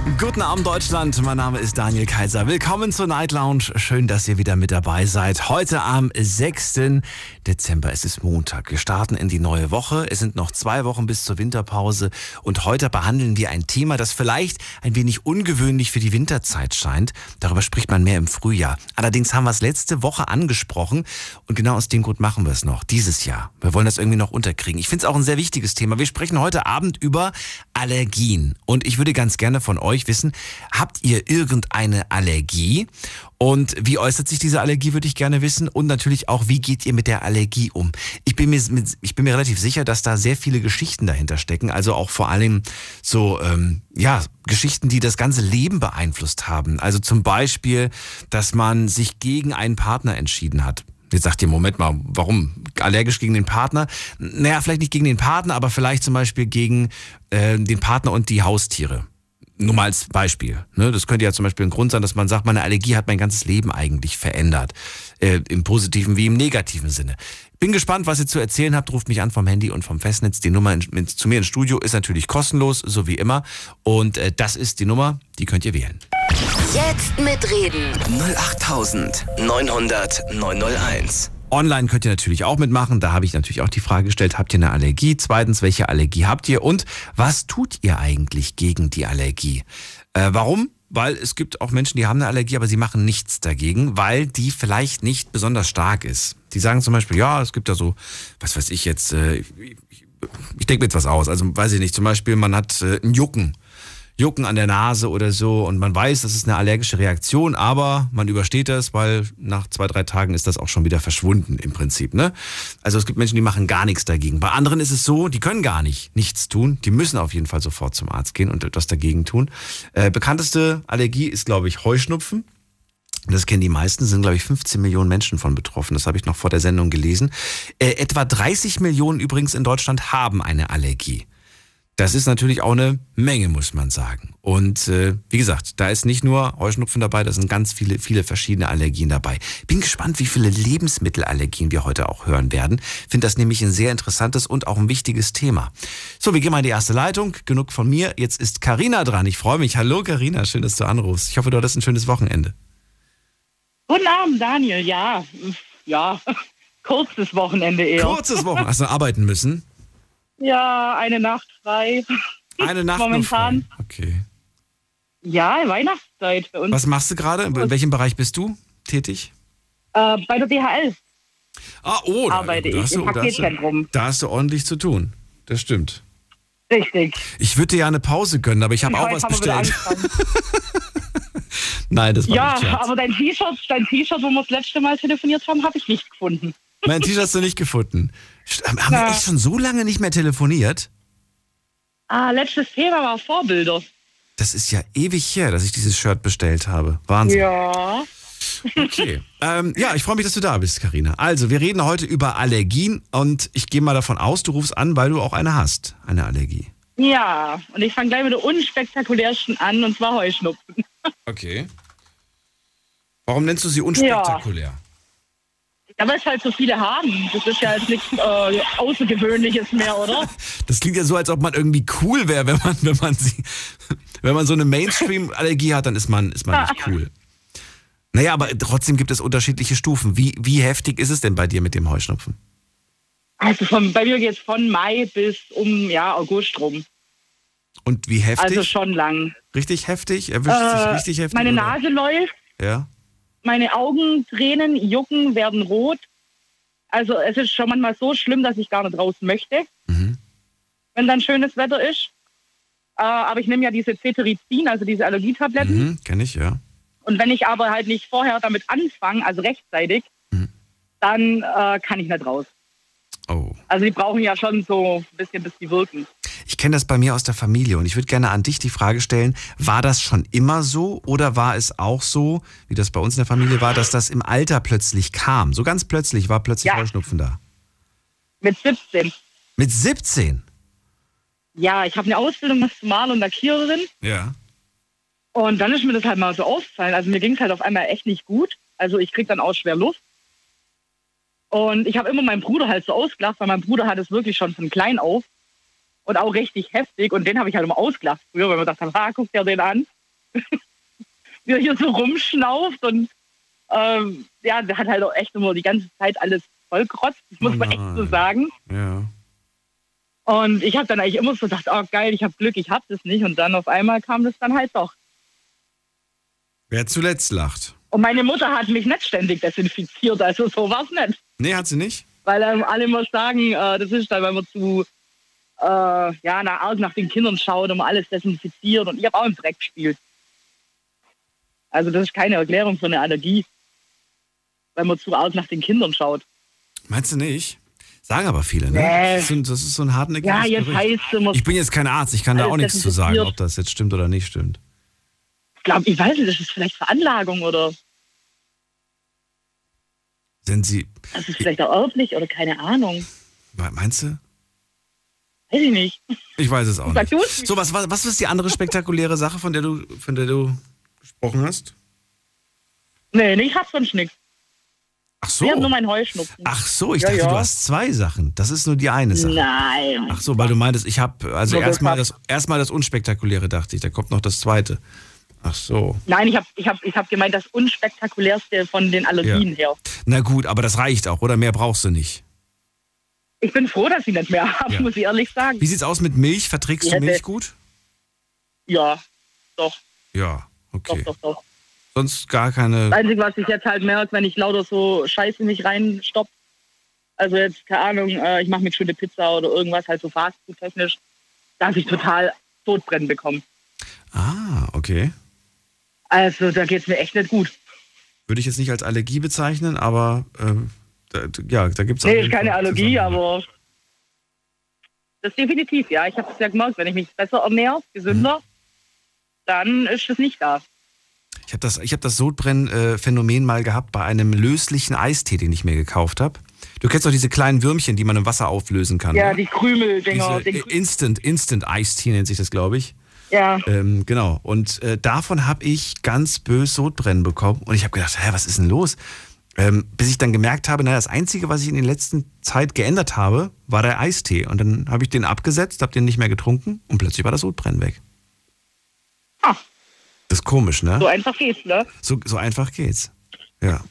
Guten Abend Deutschland, mein Name ist Daniel Kaiser. Willkommen zur Night Lounge. Schön, dass ihr wieder mit dabei seid. Heute am 6. Dezember, es ist Montag. Wir starten in die neue Woche. Es sind noch 2 Wochen bis zur Winterpause und heute behandeln wir ein Thema, das vielleicht ein wenig ungewöhnlich für die Winterzeit scheint. Darüber spricht man mehr im Frühjahr. Allerdings haben wir es letzte Woche angesprochen und genau aus dem Grund machen wir es noch, dieses Jahr. Wir wollen das irgendwie noch unterkriegen. Ich finde es auch ein sehr wichtiges Thema. Wir sprechen heute Abend über Allergien und ich würde ganz gerne von euch wissen, habt ihr irgendeine Allergie? Und wie äußert sich diese Allergie, würde ich gerne wissen. Und natürlich auch, wie geht ihr mit der Allergie um? Ich bin mir relativ sicher, dass da sehr viele Geschichten dahinter stecken. Also auch vor allem so, Geschichten, die das ganze Leben beeinflusst haben. Also zum Beispiel, dass man sich gegen einen Partner entschieden hat. Jetzt sagt ihr, Moment mal, warum allergisch gegen den Partner? Naja, vielleicht nicht gegen den Partner, aber vielleicht zum Beispiel gegen den Partner und die Haustiere. Nur mal als Beispiel. Ne? Das könnte ja zum Beispiel ein Grund sein, dass man sagt, meine Allergie hat mein ganzes Leben eigentlich verändert. Im positiven wie im negativen Sinne. Bin gespannt, was ihr zu erzählen habt. Ruft mich an vom Handy und vom Festnetz. Die Nummer zu mir ins Studio ist natürlich kostenlos, so wie immer. Und das ist die Nummer, die könnt ihr wählen. Jetzt mitreden. 08900 901. Online könnt ihr natürlich auch mitmachen. Da habe ich natürlich auch die Frage gestellt, habt ihr eine Allergie? Zweitens, welche Allergie habt ihr? Und was tut ihr eigentlich gegen die Allergie? Warum? Weil es gibt auch Menschen, die haben eine Allergie, aber sie machen nichts dagegen, weil die vielleicht nicht besonders stark ist. Die sagen zum Beispiel, ja, es gibt da so, was weiß ich jetzt, ich denke mir jetzt was aus. Also weiß ich nicht, zum Beispiel man hat ein Jucken an der Nase oder so und man weiß, das ist eine allergische Reaktion, aber man übersteht das, weil nach 2-3 Tagen ist das auch schon wieder verschwunden im Prinzip, ne? Also es gibt Menschen, die machen gar nichts dagegen. Bei anderen ist es so, die können gar nichts tun, die müssen auf jeden Fall sofort zum Arzt gehen und etwas dagegen tun. Bekannteste Allergie ist, glaube ich, Heuschnupfen. Das kennen die meisten, sind, glaube ich, 15 Millionen Menschen von betroffen. Das habe ich noch vor der Sendung gelesen. Etwa 30 Millionen übrigens in Deutschland haben eine Allergie. Das ist natürlich auch eine Menge, muss man sagen. Und wie gesagt, da ist nicht nur Heuschnupfen dabei, da sind ganz viele verschiedene Allergien dabei. Bin gespannt, wie viele Lebensmittelallergien wir heute auch hören werden. Finde das nämlich ein sehr interessantes und auch ein wichtiges Thema. So, wir gehen mal in die erste Leitung. Genug von mir. Jetzt ist Carina dran. Ich freue mich. Hallo Carina, schön, dass du anrufst. Ich hoffe, du hattest ein schönes Wochenende. Guten Abend, Daniel. Ja, kurzes Wochenende eher. Kurzes Wochenende. Hast du arbeiten müssen? Ja, eine Nacht frei. Eine Nacht momentan. Nur frei. Okay. Ja, Weihnachtszeit bei uns. Was machst du gerade? In welchem Bereich bist du tätig? Bei der DHL arbeite ich im Paketzentrum. Da hast du ordentlich zu tun. Das stimmt. Richtig. Ich würde dir ja eine Pause gönnen, aber ich habe auch was bestellt. Nein, das war nicht Scherz. Aber dein T-Shirt, wo wir das letzte Mal telefoniert haben, habe ich nicht gefunden. Mein T-Shirt hast du nicht gefunden. Haben wir echt schon so lange nicht mehr telefoniert? Letztes Thema war Vorbilder. Das ist ja ewig her, dass ich dieses Shirt bestellt habe. Wahnsinn. Ja. Okay. Ich freue mich, dass du da bist, Carina. Also, wir reden heute über Allergien und ich gehe mal davon aus, du rufst an, weil du auch eine hast, eine Allergie. Ja, und ich fange gleich mit der unspektakulärsten an, und zwar Heuschnupfen. Okay. Warum nennst du sie unspektakulär? Ja, weil es halt so viele haben. Das ist ja jetzt nichts Außergewöhnliches mehr, oder? Das klingt ja so, als ob man irgendwie cool wäre, wenn man so eine Mainstream-Allergie hat, dann ist man nicht cool. Naja, aber trotzdem gibt es unterschiedliche Stufen. Wie heftig ist es denn bei dir mit dem Heuschnupfen? Also bei mir geht es von Mai bis August rum. Und wie heftig? Also schon lang. Richtig heftig? Erwischt sich richtig heftig? Meine Nase läuft. Ja. Meine Augen tränen, jucken, werden rot. Also es ist schon manchmal so schlimm, dass ich gar nicht raus möchte, wenn dann schönes Wetter ist. Aber ich nehme ja diese Cetirizin, also diese Allergietabletten. Kenn ich, ja. Und wenn ich aber halt nicht vorher damit anfange, also rechtzeitig, dann kann ich nicht raus. Oh. Also die brauchen ja schon so ein bisschen, bis die wirken. Ich kenne das bei mir aus der Familie und ich würde gerne an dich die Frage stellen, war das schon immer so oder war es auch so, wie das bei uns in der Familie war, dass das im Alter plötzlich kam? So ganz plötzlich war plötzlich Heuschnupfen da. Mit 17. Mit 17? Ja, ich habe eine Ausbildung als Maler und Lackiererin. Ja. Und dann ist mir das halt mal so aufgefallen. Also mir ging es halt auf einmal echt nicht gut. Also ich krieg dann auch schwer Luft. Und ich habe immer meinen Bruder halt so ausgelacht, weil mein Bruder hat es wirklich schon von klein auf. und auch richtig heftig. Und den habe ich halt immer ausgelacht früher, weil man dachte, guck dir den an. Wie er hier so rumschnauft und der hat halt auch echt immer die ganze Zeit alles vollgerotzt, das muss man echt so sagen. Ja. Und ich habe dann eigentlich immer so gedacht, oh geil, ich habe Glück, ich habe das nicht. Und dann auf einmal kam das dann halt doch. Wer zuletzt lacht. Und meine Mutter hat mich nicht ständig desinfiziert, also so war es nicht. Nee, hat sie nicht? Weil alle immer sagen, das ist dann, weil man zu arg nach den Kindern schaut und man alles desinfiziert. Und ich habe auch im Dreck gespielt. Also das ist keine Erklärung für eine Allergie, weil man zu arg nach den Kindern schaut. Meinst du nicht? Sagen aber viele, ne? Nee. Das ist so ein hartnäckiges Ja, jetzt Gerücht. heißt es immer. Ich bin jetzt kein Arzt, ich kann da auch nichts zu sagen, ob das jetzt stimmt oder nicht stimmt. Ich weiß nicht, das ist vielleicht Veranlagung oder. Sind Sie. Das ist vielleicht auch erblich oder keine Ahnung. Meinst du? Weiß ich nicht. Ich weiß es auch Sag nicht. du's? So, was ist die andere spektakuläre Sache, von der du gesprochen hast? Nee, ich hab sonst nichts. Ach so. Ich hab nur meinen Heuschnupfen. Ach so, ich dachte, du hast zwei Sachen. Das ist nur die eine Sache. Nein. Ach so, weil du meintest, ich habe, also Nur erstmal das Unspektakuläre, dachte ich, da kommt noch das Zweite. Ach so. Nein, ich hab gemeint, das Unspektakulärste von den Allergien her. Na gut, aber das reicht auch, oder? Mehr brauchst du nicht. Ich bin froh, dass ich nicht mehr habe, muss ich ehrlich sagen. Wie sieht's aus mit Milch? Verträgst du Milch gut? Ja, doch. Ja, okay. Doch. Sonst gar keine... Das Einzige, was ich jetzt halt merke, wenn ich lauter so Scheiße nicht reinstopp, also jetzt, keine Ahnung, ich mache mir schöne Pizza oder irgendwas, halt so fastfood-technisch, dass ich total Sodbrennen bekomme. Ah, okay. Also da geht's mir echt nicht gut. Würde ich jetzt nicht als Allergie bezeichnen, aber da gibt es auch... Nee, ist keine Allergie, aber das ist definitiv, ja. Ich habe es ja gemerkt, wenn ich mich besser ernähre, gesünder, dann ist es nicht da. Ich hab das Sodbrennen-Phänomen mal gehabt bei einem löslichen Eistee, den ich mir gekauft habe. Du kennst doch diese kleinen Würmchen, die man im Wasser auflösen kann. Ja, ne? die Krümeldinger. Instant Eistee nennt sich das, glaube ich. Ja. Genau. Und davon habe ich ganz bös Sodbrennen bekommen. Und ich habe gedacht, was ist denn los? Bis ich dann gemerkt habe, das Einzige, was ich in der letzten Zeit geändert habe, war der Eistee. Und dann habe ich den abgesetzt, habe den nicht mehr getrunken und plötzlich war das Sodbrennen weg. Ah. Das ist komisch, ne? So einfach geht's, ne? So einfach geht's. Ja.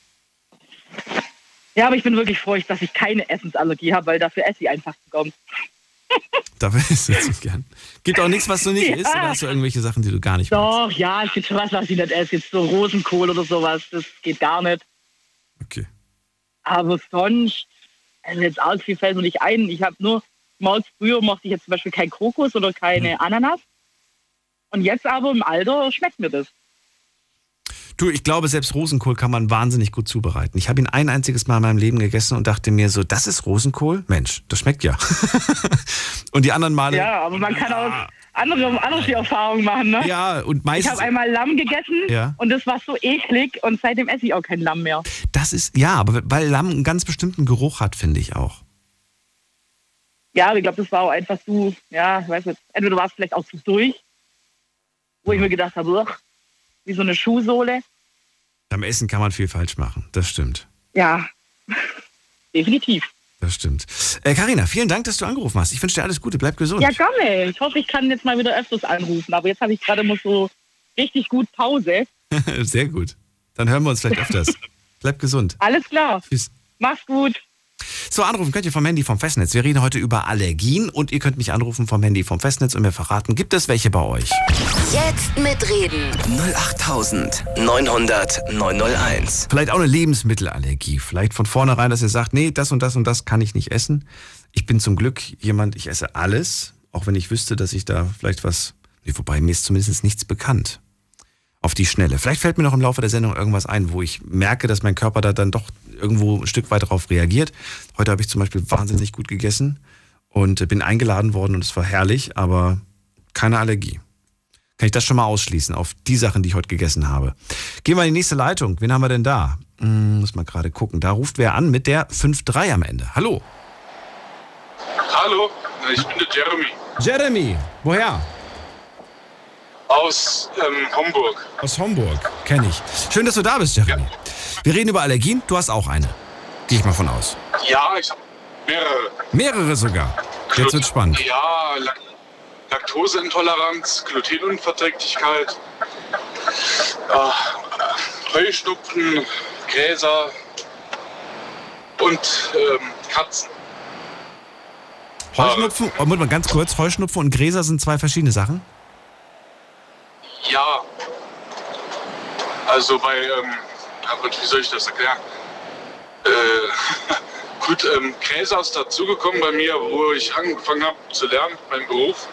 Ja, aber ich bin wirklich froh, dass ich keine Essensallergie habe, weil dafür esse ich einfach kaum. Dafür isst du zu gern. Gibt auch nichts, was du nicht isst? Oder hast du irgendwelche Sachen, die du gar nicht magst? Doch, ja, es gibt schon was ich nicht esse. Jetzt so Rosenkohl oder sowas, das geht gar nicht. Okay. Aber sonst, also jetzt arg viel fällt mir nicht ein. Ich habe nur, früher mochte ich jetzt zum Beispiel kein Kokos oder keine Ananas. Und jetzt aber im Alter schmeckt mir das. Du, ich glaube, selbst Rosenkohl kann man wahnsinnig gut zubereiten. Ich habe ihn ein einziges Mal in meinem Leben gegessen und dachte mir so, das ist Rosenkohl? Mensch, das schmeckt ja. Und die anderen Male... Ja, aber man kann auch andere die Erfahrung machen, ne? Ja, und meistens... Ich habe einmal Lamm gegessen und das war so eklig und seitdem esse ich auch kein Lamm mehr. Das ist, ja, aber weil Lamm einen ganz bestimmten Geruch hat, finde ich auch. Ja, aber ich glaube, das war auch einfach zu, ja, ich weiß nicht, entweder war es vielleicht auch zu durch, wo ich mir gedacht habe, wie so eine Schuhsohle. Beim Essen kann man viel falsch machen, das stimmt. Ja, definitiv. Das stimmt. Carina, vielen Dank, dass du angerufen hast. Ich wünsche dir alles Gute, bleib gesund. Ja, gerne. Ich hoffe, ich kann jetzt mal wieder öfters anrufen, aber jetzt habe ich gerade immer so richtig gut Pause. Sehr gut. Dann hören wir uns vielleicht öfters. Bleib gesund. Alles klar. Tschüss. Mach's gut. So, anrufen könnt ihr vom Handy vom Festnetz. Wir reden heute über Allergien und ihr könnt mich anrufen vom Handy vom Festnetz und mir verraten, gibt es welche bei euch? Jetzt mitreden. 08900 901. Vielleicht auch eine Lebensmittelallergie. Vielleicht von vornherein, dass ihr sagt, nee, das und das und das kann ich nicht essen. Ich bin zum Glück jemand, ich esse alles, auch wenn ich wüsste, dass ich da vielleicht was, wobei mir ist zumindest nichts bekannt. Auf die Schnelle. Vielleicht fällt mir noch im Laufe der Sendung irgendwas ein, wo ich merke, dass mein Körper da dann doch irgendwo ein Stück weit darauf reagiert. Heute habe ich zum Beispiel wahnsinnig gut gegessen und bin eingeladen worden und es war herrlich, aber keine Allergie. Kann ich das schon mal ausschließen auf die Sachen, die ich heute gegessen habe. Gehen wir in die nächste Leitung. Wen haben wir denn da? Muss mal gerade gucken. Da ruft wer an mit der 5-3 am Ende. Hallo. Hallo, ich bin der Jeremy. Jeremy, woher? Aus Homburg. Aus Homburg, kenne ich. Schön, dass du da bist, Jeremy. Ja. Wir reden über Allergien. Du hast auch eine. Gehe ich mal von aus. Ja, ich habe mehrere. Mehrere sogar? Jetzt wird spannend. Ja, Laktoseintoleranz, Glutenunverträglichkeit, Heuschnupfen, Gräser und Katzen. Heuschnupfen, Moment mal ganz kurz, Heuschnupfen und Gräser sind zwei verschiedene Sachen? Ja, also wie soll ich das erklären? Gut, Gräser ist dazugekommen bei mir, wo ich angefangen habe zu lernen, meinen Beruf.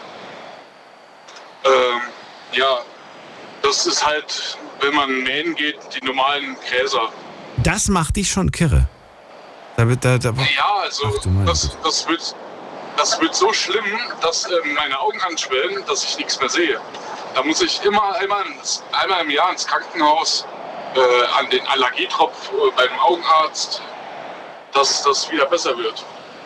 Ja, das ist halt, wenn man mähen geht, die normalen Gräser. Das macht dich schon kirre. Ja, also das wird so schlimm, dass meine Augen anschwellen, dass ich nichts mehr sehe. Da muss ich einmal im Jahr ins Krankenhaus, an den Allergietropf beim Augenarzt, dass das wieder besser wird.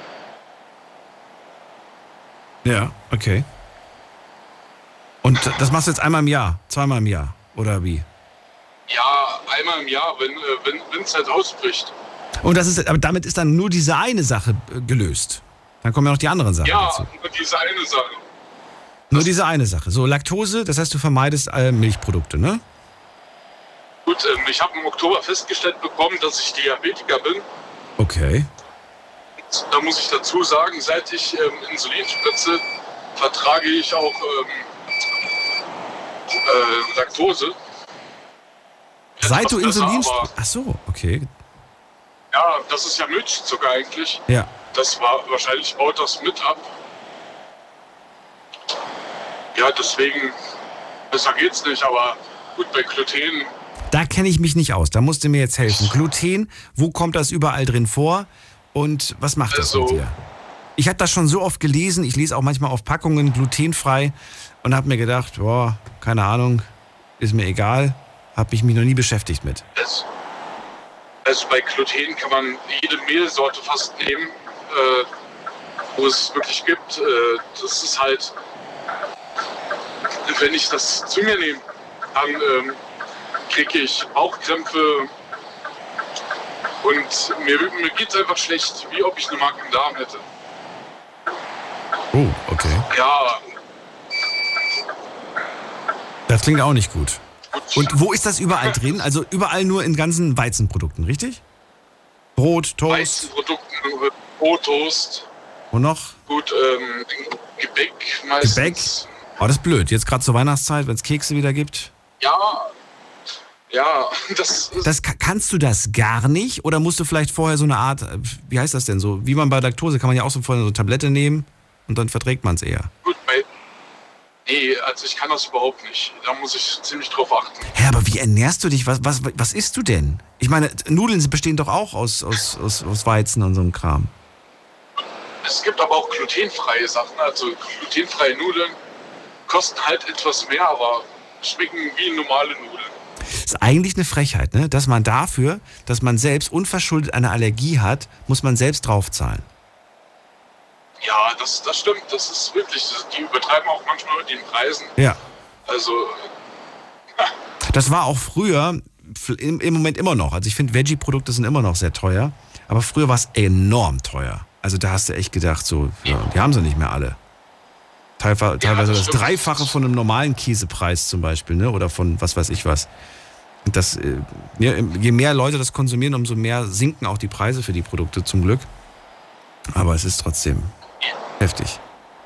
Ja, okay. Und das machst du jetzt einmal im Jahr, zweimal im Jahr, oder wie? Ja, einmal im Jahr, wenn es halt ausbricht. Und aber damit ist dann nur diese eine Sache gelöst. Dann kommen ja noch die anderen Sachen dazu. Ja, nur diese eine Sache. Nur diese eine Sache. So, Laktose, das heißt, du vermeidest Milchprodukte, ne? Gut, ich habe im Oktober festgestellt bekommen, dass ich Diabetiker bin. Okay. Da muss ich dazu sagen, seit ich Insulin spritze, vertrage ich auch Laktose. Seit du Etwas Insulin besser, Ach so, okay. Ja, das ist ja Milchzucker eigentlich. Ja. Wahrscheinlich baut das mit ab. Ja, deswegen, besser geht's nicht, aber gut, bei Gluten. Da kenne ich mich nicht aus, da musst du mir jetzt helfen. Gluten, wo kommt das überall drin vor und was macht das mit dir? Ich habe das schon so oft gelesen, ich lese auch manchmal auf Packungen glutenfrei und habe mir gedacht, boah, keine Ahnung, ist mir egal, habe mich noch nie beschäftigt mit. Also bei Gluten kann man jede Mehlsorte fast nehmen, wo es wirklich gibt. Das ist halt, wenn ich das zu mir nehme, dann kriege ich Bauchkrämpfe und mir geht es einfach schlecht, wie ob ich eine Magen-Darm hätte. Oh, okay. Ja. Das klingt auch nicht gut. Und wo ist das überall drin? Also überall nur in ganzen Weizenprodukten, richtig? Brot, Toast? Weizenprodukten, Brot, Toast. Wo noch? Gut, Gebäck meistens. Gebäck? Oh, das ist blöd. Jetzt gerade zur Weihnachtszeit, wenn es Kekse wieder gibt. Ja, Kannst du das gar nicht? Oder musst du vielleicht vorher so eine Art, wie heißt das denn so? Wie man bei Laktose, kann man ja auch so vorher so eine Tablette nehmen und dann verträgt man es eher. Gut, nee, also ich kann das überhaupt nicht. Da muss ich ziemlich drauf achten. Hä, aber wie ernährst du dich? Was isst du denn? Ich meine, Nudeln bestehen doch auch aus Weizen und so einem Kram. Es gibt aber auch glutenfreie Sachen. Also glutenfreie Nudeln kosten halt etwas mehr, aber schmecken wie normale Nudeln. Das ist eigentlich eine Frechheit, ne? Dass man dafür, dass man selbst unverschuldet eine Allergie hat, muss man selbst draufzahlen. Ja, das stimmt. Das ist wirklich, die übertreiben auch manchmal mit den Preisen. Ja. Also. Das war auch früher, im Moment immer noch. Also ich finde, Veggie-Produkte sind immer noch sehr teuer. Aber früher war es enorm teuer. Also da hast du echt gedacht, so, ja, die haben sie nicht mehr alle. Teilweise das Dreifache von einem normalen Käsepreis zum Beispiel, ne? Oder von was weiß ich was. Und das, je mehr Leute das konsumieren, umso mehr sinken auch die Preise für die Produkte zum Glück. Aber es ist trotzdem heftig.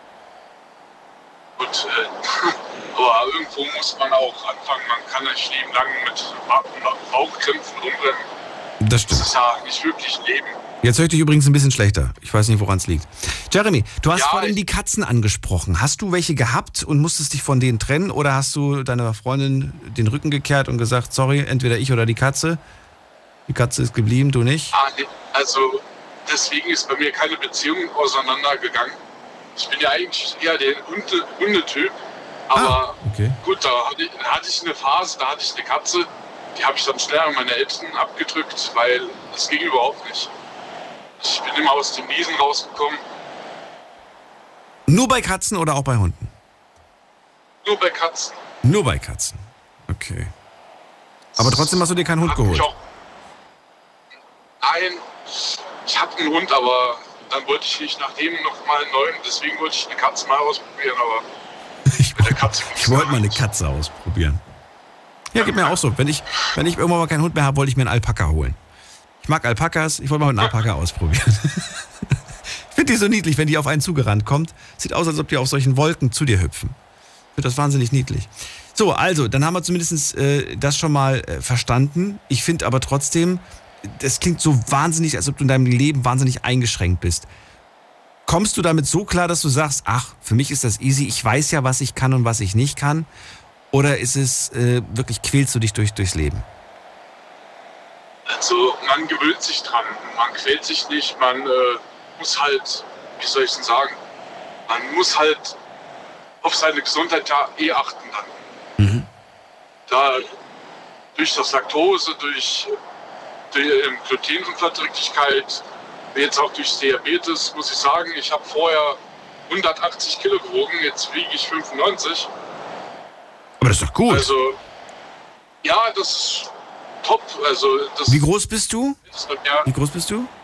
Gut, aber irgendwo muss man auch anfangen. Man kann nicht leben lang mit Bauchkrämpfen rumrennen. Das stimmt. Das ist ja nicht wirklich Leben. Jetzt höre ich dich übrigens ein bisschen schlechter. Ich weiß nicht, woran es liegt. Jeremy, du hast Ja, vorhin die Katzen angesprochen. Hast du welche gehabt und musstest dich von denen trennen? Oder hast du deiner Freundin den Rücken gekehrt und gesagt, sorry, entweder ich oder die Katze? Die Katze ist geblieben, du nicht? Nee, also deswegen ist bei mir keine Beziehung auseinandergegangen. Ich bin ja eigentlich eher der Hundetyp. Aber okay. gut, da hatte ich eine Phase, da hatte ich eine Katze. Die habe ich dann schnell an meine Eltern abgedrückt, weil das ging überhaupt nicht. Ich bin immer aus dem Niesen rausgekommen. Nur bei Katzen oder auch bei Hunden? Nur bei Katzen. Nur bei Katzen. Okay. Aber trotzdem hast du dir keinen Hund geholt? Nein, ich hatte einen Hund, aber dann wollte ich nicht nach dem nochmal einen neuen, deswegen wollte ich eine Katze mal ausprobieren, aber mit der Katze ich wollte mal eine Katze ausprobieren. Ja, geht mir auch so. Wenn ich irgendwann mal keinen Hund mehr habe, wollte ich mir einen Alpaka holen. Ich mag Alpakas, ich wollte mal einen Alpaka ausprobieren. Ich finde die so niedlich, wenn die auf einen zugerannt kommt. Sieht aus, als ob die auf solchen Wolken zu dir hüpfen. Ich finde das wahnsinnig niedlich. So, also, dann haben wir zumindest das schon mal verstanden. Ich finde aber trotzdem, das klingt so wahnsinnig, als ob du in deinem Leben wahnsinnig eingeschränkt bist. Kommst du damit so klar, dass du sagst, ach, für mich ist das easy, ich weiß ja, was ich kann und was ich nicht kann? Oder ist es wirklich, quälst du dich durchs Leben? Also man gewöhnt sich dran, man quält sich nicht, man muss halt, wie soll ich denn sagen, man muss halt auf seine Gesundheit ja achten dann. Mhm. Da durch das Laktose, durch Glutenunverträglichkeit, jetzt auch durch Diabetes, muss ich sagen, ich habe vorher 180 Kilo gewogen, jetzt wiege ich 95. Aber das ist doch gut. Also, ja, das ist top. Also, das Wie groß bist du? Ja, Wie groß bist du?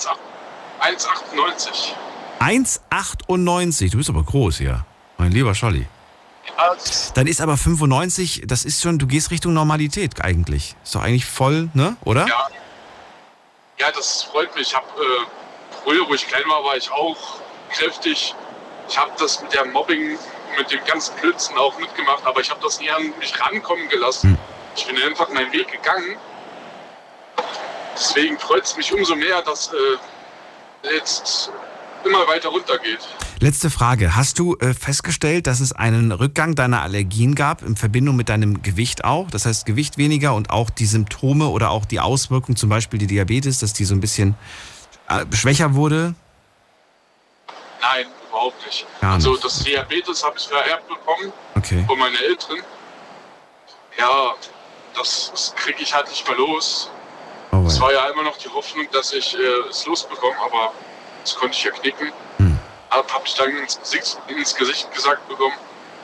1,98. 1,98. Du bist aber groß, ja. Mein lieber Scholli. Ja, Dann ist aber 95, das ist schon, du gehst Richtung Normalität eigentlich. Ist doch eigentlich voll, ne? Oder? ja, das freut mich. Ich habe früher, wo ich klein war ich auch kräftig. Ich habe das mit der Mobbing, mit dem ganzen Blödsinn auch mitgemacht, aber ich habe das nie an mich rankommen gelassen. Ich bin einfach meinen Weg gegangen. Deswegen freut es mich umso mehr, dass jetzt immer weiter runtergeht. Letzte Frage. Hast du festgestellt, dass es einen Rückgang deiner Allergien gab in Verbindung mit deinem Gewicht auch? Das heißt, Gewicht weniger und auch die Symptome oder auch die Auswirkungen, zum Beispiel die Diabetes, dass die so ein bisschen schwächer wurde? Nein, überhaupt nicht. Gar nicht. Also das Diabetes habe ich vererbt bekommen von meinen Eltern. Ja, das kriege ich halt nicht mehr los. Oh, es war ja immer noch die Hoffnung, dass ich es losbekomme, aber das konnte ich ja knicken. Habe ich dann ins Gesicht gesagt bekommen.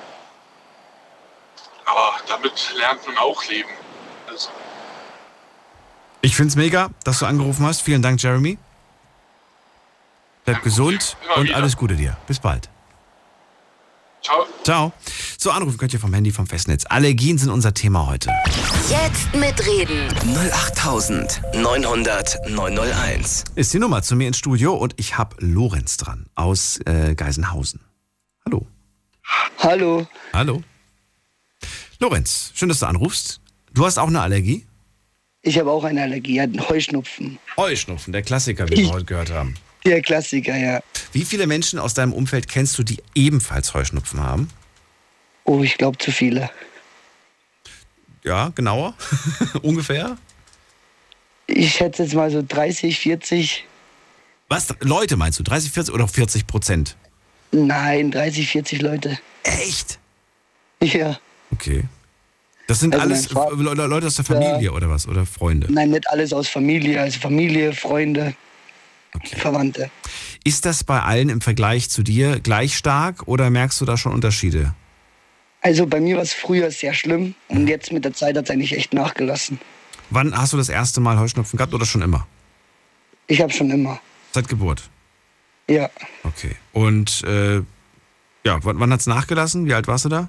Aber damit lernt man auch leben. Also. Ich finde es mega, dass du angerufen hast. Vielen Dank, Jeremy. Bleib gesund und wieder. alles Gute dir. Bis bald. Ciao. Ciao. So, anrufen könnt ihr vom Handy, vom Festnetz. Allergien sind unser Thema heute. Jetzt mitreden. 08900 901. Ist die Nummer zu mir ins Studio und ich habe Lorenz dran aus Geisenhausen. Hallo. Hallo. Hallo. Lorenz, schön, dass du anrufst. Du hast auch eine Allergie? Ich habe auch eine Allergie, einen Heuschnupfen. Heuschnupfen, der Klassiker, wie wir heute gehört haben. Der Klassiker, ja. Wie viele Menschen aus deinem Umfeld kennst du, die ebenfalls Heuschnupfen haben? Oh, ich glaube zu viele. Ja, genauer? Ungefähr? Ich schätze jetzt mal so 30, 40. Was? Leute meinst du? 30, 40 oder 40%? Nein, 30, 40 Leute. Echt? Ja. Okay. Das sind Also alles Leute aus der Familie oder was? Oder Freunde? Nein, nicht alles aus Familie. Also Familie, Freunde, Verwandte. Ist das bei allen im Vergleich zu dir gleich stark oder merkst du da schon Unterschiede? Also bei mir war es früher sehr schlimm und jetzt mit der Zeit hat es eigentlich echt nachgelassen. Wann hast du das erste Mal Heuschnupfen gehabt oder schon immer? Ich habe schon immer. Seit Geburt? Ja. Okay. Und wann hat es nachgelassen? Wie alt warst du da?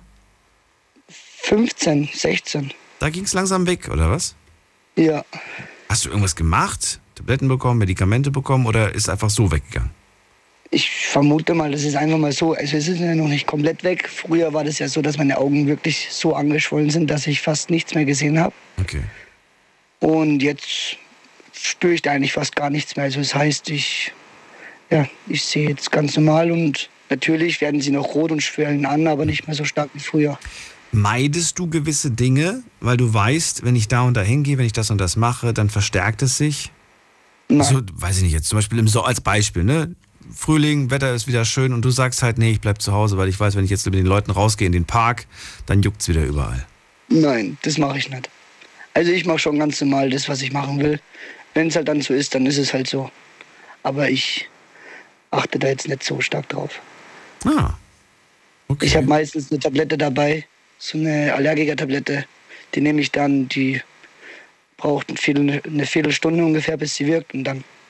15, 16. Da ging es langsam weg, oder was? Ja. Hast du irgendwas gemacht? Tabletten bekommen, Medikamente bekommen oder ist einfach so weggegangen? Ich vermute mal, das ist einfach mal so. Also es ist ja noch nicht komplett weg. Früher war das ja so, dass meine Augen wirklich so angeschwollen sind, dass ich fast nichts mehr gesehen habe. Okay. Und jetzt spüre ich da eigentlich fast gar nichts mehr. Also das heißt, ich sehe jetzt ganz normal und natürlich werden sie noch rot und schwellen an, aber nicht mehr so stark wie früher. Meidest du gewisse Dinge, weil du weißt, wenn ich da und da hingehe, wenn ich das und das mache, dann verstärkt es sich? Nein. So, weiß ich nicht, jetzt zum Beispiel als Beispiel, ne? Frühling, Wetter ist wieder schön und du sagst halt, nee, ich bleib zu Hause, weil ich weiß, wenn ich jetzt mit den Leuten rausgehe in den Park, dann juckt's wieder überall. Nein, das mache ich nicht. Also ich mache schon ganz normal das, was ich machen will. Wenn es halt dann so ist, dann ist es halt so. Aber ich achte da jetzt nicht so stark drauf. Ah, okay. Ich habe meistens eine Tablette dabei, so eine Allergiker-Tablette. Die nehme ich dann, die braucht eine Viertelstunde ungefähr, bis sie wirkt. Und dann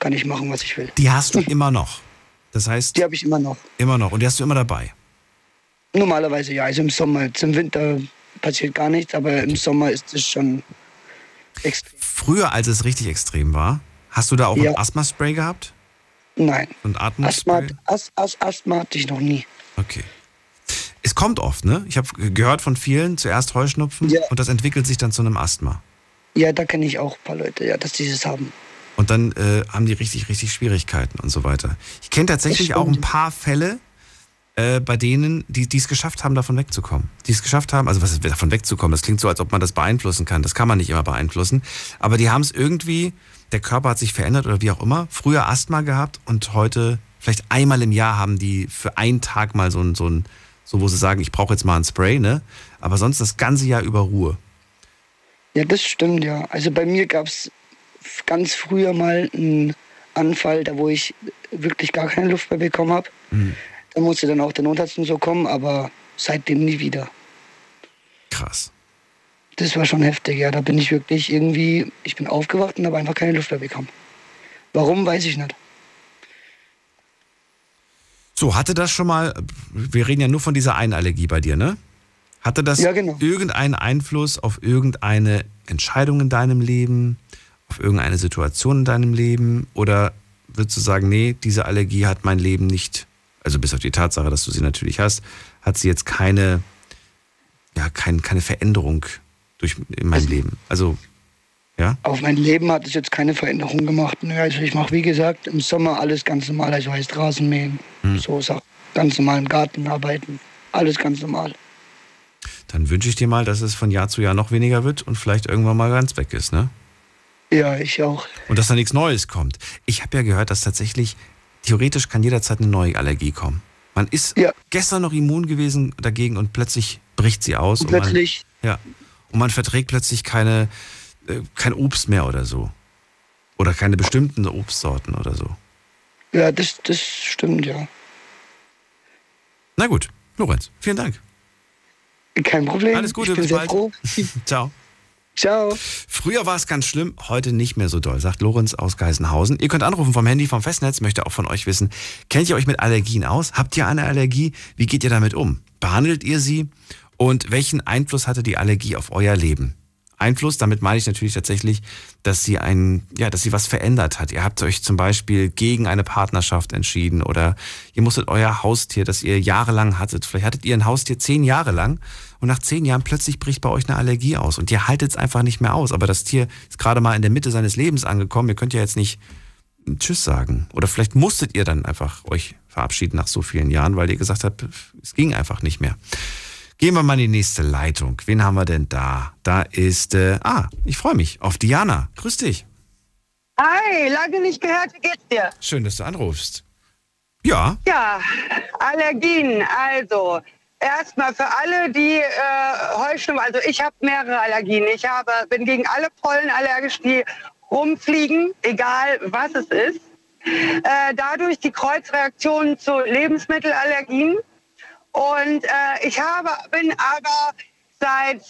kann ich machen, was ich will. Die hast du immer noch. Das heißt. Die habe ich immer noch. Immer noch. Und die hast du immer dabei. Normalerweise ja. Also im Sommer. Jetzt im Winter passiert gar nichts, aber im Sommer ist es schon extrem. Früher, als es richtig extrem war, hast du da auch ein Asthma-Spray gehabt? Nein. Und Atmungsspray? Asthma hatte ich noch nie. Okay. Es kommt oft, ne? Ich habe gehört von vielen, zuerst Heuschnupfen und das entwickelt sich dann zu einem Asthma. Ja, da kenne ich auch ein paar Leute, ja, dass die das haben. Und dann haben die richtig, richtig Schwierigkeiten und so weiter. Ich kenne tatsächlich auch ein paar Fälle, bei denen, die es geschafft haben, davon wegzukommen. Die es geschafft haben, also was ist davon wegzukommen? Das klingt so, als ob man das beeinflussen kann. Das kann man nicht immer beeinflussen. Aber die haben es irgendwie, der Körper hat sich verändert oder wie auch immer. Früher Asthma gehabt und heute, vielleicht einmal im Jahr, haben die für einen Tag mal so wo sie sagen, ich brauche jetzt mal ein Spray, ne? Aber sonst das ganze Jahr über Ruhe. Ja, das stimmt, ja. Also bei mir gab es ganz früher mal einen Anfall, da wo ich wirklich gar keine Luft mehr bekommen habe. Mhm. Da musste dann auch der Notarzt und so kommen, aber seitdem nie wieder. Krass. Das war schon heftig, ja. Da bin ich wirklich irgendwie, ich bin aufgewacht und habe einfach keine Luft mehr bekommen. Warum, weiß ich nicht. So, hatte das schon mal, wir reden ja nur von dieser einen Allergie bei dir, ne? Hatte das irgendeinen Einfluss auf irgendeine Entscheidung in deinem Leben, auf irgendeine Situation in deinem Leben? Oder würdest du sagen, nee, diese Allergie hat mein Leben nicht, also bis auf die Tatsache, dass du sie natürlich hast, hat sie jetzt keine Veränderung in meinem Leben? Also, ja? Auf mein Leben hat es jetzt keine Veränderung gemacht. Also ich mache, wie gesagt, im Sommer alles ganz normal, also heißt Rasenmähen, so Sachen, ganz normal im Garten arbeiten, alles ganz normal. Dann wünsche ich dir mal, dass es von Jahr zu Jahr noch weniger wird und vielleicht irgendwann mal ganz weg ist, ne? Ja, ich auch. Und dass da nichts Neues kommt. Ich habe ja gehört, dass tatsächlich, theoretisch kann jederzeit eine neue Allergie kommen. Man ist gestern noch immun gewesen dagegen und plötzlich bricht sie aus. Und man verträgt plötzlich kein Obst mehr oder so. Oder keine bestimmten Obstsorten oder so. Ja, das stimmt, ja. Na gut, Lorenz, vielen Dank. Kein Problem. Alles Gute, ich bin bis sehr bald. froh. Ciao. Ciao. Früher war es ganz schlimm, heute nicht mehr so doll, sagt Lorenz aus Geisenhausen. Ihr könnt anrufen vom Handy, vom Festnetz, möchte auch von euch wissen, kennt ihr euch mit Allergien aus? Habt ihr eine Allergie? Wie geht ihr damit um? Behandelt ihr sie? Und welchen Einfluss hatte die Allergie auf euer Leben? Einfluss, damit meine ich natürlich tatsächlich, dass sie was verändert hat. Ihr habt euch zum Beispiel gegen eine Partnerschaft entschieden oder ihr musstet euer Haustier, das ihr jahrelang hattet, vielleicht hattet ihr ein Haustier 10 Jahre lang und nach 10 Jahren plötzlich bricht bei euch eine Allergie aus und ihr haltet es einfach nicht mehr aus. Aber das Tier ist gerade mal in der Mitte seines Lebens angekommen. Ihr könnt ja jetzt nicht Tschüss sagen. Oder vielleicht musstet ihr dann einfach euch verabschieden nach so vielen Jahren, weil ihr gesagt habt, es ging einfach nicht mehr. Gehen wir mal in die nächste Leitung. Wen haben wir denn da? Da ist, ich freue mich auf Diana. Grüß dich. Hi, lange nicht gehört. Wie geht's dir? Schön, dass du anrufst. Ja. Ja, Allergien. Also, erstmal für alle, die Heuschnupfen, also ich habe mehrere Allergien. Bin gegen alle Pollen allergisch, die rumfliegen, egal was es ist. Dadurch die Kreuzreaktionen zu Lebensmittelallergien. Und bin aber seit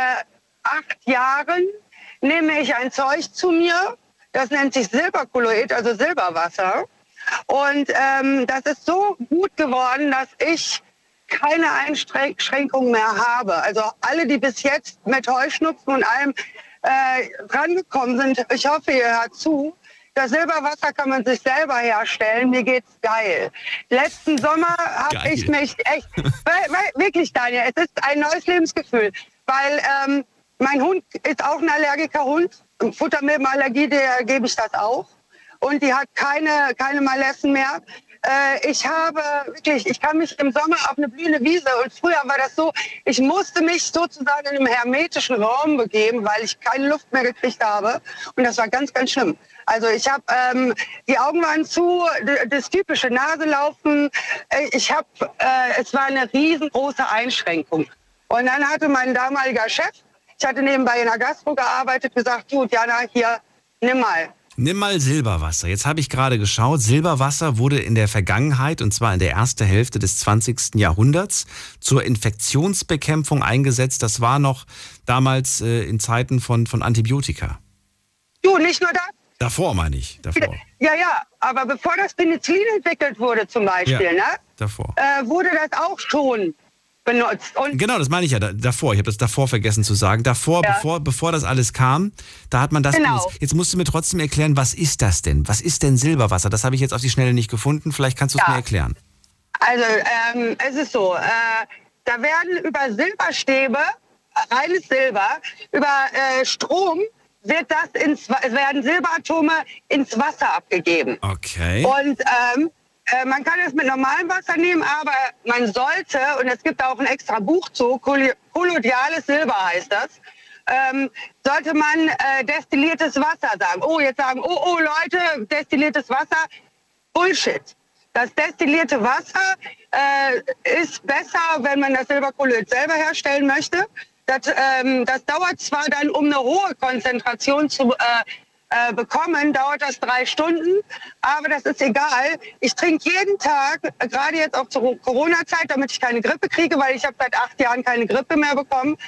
8 Jahren, nehme ich ein Zeug zu mir, das nennt sich Silberkolloid, also Silberwasser. Und das ist so gut geworden, dass ich keine Einschränkungen mehr habe. Also alle, die bis jetzt mit Heuschnupfen und allem rangekommen sind, ich hoffe, ihr hört zu. Das Silberwasser kann man sich selber herstellen. Mir geht's geil. Letzten Sommer habe ich mich echt, wirklich, Daniel, es ist ein neues Lebensgefühl. Weil mein Hund ist auch ein Allergikerhund. Futtermilbenallergie, der gebe ich das auch. Und die hat keine Malessen mehr. Ich kann mich im Sommer auf eine blühende Wiese, und früher war das so, ich musste mich sozusagen in einem hermetischen Raum begeben, weil ich keine Luft mehr gekriegt habe. Und das war ganz, ganz schlimm. Also die Augen waren zu, das typische Naselaufen. Es war eine riesengroße Einschränkung. Und dann hatte mein damaliger Chef, ich hatte nebenbei in der Gastro gearbeitet, gesagt, du Jana, hier, nimm mal. Nimm mal Silberwasser. Jetzt habe ich gerade geschaut, Silberwasser wurde in der Vergangenheit, und zwar in der ersten Hälfte des 20. Jahrhunderts, zur Infektionsbekämpfung eingesetzt. Das war noch damals in Zeiten von Antibiotika. Du, nicht nur das. Davor meine ich, davor. Ja, aber bevor das Penicillin entwickelt wurde zum Beispiel, ne? Davor. Wurde das auch schon benutzt. Und Genau, das meine ich ja davor. Ich habe das davor vergessen zu sagen. Davor, bevor das alles kam, da hat man das benutzt. Jetzt musst du mir trotzdem erklären, was ist das denn? Was ist denn Silberwasser? Das habe ich jetzt auf die Schnelle nicht gefunden. Vielleicht kannst du es mir erklären. Also, es ist so, da werden über Silberstäbe, reines Silber, über Strom werden Silberatome ins Wasser abgegeben. Okay. Und man kann es mit normalem Wasser nehmen, aber man sollte, und es gibt auch ein extra Buch zu, kolloidales Silber heißt das, sollte man destilliertes Wasser sagen. Oh Leute, destilliertes Wasser, Bullshit. Das destillierte Wasser ist besser, wenn man das Silberkolloid selber herstellen möchte. Das dauert zwar dann, um eine hohe Konzentration zu bekommen, dauert das 3 Stunden, aber das ist egal. Ich trinke jeden Tag, gerade jetzt auch zur Corona-Zeit, damit ich keine Grippe kriege, weil ich habe seit 8 Jahren keine Grippe mehr bekommen,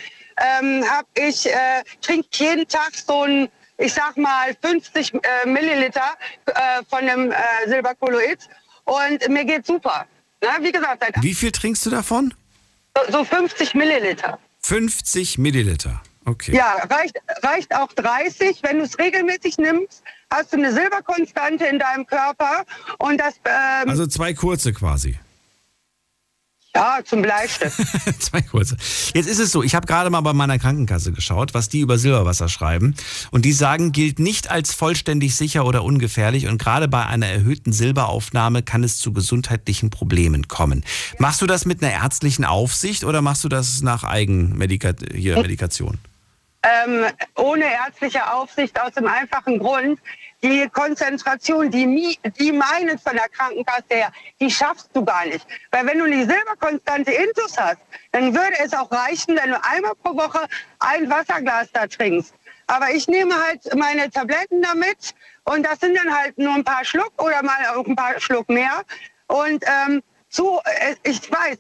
trinke jeden Tag so ein, ich sag mal, 50 Milliliter von dem Silberkolloid und mir geht's super. Na, wie gesagt, Wie viel trinkst du davon? So 50 Milliliter. 50 Milliliter. Okay. Ja, reicht auch 30. Wenn du es regelmäßig nimmst, hast du eine Silberkonstante in deinem Körper. Und das, also 2 kurze quasi. Ja, zum Bleistift. 2 kurze. Jetzt ist es so, ich habe gerade mal bei meiner Krankenkasse geschaut, was die über Silberwasser schreiben. Und die sagen, gilt nicht als vollständig sicher oder ungefährlich. Und gerade bei einer erhöhten Silberaufnahme kann es zu gesundheitlichen Problemen kommen. Ja. Machst du das mit einer ärztlichen Aufsicht oder machst du das nach Medikation? Ohne ärztliche Aufsicht aus dem einfachen Grund, die Konzentration, die meinen von der Krankenkasse her, die schaffst du gar nicht. Weil wenn du die Silberkonstante intus hast, dann würde es auch reichen, wenn du einmal pro Woche ein Wasserglas da trinkst. Aber ich nehme halt meine Tabletten damit und das sind dann halt nur ein paar Schluck oder mal auch ein paar Schluck mehr. Und ich weiß,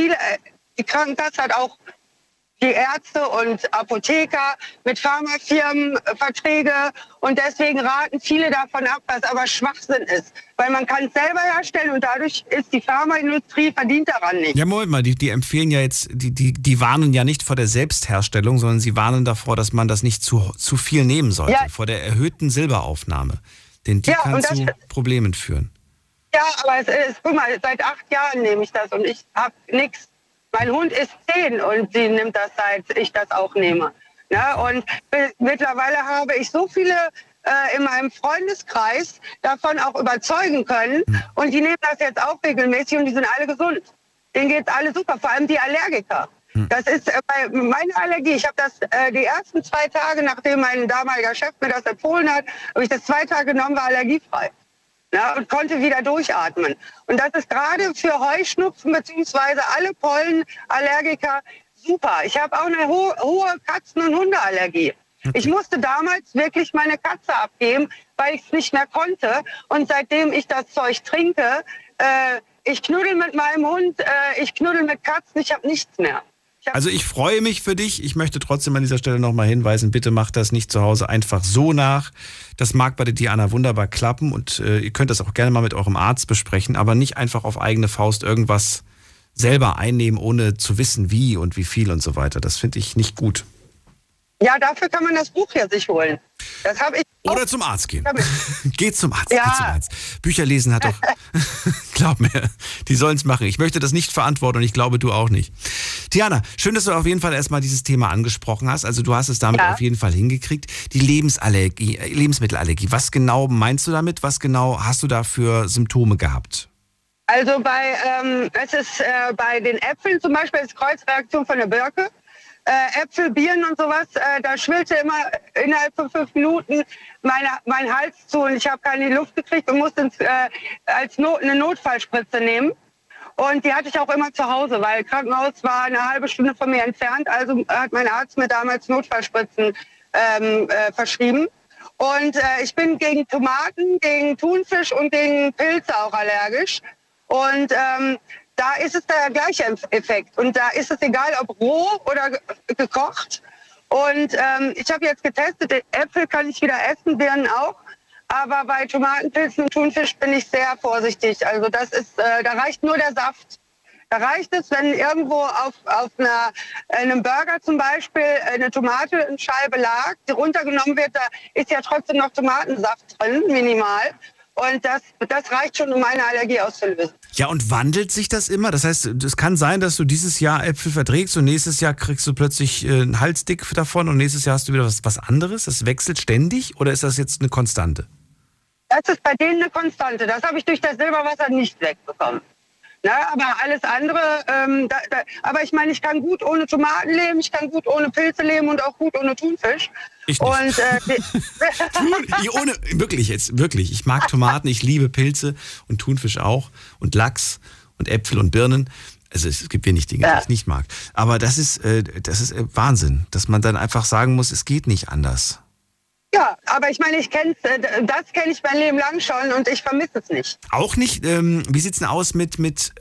die Krankenkasse hat auch die Ärzte und Apotheker mit Pharmafirmen Verträge und deswegen raten viele davon ab, was aber Schwachsinn ist. Weil man kann es selber herstellen und dadurch ist die Pharmaindustrie verdient daran nicht. Ja, Moment mal, die empfehlen ja jetzt, die warnen ja nicht vor der Selbstherstellung, sondern sie warnen davor, dass man das nicht zu viel nehmen sollte, vor der erhöhten Silberaufnahme. Denn die kann zu Problemen führen. Ja, aber guck mal, seit 8 Jahren nehme ich das und ich habe nichts. Mein Hund ist 10 und sie nimmt das, seit ich das auch nehme. Ja, und mittlerweile habe ich so viele in meinem Freundeskreis davon auch überzeugen können. Und die nehmen das jetzt auch regelmäßig und die sind alle gesund. Denen geht es alle super, vor allem die Allergiker. Das ist meine Allergie. Ich habe das die ersten 2 Tage, nachdem mein damaliger Chef mir das empfohlen hat, habe ich das 2 Tage genommen, war allergiefrei. Ja, und konnte wieder durchatmen. Und das ist gerade für Heuschnupfen bzw. alle Pollenallergiker super. Ich habe auch eine hohe Katzen- und Hundeallergie. Okay. Ich musste damals wirklich meine Katze abgeben, weil ich es nicht mehr konnte. Und seitdem ich das Zeug trinke, ich knuddel mit meinem Hund, ich knuddel mit Katzen, ich habe nichts mehr. Also ich freue mich für dich. Ich möchte trotzdem an dieser Stelle nochmal hinweisen, bitte macht das nicht zu Hause einfach so nach. Das mag bei der Diana wunderbar klappen und ihr könnt das auch gerne mal mit eurem Arzt besprechen, aber nicht einfach auf eigene Faust irgendwas selber einnehmen, ohne zu wissen, wie und wie viel und so weiter. Das finde ich nicht gut. Ja, dafür kann man das Buch hier sich holen. Das habe ich. Oder zum Arzt gehen. Geht zum Arzt. Ja. Geht zum Arzt. Bücher lesen hat doch, glaub mir, die sollen es machen. Ich möchte das nicht verantworten und ich glaube, du auch nicht. Diana, schön, dass du auf jeden Fall erstmal dieses Thema angesprochen hast. Also du hast es damit auf jeden Fall hingekriegt. Die Lebensmittelallergie, was genau meinst du damit? Was genau hast du da für Symptome gehabt? Also es ist bei den Äpfeln zum Beispiel ist Kreuzreaktion von der Birke. Äpfel, Birnen und sowas, da schwillte immer innerhalb von 5 Minuten mein Hals zu und ich habe keine Luft gekriegt und musste eine Notfallspritze nehmen. Und die hatte ich auch immer zu Hause, weil Krankenhaus war eine halbe Stunde von mir entfernt. Also hat mein Arzt mir damals Notfallspritzen verschrieben. Und ich bin gegen Tomaten, gegen Thunfisch und gegen Pilze auch allergisch. Und da ist es der gleiche Effekt. Und da ist es egal, ob roh oder gekocht. Und ich habe jetzt getestet, Äpfel kann ich wieder essen, Birnen auch. Aber bei Tomaten, Pilzen und Thunfisch bin ich sehr vorsichtig. Also das ist, da reicht nur der Saft. Da reicht es, wenn irgendwo auf einem Burger zum Beispiel eine Tomate in Scheibe lag, die runtergenommen wird, da ist ja trotzdem noch Tomatensaft drin, minimal. Und das reicht schon, um eine Allergie auszulösen. Ja, und wandelt sich das immer? Das heißt, es kann sein, dass du dieses Jahr Äpfel verträgst und nächstes Jahr kriegst du plötzlich einen Halsdick davon und nächstes Jahr hast du wieder was anderes? Das wechselt ständig oder ist das jetzt eine Konstante? Das ist bei denen eine Konstante. Das habe ich durch das Silberwasser nicht wegbekommen. Na, aber alles andere, aber ich meine, ich kann gut ohne Tomaten leben, ich kann gut ohne Pilze leben und auch gut ohne Thunfisch. Ich nicht. Wirklich. Ich mag Tomaten, ich liebe Pilze und Thunfisch auch und Lachs und Äpfel und Birnen. Also es gibt wenig Dinge, die ich nicht mag. Aber das ist Wahnsinn, dass man dann einfach sagen muss, es geht nicht anders. Ja, aber ich meine, das kenne ich mein Leben lang schon und ich vermisse es nicht. Auch nicht? Wie sieht es denn aus mit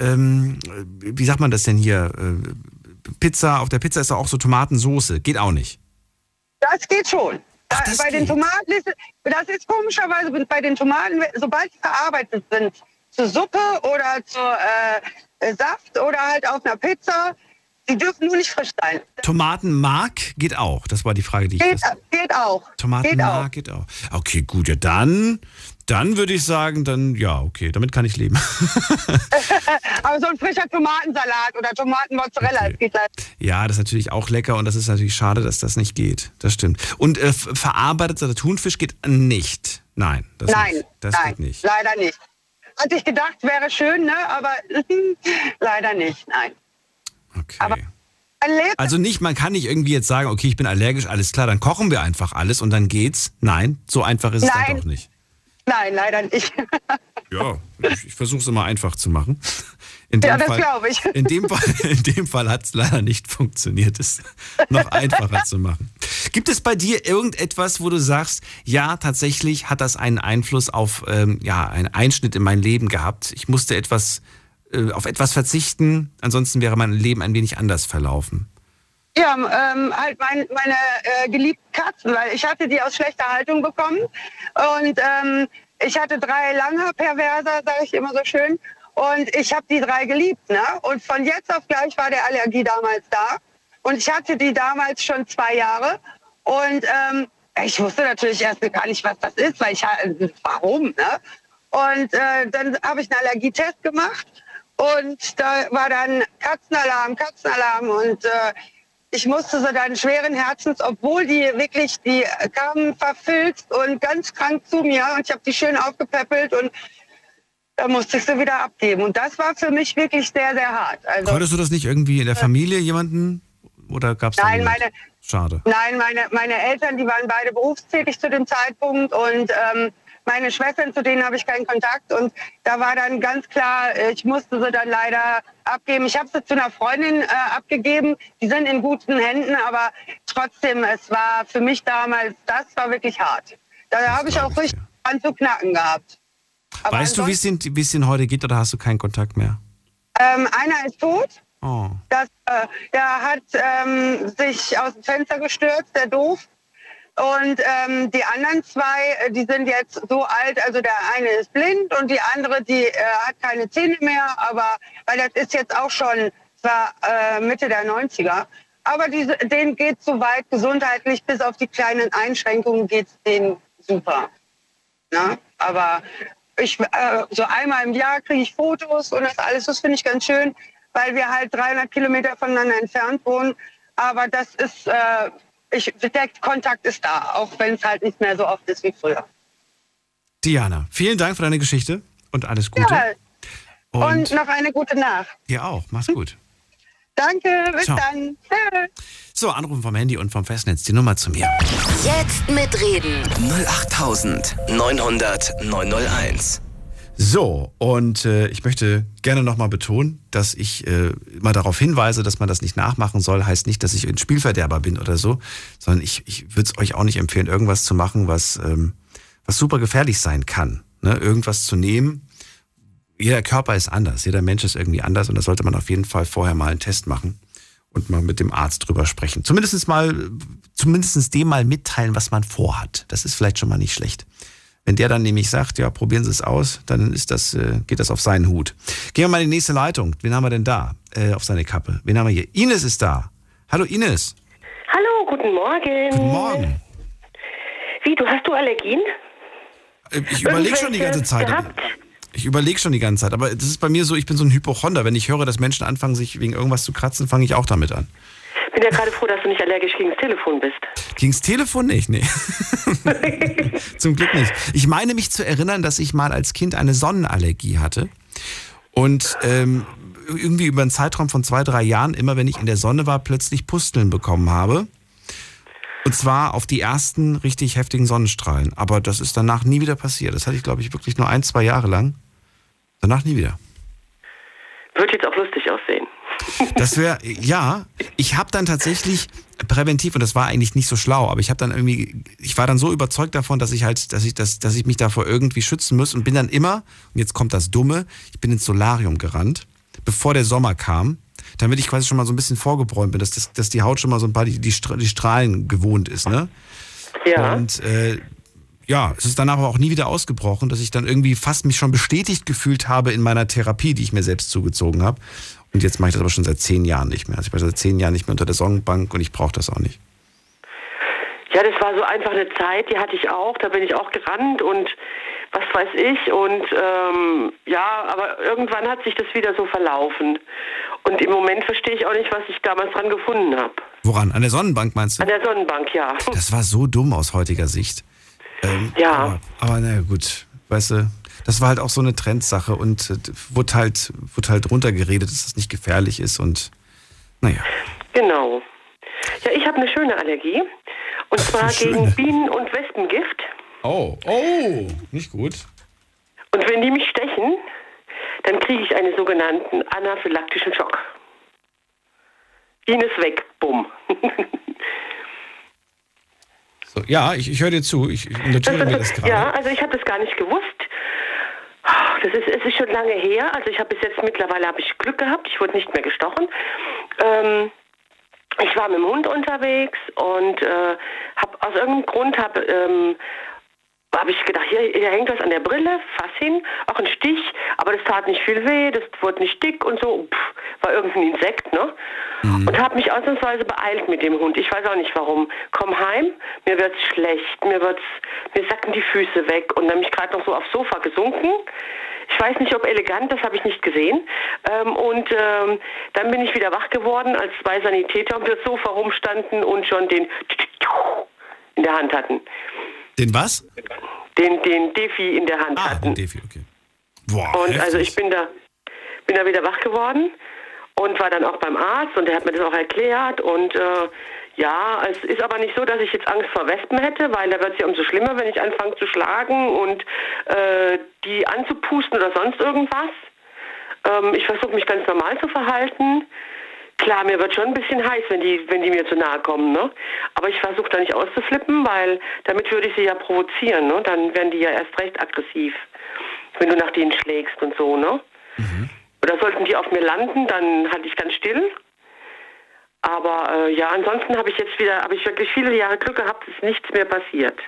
wie sagt man das denn hier? Pizza, auf der Pizza ist doch auch so Tomatensoße. Geht auch nicht? Das geht schon. Bei den Tomaten das ist komischerweise bei den Tomaten, sobald sie verarbeitet sind, zur Suppe oder zur Saft oder halt auf einer Pizza, sie dürfen nur nicht frisch sein. Tomatenmark geht auch. Das war die Frage, die ich Geht auch. Tomatenmark geht auch. Okay, gut. Ja, dann würde ich sagen, okay, damit kann ich leben. Aber so ein frischer Tomatensalat oder Tomatenmozzarella, das geht leider. Ja, das ist natürlich auch lecker und das ist natürlich schade, dass das nicht geht. Das stimmt. Und verarbeiteter Thunfisch geht nicht. Nein, das geht nicht. Leider nicht. Hatte ich gedacht, wäre schön, ne? Aber leider nicht, nein. Okay. Aber also nicht, man kann nicht irgendwie jetzt sagen, okay, ich bin allergisch, alles klar, dann kochen wir einfach alles und dann geht's. Nein, so einfach ist es dann doch nicht. Nein, leider nicht. Ja, ich versuche es immer einfach zu machen. Das glaube ich. In dem Fall hat es leider nicht funktioniert, es noch einfacher zu machen. Gibt es bei dir irgendetwas, wo du sagst, ja, tatsächlich hat das einen Einfluss auf einen Einschnitt in mein Leben gehabt? Ich musste auf etwas verzichten, ansonsten wäre mein Leben ein wenig anders verlaufen. Ja, halt meine geliebten Katzen, weil ich hatte die aus schlechter Haltung bekommen und ich hatte 3 Langhaar-Perverser, sage ich immer so schön, und ich habe die 3 geliebt, ne? Und von jetzt auf gleich war der Allergie damals da und ich hatte die damals schon 2 Jahre und ich wusste natürlich erst gar nicht, was das ist, weil warum, ne? Und dann habe ich einen Allergietest gemacht und da war dann Katzenalarm und ich musste so dann schweren Herzens, obwohl die kamen verfilzt und ganz krank zu mir und ich habe die schön aufgepäppelt und da musste ich sie wieder abgeben. Und das war für mich wirklich sehr, sehr hart. Also, konntest du das nicht irgendwie in der Familie jemanden oder gab es Nein, schade. Nein, meine Eltern, die waren beide berufstätig zu dem Zeitpunkt und meine Schwestern, zu denen habe ich keinen Kontakt und da war dann ganz klar, ich musste sie dann leider abgeben. Ich habe sie zu einer Freundin abgegeben, die sind in guten Händen, aber trotzdem, es war für mich damals, das war wirklich hart. Da habe ich auch richtig an zu knacken gehabt. Aber weißt du, wie es denn heute geht oder hast du keinen Kontakt mehr? Einer ist tot. Oh. Der hat sich aus dem Fenster gestürzt, der doof. Und die anderen 2, die sind jetzt so alt, also der eine ist blind und die andere, die hat keine Zähne mehr, aber weil das ist jetzt auch schon zwar Mitte der 90er, aber denen geht soweit gesundheitlich, bis auf die kleinen Einschränkungen geht's denen super. Na? Aber so einmal im Jahr kriege ich Fotos und das alles, das finde ich ganz schön, weil wir halt 300 Kilometer voneinander entfernt wohnen, aber das ist... der Kontakt ist da, auch wenn es halt nicht mehr so oft ist wie früher. Diana, vielen Dank für deine Geschichte und alles Gute. Ja, und noch eine gute Nacht. Dir auch, mach's gut. Danke, bis Ciao. dann. So, Anrufen vom Handy und vom Festnetz, die Nummer zu mir. Jetzt mitreden. 08900 901. So, und ich möchte gerne nochmal betonen, dass ich mal darauf hinweise, dass man das nicht nachmachen soll. Heißt nicht, dass ich ein Spielverderber bin oder so, sondern ich würde es euch auch nicht empfehlen, irgendwas zu machen, was super gefährlich sein kann. Ne? Irgendwas zu nehmen. Jeder Körper ist anders, jeder Mensch ist irgendwie anders und da sollte man auf jeden Fall vorher mal einen Test machen und mal mit dem Arzt drüber sprechen. Zumindest dem mal mitteilen, was man vorhat. Das ist vielleicht schon mal nicht schlecht. Wenn der dann nämlich sagt, ja, probieren Sie es aus, dann geht das auf seinen Hut. Gehen wir mal in die nächste Leitung. Wen haben wir denn da auf seine Kappe? Wen haben wir hier? Ines ist da. Hallo Ines. Hallo, guten Morgen. Guten Morgen. Wie, hast du Allergien? Ich überlege schon die ganze Zeit. Aber das ist bei mir so, ich bin so ein Hypochonder. Wenn ich höre, dass Menschen anfangen, sich wegen irgendwas zu kratzen, fange ich auch damit an. Ich bin ja gerade froh, dass du nicht allergisch gegen das Telefon bist. Gegen das Telefon nicht, nee. Zum Glück nicht. Ich meine mich zu erinnern, dass ich mal als Kind eine Sonnenallergie hatte. Und irgendwie über einen Zeitraum von 2-3 Jahren, immer wenn ich in der Sonne war, plötzlich Pusteln bekommen habe. Und zwar auf die ersten richtig heftigen Sonnenstrahlen. Aber das ist danach nie wieder passiert. Das hatte ich, glaube ich, wirklich nur 1-2 Jahre lang. Danach nie wieder. Wird jetzt auch lustig aussehen. Das wäre, ja, ich habe dann tatsächlich präventiv, und das war eigentlich nicht so schlau, aber ich war dann so überzeugt davon, dass ich mich davor irgendwie schützen muss und bin dann immer, und jetzt kommt das Dumme, ich bin ins Solarium gerannt, bevor der Sommer kam, damit ich quasi schon mal so ein bisschen vorgebräunt bin, dass die Haut schon mal so ein paar die Strahlen gewohnt ist, ne? Ja. Und es ist danach aber auch nie wieder ausgebrochen, dass ich dann irgendwie fast mich schon bestätigt gefühlt habe in meiner Therapie, die ich mir selbst zugezogen habe. Und jetzt mache ich das aber schon seit 10 Jahren nicht mehr. Also ich war seit 10 Jahren nicht mehr unter der Sonnenbank und ich brauche das auch nicht. Ja, das war so einfach eine Zeit, die hatte ich auch. Da bin ich auch gerannt und was weiß ich. Und aber irgendwann hat sich das wieder so verlaufen. Und im Moment verstehe ich auch nicht, was ich damals dran gefunden habe. Woran? An der Sonnenbank meinst du? An der Sonnenbank, ja. Das war so dumm aus heutiger Sicht. Ja. Aber naja, gut. Weißt du, das war halt auch so eine Trendsache und wurde halt runtergeredet, dass das nicht gefährlich ist und naja. Genau. Ja, ich habe eine schöne Allergie. Und zwar gegen Bienen- und Wespengift. Oh, nicht gut. Und wenn die mich stechen, dann kriege ich einen sogenannten anaphylaktischen Schock. Biene ist weg, bumm. So, ja, ich höre dir zu. Ich notiere mir das gerade. Ja, also ich habe das gar nicht gewusst. Es ist schon lange her. Also mittlerweile habe ich Glück gehabt. Ich wurde nicht mehr gestochen. Ich war mit dem Hund unterwegs und aus irgendeinem Grund habe ich gedacht, hier hängt was an der Brille, fass hin, auch ein Stich, aber das tat nicht viel weh, das wurde nicht dick und so, war irgendein Insekt, ne? Mhm. Und habe mich ausnahmsweise beeilt mit dem Hund. Ich weiß auch nicht warum. Komm heim, mir wird's schlecht, mir sacken die Füße weg und dann bin ich gerade noch so aufs Sofa gesunken. Ich weiß nicht, ob elegant, das habe ich nicht gesehen. Dann bin ich wieder wach geworden, als 2 Sanitäter um das Sofa rumstanden und schon den in der Hand hatten. Den was? Den Defi in der Hand hatten. Den Defi, okay. Boah, und heftig. also ich bin da wieder wach geworden und war dann auch beim Arzt und der hat mir das auch erklärt und es ist aber nicht so, dass ich jetzt Angst vor Wespen hätte, weil da wird es ja umso schlimmer, wenn ich anfange zu schlagen und die anzupusten oder sonst irgendwas. Ich versuche mich ganz normal zu verhalten. Klar, mir wird schon ein bisschen heiß, wenn die mir zu nahe kommen, ne? Aber ich versuche da nicht auszuflippen, weil damit würde ich sie ja provozieren, ne? Dann werden die ja erst recht aggressiv, wenn du nach denen schlägst und so, ne? Mhm. Oder sollten die auf mir landen, dann halte ich ganz still. Aber ansonsten habe ich wirklich viele Jahre Glück gehabt, ist nichts mehr passiert.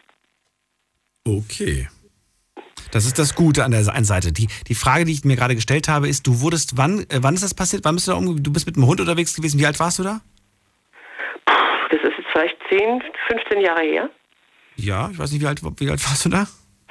Okay. Das ist das Gute an der einen Seite. Die Frage, die ich mir gerade gestellt habe, ist, du wurdest, wann ist das passiert? Wann bist du da du bist mit dem Hund unterwegs gewesen? Wie alt warst du da? Das ist jetzt vielleicht 10, 15 Jahre her. Ja, ich weiß nicht, wie alt warst du da?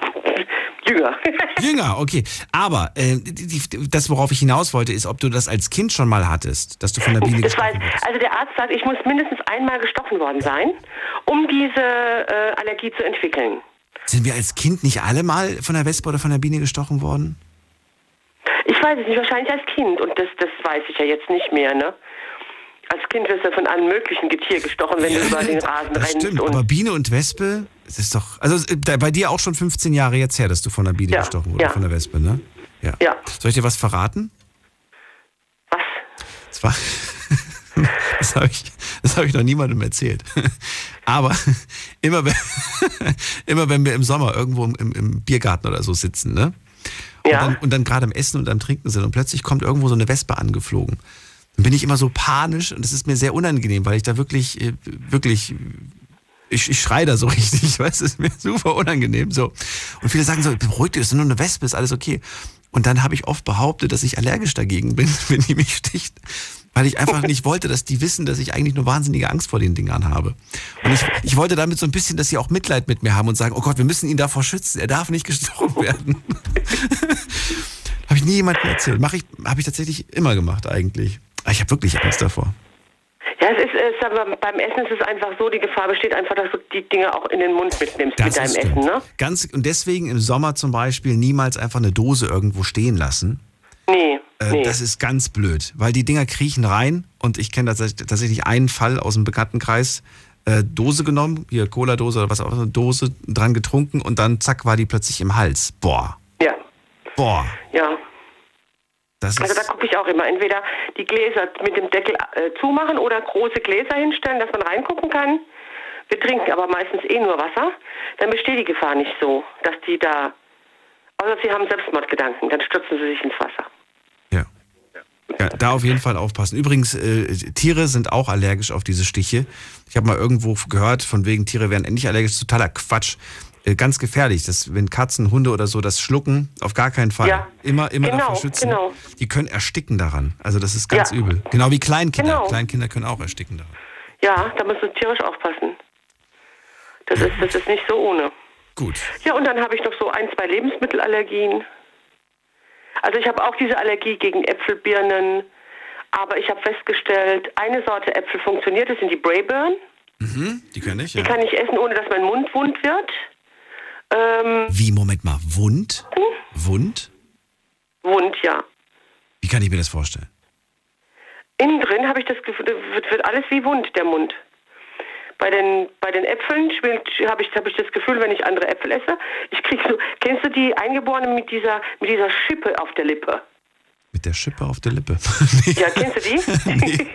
Jünger, okay. Aber das, worauf ich hinaus wollte, ist, ob du das als Kind schon mal hattest, dass du von der Biene gestochen wurdest. Also der Arzt sagt, ich muss mindestens einmal gestochen worden sein, um diese Allergie zu entwickeln. Sind wir als Kind nicht alle mal von der Wespe oder von der Biene gestochen worden? Ich weiß es nicht, wahrscheinlich als Kind. Und das weiß ich ja jetzt nicht mehr, ne? Als Kind wirst du von einem möglichen Getier gestochen, wenn du über den Rasen rennst. Stimmt, aber Biene und Wespe, das ist doch... Also bei dir auch schon 15 Jahre jetzt her, dass du von der Biene gestochen wurdest, von der Wespe, ne? Ja. Soll ich dir was verraten? Was? Das habe ich noch niemandem erzählt. Aber immer wenn wir im Sommer irgendwo im Biergarten oder so sitzen, ne? Und dann gerade am Essen und am Trinken sind und plötzlich kommt irgendwo so eine Wespe angeflogen. Dann bin ich immer so panisch und das ist mir sehr unangenehm, weil ich da wirklich Ich schreie da so richtig, weißt du, ist mir super unangenehm. So. Und viele sagen so, beruhig dich, ist nur eine Wespe, ist alles okay. Und dann habe ich oft behauptet, dass ich allergisch dagegen bin, wenn die mich sticht. Weil ich einfach nicht wollte, dass die wissen, dass ich eigentlich nur wahnsinnige Angst vor den Dingern habe. Und ich wollte damit so ein bisschen, dass sie auch Mitleid mit mir haben und sagen, oh Gott, wir müssen ihn davor schützen, er darf nicht gestochen werden. Habe ich nie jemandem erzählt. Habe ich tatsächlich immer gemacht eigentlich. Aber ich habe wirklich Angst davor. Ja, es ist aber beim Essen ist es einfach so, die Gefahr besteht einfach, dass du die Dinge auch in den Mund mitnimmst mit deinem Essen, ne? Und deswegen im Sommer zum Beispiel niemals einfach eine Dose irgendwo stehen lassen. Nee. Das ist ganz blöd, weil die Dinger kriechen rein und ich kenne tatsächlich einen Fall aus dem Bekanntenkreis, Dose genommen, hier Cola-Dose oder was auch immer, Dose dran getrunken und dann zack war die plötzlich im Hals. Boah. Ja. Boah. Ja. Also da gucke ich auch immer, entweder die Gläser mit dem Deckel zumachen oder große Gläser hinstellen, dass man reingucken kann. Wir trinken aber meistens nur Wasser. Dann besteht die Gefahr nicht so, dass die da, außer sie haben Selbstmordgedanken, dann stürzen sie sich ins Wasser. Ja, da auf jeden Fall aufpassen. Übrigens, Tiere sind auch allergisch auf diese Stiche. Ich habe mal irgendwo gehört, von wegen Tiere wären endlich allergisch. Totaler Quatsch. Ganz gefährlich, dass wenn Katzen, Hunde oder so das schlucken, auf gar keinen Fall. Ja. Immer davor schützen. Genau. Die können ersticken daran. Also das ist ganz übel. Genau wie Kleinkinder. Genau. Kleinkinder können auch ersticken daran. Ja, da musst du tierisch aufpassen. Das ist nicht so ohne. Gut. Ja, und dann habe ich noch so 1, 2 Lebensmittelallergien. Also ich habe auch diese Allergie gegen Äpfel, Birnen, aber ich habe festgestellt, eine Sorte Äpfel funktioniert, das sind die Braeburn. Mhm, die kann ich, ja. Die kann ich essen, ohne dass mein Mund wund wird. Wie, Moment mal, wund? Wund? Wund, ja. Wie kann ich mir das vorstellen? Innen drin habe ich das Gefühl, wird alles wie wund, der Mund. Bei den Äpfeln habe ich das Gefühl, wenn ich andere Äpfel esse, ich krieg so, kennst du die Eingeborenen mit dieser Schippe auf der Lippe? Mit der Schippe auf der Lippe? Nee. Ja, kennst du die? Nee.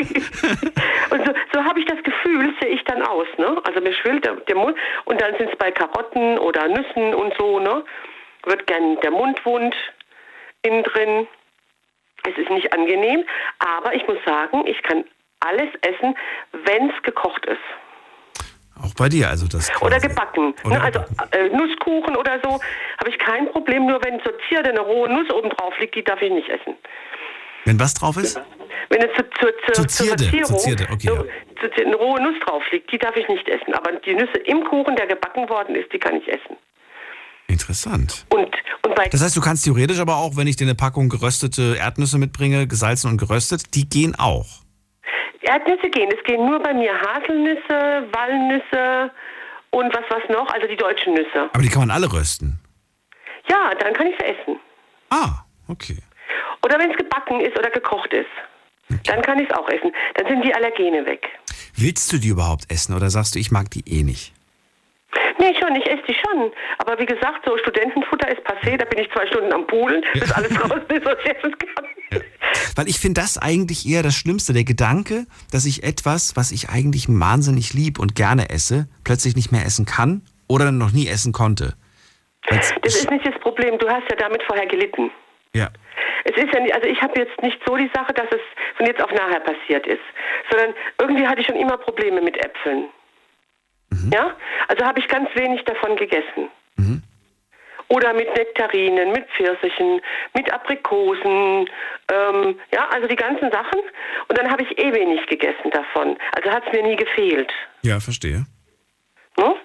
Und so habe ich das Gefühl, sehe ich dann aus, ne? Also mir schwillt der Mund und dann sind es bei Karotten oder Nüssen und so, ne? Wird gern der Mund wund innen drin. Es ist nicht angenehm, aber ich muss sagen, ich kann alles essen, wenn es gekocht ist. Auch bei dir, also das. Oder gebacken. Oder also Nusskuchen oder so habe ich kein Problem. Nur wenn zur Zierde eine rohe Nuss oben drauf liegt, die darf ich nicht essen. Wenn was drauf ist? Wenn es zur Zierde, okay, ja. Eine rohe Nuss drauf liegt, die darf ich nicht essen. Aber die Nüsse im Kuchen, der gebacken worden ist, die kann ich essen. Interessant. Und das heißt, du kannst theoretisch aber auch, wenn ich dir eine Packung geröstete Erdnüsse mitbringe, gesalzen und geröstet, die gehen auch. Erdnüsse gehen. Es gehen nur bei mir Haselnüsse, Walnüsse und was noch? Also die deutschen Nüsse. Aber die kann man alle rösten? Ja, dann kann ich sie essen. Ah, okay. Oder wenn es gebacken ist oder gekocht ist. Okay. Dann kann ich es auch essen. Dann sind die Allergene weg. Willst du die überhaupt essen oder sagst du, ich mag die eh nicht? Nee, schon, ich esse die schon. Aber wie gesagt, so Studentenfutter ist passé, da bin ich 2 Stunden am Poolen, bis alles raus ist, was ich essen kann. Ja. Weil ich finde das eigentlich eher das Schlimmste, der Gedanke, dass ich etwas, was ich eigentlich wahnsinnig lieb und gerne esse, plötzlich nicht mehr essen kann oder noch nie essen konnte. Das ist nicht das Problem, du hast ja damit vorher gelitten. Ja. Es ist ja nicht, also ich habe jetzt nicht so die Sache, dass es von jetzt auf nachher passiert ist, sondern irgendwie hatte ich schon immer Probleme mit Äpfeln. Mhm. Ja, also habe ich ganz wenig davon gegessen. Mhm. Oder mit Nektarinen, mit Pfirsichen, mit Aprikosen, ja, also die ganzen Sachen. Und dann habe ich wenig gegessen davon. Also hat es mir nie gefehlt. Ja, verstehe. Hm?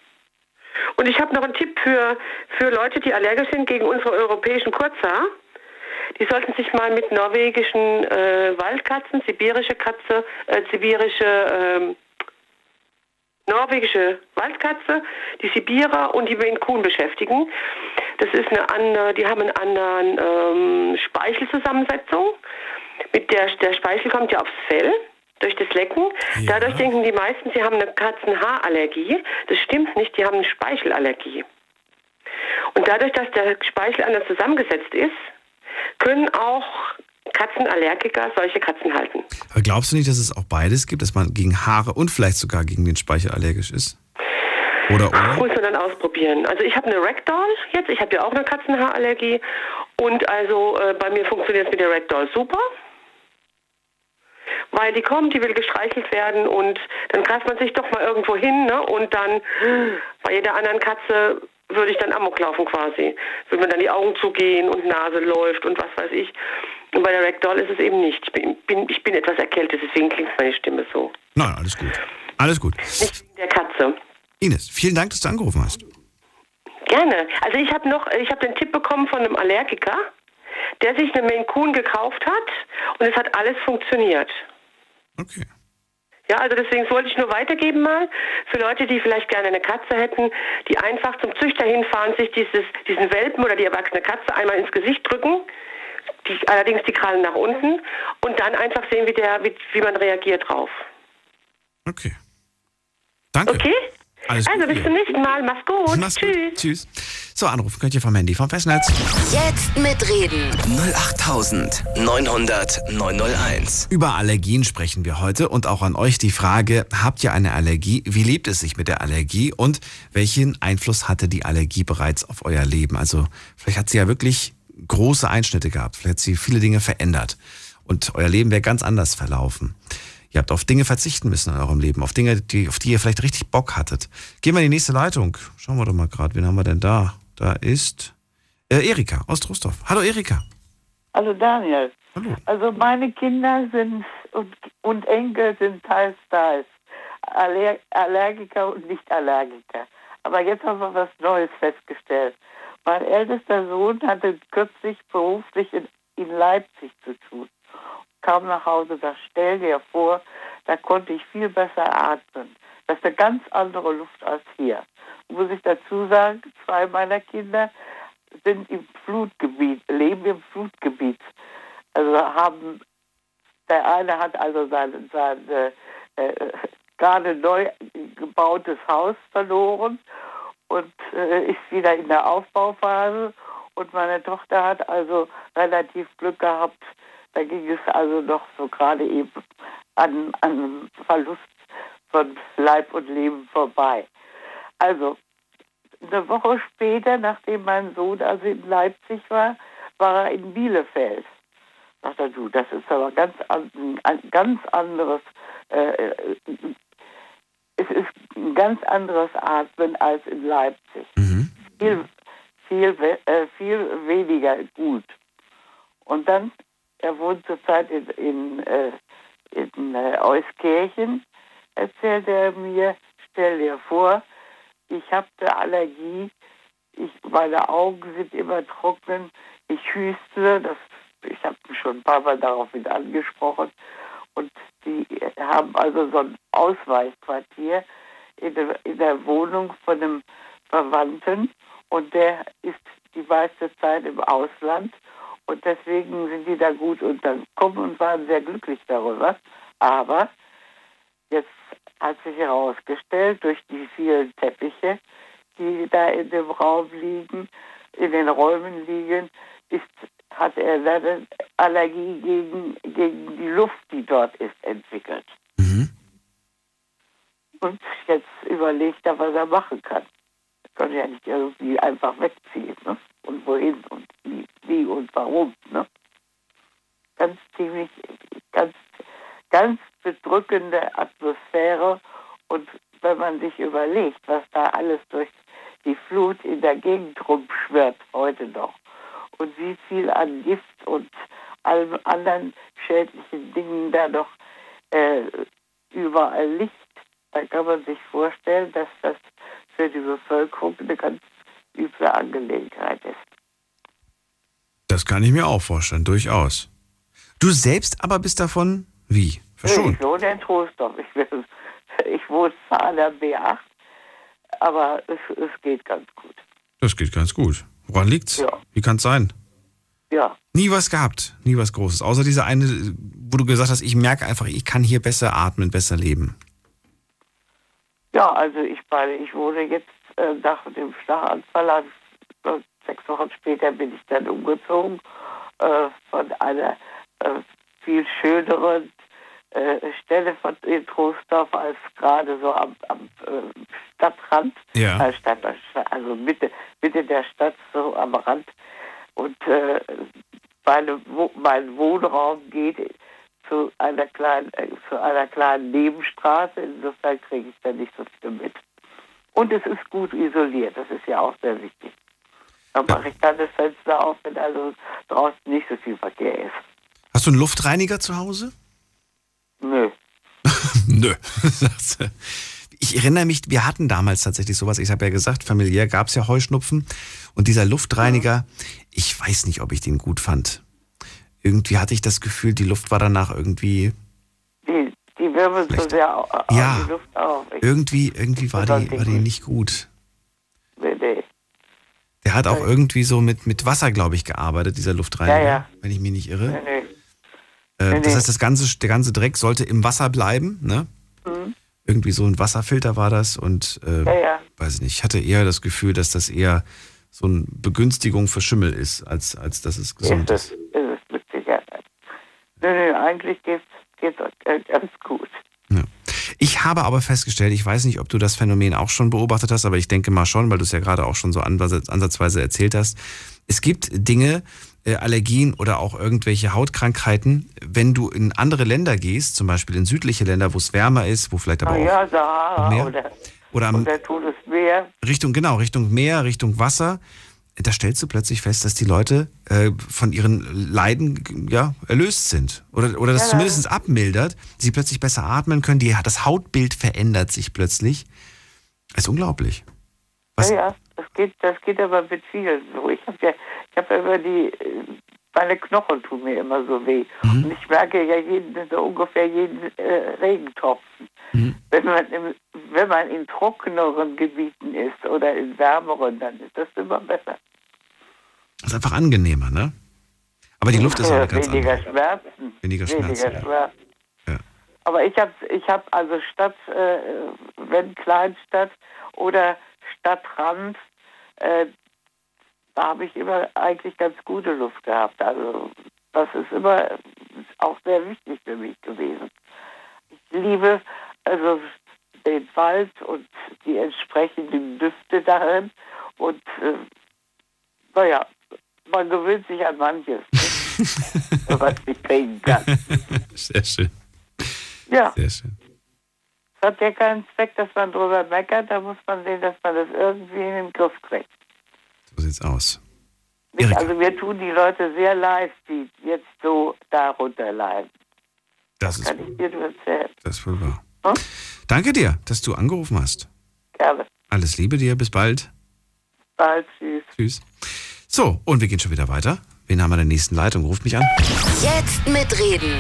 Und ich habe noch einen Tipp für Leute, die allergisch sind gegen unsere europäischen Kurzhaar. Die sollten sich mal mit norwegischen Waldkatzen, norwegische Waldkatze, die Sibirer und die Maine Coon beschäftigen. Das ist die haben eine andere Speichelzusammensetzung. Der Speichel kommt ja aufs Fell durch das Lecken. Ja. Dadurch denken die meisten, sie haben eine Katzenhaarallergie. Das stimmt nicht, die haben eine Speichelallergie. Und dadurch, dass der Speichel anders zusammengesetzt ist, können auch Katzenallergiker solche Katzen halten. Aber glaubst du nicht, dass es auch beides gibt, dass man gegen Haare und vielleicht sogar gegen den Speichel allergisch ist? Oder? Muss man dann ausprobieren. Also ich habe eine Ragdoll jetzt, ich habe ja auch eine Katzenhaarallergie und also bei mir funktioniert es mit der Ragdoll super. weil die kommt, die will gestreichelt werden und dann greift man sich doch mal irgendwo hin, ne? Und dann bei jeder anderen Katze würde ich dann Amok laufen quasi. Würde mir dann die Augen zugehen und Nase läuft und was weiß ich. Und bei der Ragdoll ist es eben nicht. Ich bin etwas erkältet, deswegen klingt meine Stimme so. Nein, alles gut. Alles gut. Nicht wegen der Katze. Ines, vielen Dank, dass du angerufen hast. Gerne. Also ich habe den Tipp bekommen von einem Allergiker, der sich eine Maine Coon gekauft hat und es hat alles funktioniert. Okay. Ja, also deswegen wollte ich nur weitergeben mal für Leute, die vielleicht gerne eine Katze hätten, die einfach zum Züchter hinfahren, sich diesen Welpen oder die erwachsene Katze einmal ins Gesicht drücken, allerdings die Krallen nach unten und dann einfach sehen, wie man reagiert drauf. Okay. Danke. Okay? Alles also bis zum nächsten Mal. Mach's gut. Mach's Tschüss. Gut. Tschüss. So, anrufen könnt ihr vom Handy, vom Festnetz. Jetzt mitreden. 08900 901. Über Allergien sprechen wir heute und auch an euch die Frage, habt ihr eine Allergie? Wie lebt es sich mit der Allergie? Und welchen Einfluss hatte die Allergie bereits auf euer Leben? Also vielleicht hat sie ja wirklich große Einschnitte gehabt. Vielleicht hat sie viele Dinge verändert. Und euer Leben wäre ganz anders verlaufen. Ihr habt auf Dinge verzichten müssen in eurem Leben, auf Dinge, auf die ihr vielleicht richtig Bock hattet. Gehen wir in die nächste Leitung. Schauen wir doch mal gerade, wen haben wir denn da? Da ist Erika aus Trostorf. Hallo Erika. Hallo Daniel. Hallo. Also meine Kinder sind und Enkel sind teils Allergiker und Nicht-Allergiker. Aber jetzt haben wir was Neues festgestellt. Mein ältester Sohn hatte kürzlich beruflich in Leipzig zu tun. Kam nach Hause und sagte, stell dir vor, da konnte ich viel besser atmen. Das ist eine ganz andere Luft als hier. Muss ich dazu sagen, 2 meiner Kinder sind im Flutgebiet, leben im Flutgebiet. Also der eine hat also sein gerade neu gebautes Haus verloren und ist wieder in der Aufbauphase. Und meine Tochter hat also relativ Glück gehabt. Da ging es also noch so gerade eben an Verlust von Leib und Leben vorbei. Also eine Woche später, nachdem mein Sohn also in Leipzig war, war er in Bielefeld. Sagt er, du, das ist aber ein ganz anderes, es ist ein ganz anderes Atmen als in Leipzig. Mhm. Viel weniger gut. Und dann, er wohnt zurzeit in Euskirchen, erzählt er mir, stell dir vor, ich habe eine Allergie, meine Augen sind immer trocken, ich hüste, ich habe schon ein paar Mal daraufhin angesprochen, und die haben also so ein Ausweichquartier in der Wohnung von einem Verwandten, und der ist die meiste Zeit im Ausland, und deswegen sind die da gut untergekommen und waren sehr glücklich darüber. Aber jetzt hat sich herausgestellt, durch die vielen Teppiche, die da in dem Raum liegen, in den Räumen liegen, hat er eine Allergie gegen die Luft, die dort ist, entwickelt. Mhm. Und jetzt überlegt er, was er machen kann. Er kann ja nicht irgendwie einfach wegziehen, ne? Und wohin und wie und warum, ne? Ganz bedrückende Atmosphäre. Und wenn man sich überlegt, was da alles durch die Flut in der Gegend rumschwirrt heute noch und wie viel an Gift und allen anderen schädlichen Dingen da noch überall liegt, da kann man sich vorstellen, dass das für die Bevölkerung eine ganz üble Angelegenheit ist. Das kann ich mir auch vorstellen, durchaus. Du selbst aber bist davon wie? Verschont? Ich wohne in Troisdorf. Ich wohne zwar an der B8, aber es geht ganz gut. Das geht ganz gut. Woran liegt's? Ja. Wie kann's sein? Ja. Nie was gehabt, nie was Großes. Außer diese eine, wo du gesagt hast, ich merke einfach, ich kann hier besser atmen, besser leben. Ja, also ich wohne jetzt nach dem Schlaganfall, 6 Wochen später bin ich dann umgezogen von einer viel schöneren Stelle in Troisdorf als gerade so am Stadtrand. Ja. Also Mitte der Stadt, so am Rand. Und mein Wohnraum geht zu einer kleinen Nebenstraße. Insofern kriege ich da nicht so viel mit. Und es ist gut isoliert, das ist ja auch sehr wichtig. Da mache ich dann das Fenster auf, wenn also draußen nicht so viel Verkehr ist. Hast du einen Luftreiniger zu Hause? Nö. Nö. Ich erinnere mich, wir hatten damals tatsächlich sowas, ich habe ja gesagt, familiär gab es ja Heuschnupfen und dieser Luftreiniger, ich weiß nicht, ob ich den gut fand. Irgendwie hatte ich das Gefühl, die Luft war danach irgendwie... Die wirbeln so sehr auf die Luft auf. Irgendwie war die nicht gut. Nee. Der hat auch irgendwie so mit Wasser, glaube ich, gearbeitet, dieser Luftreiniger, wenn ich mich nicht irre. Das heißt, der ganze Dreck sollte im Wasser bleiben, ne? Mhm. Irgendwie so ein Wasserfilter war das und weiß ich nicht, ich hatte eher das Gefühl, dass das eher so eine Begünstigung für Schimmel ist, als dass es gesund ist. Ist es mit Sicherheit. Nö, eigentlich geht's ganz gut. Ja. Ich habe aber festgestellt, ich weiß nicht, ob du das Phänomen auch schon beobachtet hast, aber ich denke mal schon, weil du es ja gerade auch schon so ansatzweise erzählt hast. Es gibt Dinge, Allergien oder auch irgendwelche Hautkrankheiten, wenn du in andere Länder gehst, zum Beispiel in südliche Länder, wo es wärmer ist, wo vielleicht aber auch Sahara Meer, oder Totes Meer. Richtung Meer, Richtung Wasser, da stellst du plötzlich fest, dass die Leute von ihren Leiden erlöst sind. Oder das zumindest abmildert, sie plötzlich besser atmen können, das Hautbild verändert sich plötzlich. Das ist unglaublich. Das geht aber mit vielen so. Ich habe immer meine Knochen tun mir immer so weh. Und ich merke ja ungefähr jeden Regentropfen. Wenn man in trockeneren Gebieten ist oder in wärmeren, dann ist das immer besser. Das ist einfach angenehmer, ne? Aber die Luft ist auch ganz weniger andere. Schmerzen. Weniger Schmerzen. Ja. Aber ich hab also wenn Kleinstadt oder Stadtrand, da habe ich immer eigentlich ganz gute Luft gehabt. Also das ist immer auch sehr wichtig für mich gewesen. Ich liebe also den Wald und die entsprechenden Düfte darin und man gewöhnt sich an manches, was ich kriegen kann. Sehr schön. Ja. Sehr schön. Es hat ja keinen Zweck, dass man drüber meckert, da muss man sehen, dass man das irgendwie in den Griff kriegt. So sieht's aus. Also mir tun die Leute sehr leid, die jetzt so darunter leiden. Das kann ich dir nur erzählen. Das ist wohl wahr. Danke dir, dass du angerufen hast. Gerne. Alles Liebe dir, bis bald. Bald, tschüss. Tschüss. So, und wir gehen schon wieder weiter. Wen haben wir in der nächsten Leitung? Ruft mich an. Jetzt mitreden.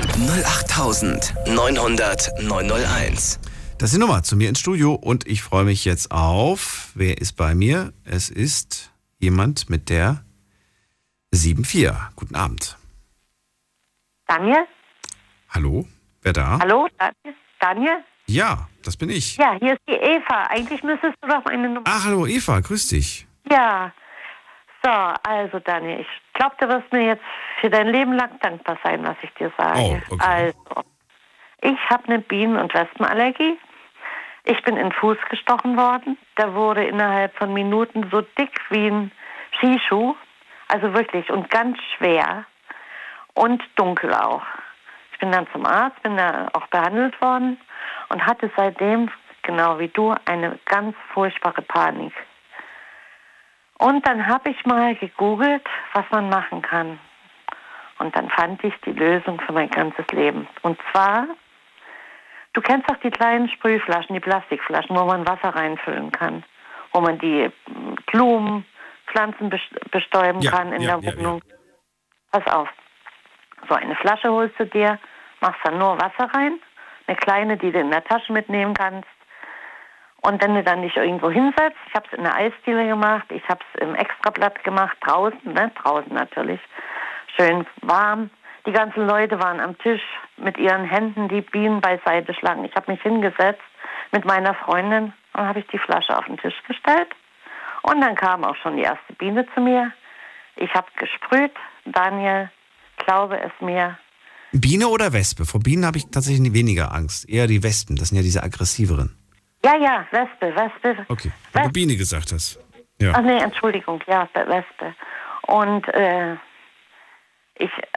08900 901. Das ist die Nummer zu mir ins Studio und ich freue mich jetzt auf, wer ist bei mir? Es ist jemand mit der 74. Guten Abend. Daniel? Hallo, wer da? Hallo, Daniel? Ja, das bin ich. Ja, hier ist die Eva. Eigentlich müsstest du doch meine Nummer... Ach, hallo Eva, grüß dich. Ja. So, also Daniel, ich glaube, du wirst mir jetzt für dein Leben lang dankbar sein, was ich dir sage. Oh, okay. Also, ich habe eine Bienen- und Wespenallergie. Ich bin in den Fuß gestochen worden. Der wurde innerhalb von Minuten so dick wie ein Skischuh. Also wirklich und ganz schwer und dunkel auch. Ich bin dann zum Arzt, bin da auch behandelt worden und hatte seitdem, genau wie du, eine ganz furchtbare Panik. Und dann habe ich mal gegoogelt, was man machen kann. Und dann fand ich die Lösung für mein ganzes Leben. Und zwar, du kennst doch die kleinen Sprühflaschen, die Plastikflaschen, wo man Wasser reinfüllen kann. Wo man die Blumen, Pflanzen bestäuben kann in der Wohnung. Ja. Pass auf. So eine Flasche holst du dir, machst dann nur Wasser rein. Eine kleine, die du in der Tasche mitnehmen kannst. Und wenn du dann dich irgendwo hinsetzt, ich habe es in der Eisdiele gemacht, ich habe es im Extrablatt gemacht, draußen natürlich, schön warm. Die ganzen Leute waren am Tisch mit ihren Händen die Bienen beiseite schlagen. Ich habe mich hingesetzt mit meiner Freundin und habe ich die Flasche auf den Tisch gestellt. Und dann kam auch schon die erste Biene zu mir. Ich habe gesprüht, Daniel, glaube es mir. Biene oder Wespe? Vor Bienen habe ich tatsächlich weniger Angst. Eher die Wespen, das sind ja diese aggressiveren. Ja, Wespe. Okay, weil du Biene gesagt hast. Ja. Ach nee, Entschuldigung, ja, Wespe. Und ich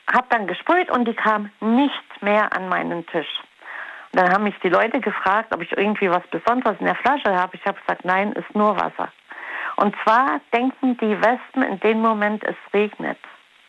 habe dann gesprüht und die kam nicht mehr an meinen Tisch. Und dann haben mich die Leute gefragt, ob ich irgendwie was Besonderes in der Flasche habe. Ich habe gesagt, nein, ist nur Wasser. Und zwar denken die Wespen in dem Moment, es regnet.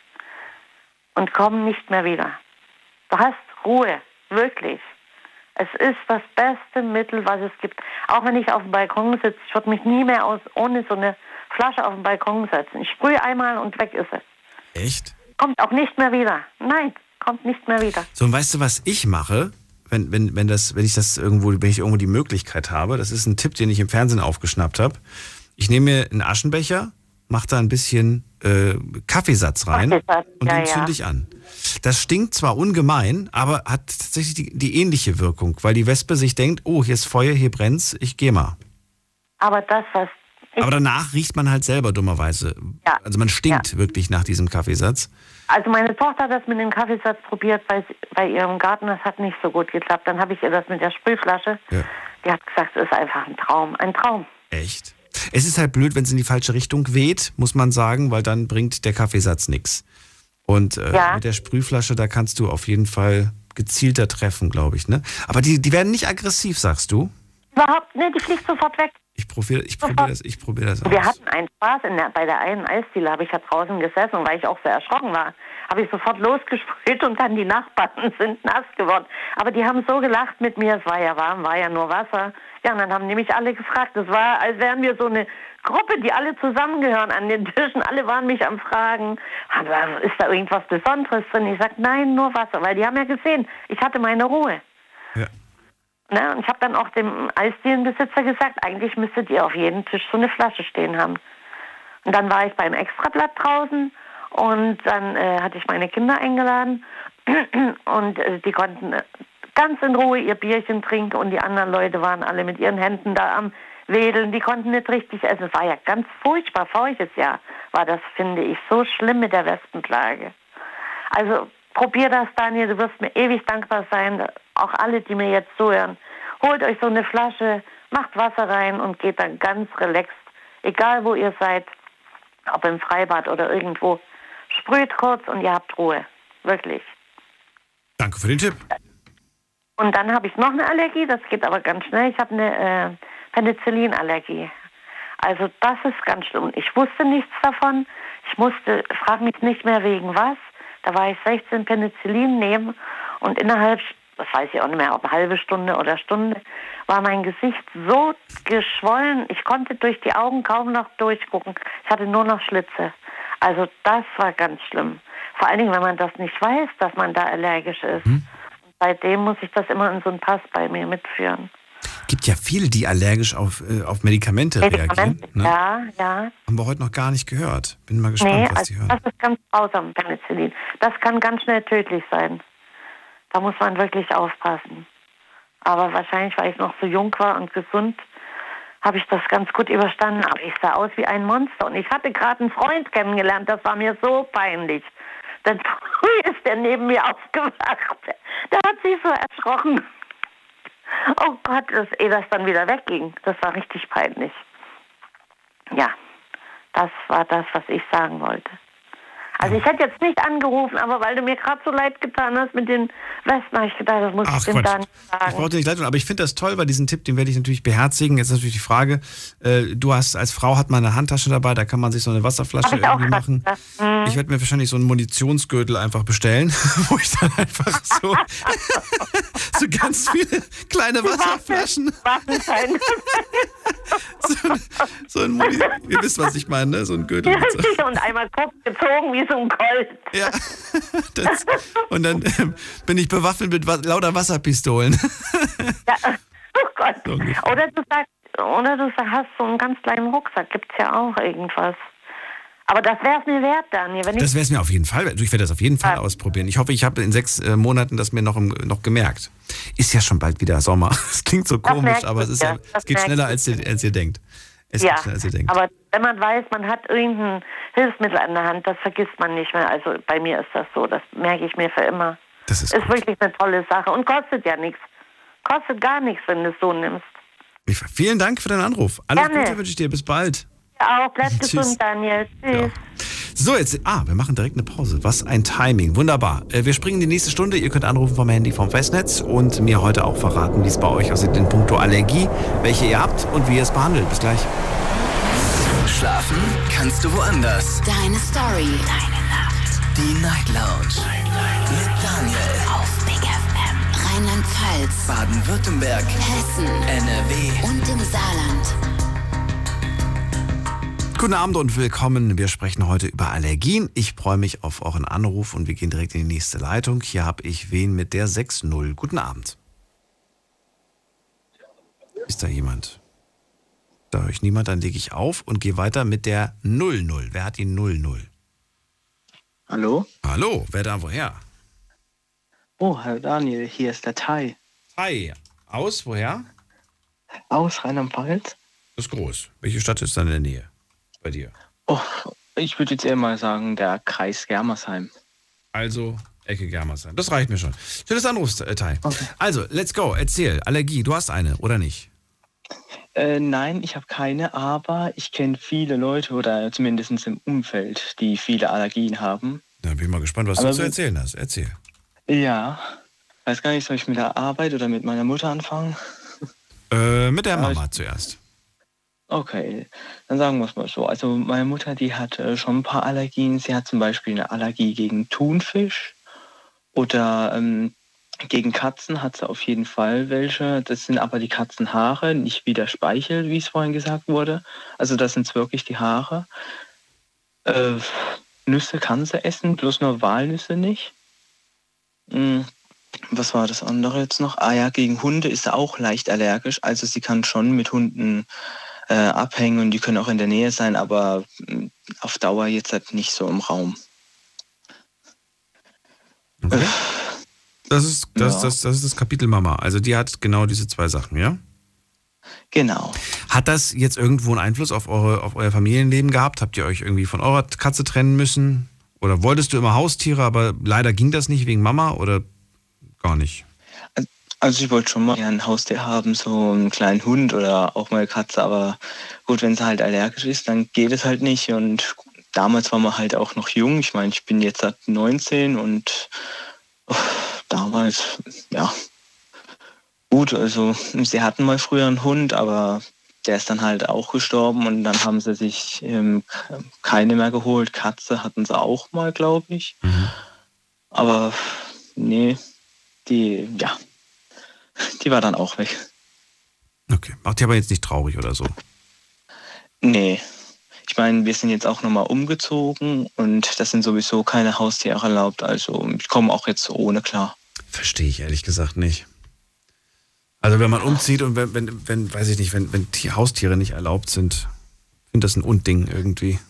Und kommen nicht mehr wieder. Du hast Ruhe, wirklich. Es ist das beste Mittel, was es gibt. Auch wenn ich auf dem Balkon sitze, ich würde mich nie mehr ohne so eine Flasche auf den Balkon setzen. Ich sprühe einmal und weg ist es. Echt? Kommt auch nicht mehr wieder. Nein, kommt nicht mehr wieder. So, und weißt du, was ich mache, wenn ich irgendwo die Möglichkeit habe? Das ist ein Tipp, den ich im Fernsehen aufgeschnappt habe. Ich nehme mir einen Aschenbecher, mache da ein bisschen Kaffeesatz rein und den zünde ich an. Das stinkt zwar ungemein, aber hat tatsächlich die ähnliche Wirkung, weil die Wespe sich denkt, oh, hier ist Feuer, hier brennt's, ich gehe mal. Aber aber danach riecht man halt selber dummerweise. Ja. Also man stinkt wirklich nach diesem Kaffeesatz. Also meine Tochter hat das mit dem Kaffeesatz probiert bei ihrem Garten, das hat nicht so gut geklappt. Dann habe ich ihr das mit der Sprühflasche, die hat gesagt, es ist einfach ein Traum, ein Traum. Echt? Es ist halt blöd, wenn es in die falsche Richtung weht, muss man sagen, weil dann bringt der Kaffeesatz nichts. Und mit der Sprühflasche, da kannst du auf jeden Fall gezielter treffen, glaube ich. Ne? Aber die werden nicht aggressiv, sagst du? Überhaupt nicht, die fliegt sofort weg. Ich probiere das aus. Wir hatten einen Spaß bei der einen Eisdiele, habe ich ja draußen gesessen und weil ich auch sehr erschrocken war, habe ich sofort losgesprüht und dann die Nachbarn sind nass geworden. Aber die haben so gelacht mit mir, es war ja warm, war ja nur Wasser. Ja, und dann haben die mich alle gefragt. Es war, als wären wir so eine Gruppe, die alle zusammengehören an den Tischen. Alle waren mich am Fragen, ist da irgendwas Besonderes drin? Ich sage, nein, nur Wasser, weil die haben ja gesehen, ich hatte meine Ruhe. Ja. Ne? Und ich habe dann auch dem Eisdielenbesitzer gesagt, eigentlich müsstet ihr auf jedem Tisch so eine Flasche stehen haben. Und dann war ich beim Extrablatt draußen und dann hatte ich meine Kinder eingeladen und die konnten ganz in Ruhe ihr Bierchen trinken und die anderen Leute waren alle mit ihren Händen da am Wedeln, die konnten nicht richtig essen. Es war ja ganz furchtbar, voriges Jahr war das, finde ich, so schlimm mit der Wespenplage. Also probier das, Daniel, du wirst mir ewig dankbar sein, auch alle, die mir jetzt zuhören. Holt euch so eine Flasche, macht Wasser rein und geht dann ganz relaxed, egal wo ihr seid, ob im Freibad oder irgendwo, sprüht kurz und ihr habt Ruhe, wirklich. Danke für den Tipp. Und dann habe ich noch eine Allergie, das geht aber ganz schnell. Ich habe eine Penicillinallergie. Also das ist ganz schlimm. Ich wusste nichts davon. Frag mich nicht mehr wegen was. Da war ich 16 Penicillin nehmen und innerhalb, das weiß ich auch nicht mehr, ob eine halbe Stunde oder Stunde, war mein Gesicht so geschwollen, ich konnte durch die Augen kaum noch durchgucken. Ich hatte nur noch Schlitze. Also das war ganz schlimm. Vor allen Dingen, wenn man das nicht weiß, dass man da allergisch ist. Und seitdem muss ich das immer in so einen Pass bei mir mitführen. Gibt ja viele, die allergisch auf Medikamente reagieren. Ne? Ja. Haben wir heute noch gar nicht gehört. Bin mal gespannt, was die hören. Das ist ganz grausam, Penicillin. Das kann ganz schnell tödlich sein. Da muss man wirklich aufpassen. Aber wahrscheinlich, weil ich noch so jung war und gesund, habe ich das ganz gut überstanden. Aber ich sah aus wie ein Monster. Und ich hatte gerade einen Freund kennengelernt, das war mir so peinlich. Dann früh ist der neben mir aufgewacht. Der hat sich so erschrocken. Oh Gott, ehe das dann wieder wegging. Das war richtig peinlich. Ja, das war das, was ich sagen wollte. Also ich hätte jetzt nicht angerufen, aber weil du mir gerade so leid getan hast mit den Wespen, habe ich gedacht, das muss ich dem da nicht sagen. Ich brauche dir nicht leid tun, aber ich finde das toll, weil diesen Tipp, den werde ich natürlich beherzigen. Jetzt ist natürlich die Frage, du hast als Frau hat man eine Handtasche dabei, da kann man sich so eine Wasserflasche irgendwie machen. Ich werde mir wahrscheinlich so einen Munitionsgürtel einfach bestellen, wo ich dann einfach so ganz viele kleine Wasserflaschen. so ein ihr wisst, was ich meine, ne? So ein Gürtel. Ja, und einmal kurz gezogen wie so ein Colt. Ja. Und dann bin ich bewaffnet mit lauter Wasserpistolen. Ja. Oh Gott. So oder du hast so einen ganz kleinen Rucksack, gibt's ja auch irgendwas. Aber das wäre es mir wert, Daniel. Das wäre es mir auf jeden Fall wert. Ich werde das auf jeden Fall ausprobieren. Ich hoffe, ich habe in 6 Monaten das mir noch gemerkt. Ist ja schon bald wieder Sommer. Es klingt so komisch, aber es geht schneller, als ihr denkt. Aber wenn man weiß, man hat irgendein Hilfsmittel an der Hand, das vergisst man nicht mehr. Also bei mir ist das so, das merke ich mir für immer. Das ist wirklich eine tolle Sache und kostet ja nichts. Kostet gar nichts, wenn du es so nimmst. Vielen Dank für deinen Anruf. Alles Gute wünsche ich dir. Bis bald. Ja, auch bleib gesund, Daniel. Tschüss. Ja. So, jetzt, wir machen direkt eine Pause. Was ein Timing. Wunderbar. Wir springen in die nächste Stunde. Ihr könnt anrufen vom Handy vom Festnetz und mir heute auch verraten, wie es bei euch aussieht in puncto Allergie, welche ihr habt und wie ihr es behandelt. Bis gleich. Schlafen kannst du woanders. Deine Story. Deine Nacht. Die Night Lounge. Mit Daniel. Auf Big FM. Rheinland-Pfalz. Baden-Württemberg. Hessen. NRW. Und im Saarland. Guten Abend und willkommen. Wir sprechen heute über Allergien. Ich freue mich auf euren Anruf und wir gehen direkt in die nächste Leitung. Hier habe ich wen mit der 6-0. Guten Abend. Ist da jemand? Da höre ich niemand, dann lege ich auf und gehe weiter mit der 00. Wer hat die 00? Hallo? Hallo, wer da woher? Oh, Herr Daniel, hier ist der Tai. Hi, aus woher? Aus Rheinland-Pfalz. Das ist groß. Welche Stadt ist da in der Nähe bei dir? Oh, ich würde jetzt eher mal sagen, der Kreis Germersheim. Also Ecke Germersheim. Das reicht mir schon. Schön, dass du anrufst, Tai. Okay. Also, let's go. Erzähl. Allergie, du hast eine, oder nicht? Nein, ich habe keine, aber ich kenne viele Leute oder zumindest im Umfeld, die viele Allergien haben. Da bin ich mal gespannt, was du zu erzählen hast. Erzähl. Ja, weiß gar nicht, soll ich mit der Arbeit oder mit meiner Mutter anfangen? Mit der Mama zuerst. Okay, dann sagen wir es mal so. Also meine Mutter, die hat schon ein paar Allergien. Sie hat zum Beispiel eine Allergie gegen Thunfisch oder gegen Katzen hat sie auf jeden Fall welche. Das sind aber die Katzenhaare, nicht wie der Speichel, wie es vorhin gesagt wurde. Also das sind wirklich die Haare. Nüsse kann sie essen, bloß nur Walnüsse nicht. Was war das andere jetzt noch? Ah ja, gegen Hunde ist sie auch leicht allergisch. Also sie kann schon mit Hunden abhängen und die können auch in der Nähe sein, aber auf Dauer jetzt halt nicht so im Raum. Okay. Das ist das Kapitel Mama. Also die hat genau diese zwei Sachen, ja? Genau. Hat das jetzt irgendwo einen Einfluss auf euer Familienleben gehabt? Habt ihr euch irgendwie von eurer Katze trennen müssen? Oder wolltest du immer Haustiere, aber leider ging das nicht wegen Mama oder gar nicht? Also ich wollte schon mal ein Haustier haben, so einen kleinen Hund oder auch mal eine Katze, aber gut, wenn sie halt allergisch ist, dann geht es halt nicht. Und damals war man halt auch noch jung. Ich meine, ich bin jetzt 19 und damals, ja, gut, also sie hatten mal früher einen Hund, aber der ist dann halt auch gestorben und dann haben sie sich keine mehr geholt. Katze hatten sie auch mal, glaube ich. Aber nee, die war dann auch weg. Okay, macht die aber jetzt nicht traurig oder so? Nee. Ich meine, wir sind jetzt auch nochmal umgezogen und das sind sowieso keine Haustiere erlaubt. Also ich komme auch jetzt ohne klar. Verstehe ich ehrlich gesagt nicht. Also wenn man umzieht und wenn weiß ich nicht, wenn Haustiere nicht erlaubt sind, finde das ein Unding irgendwie.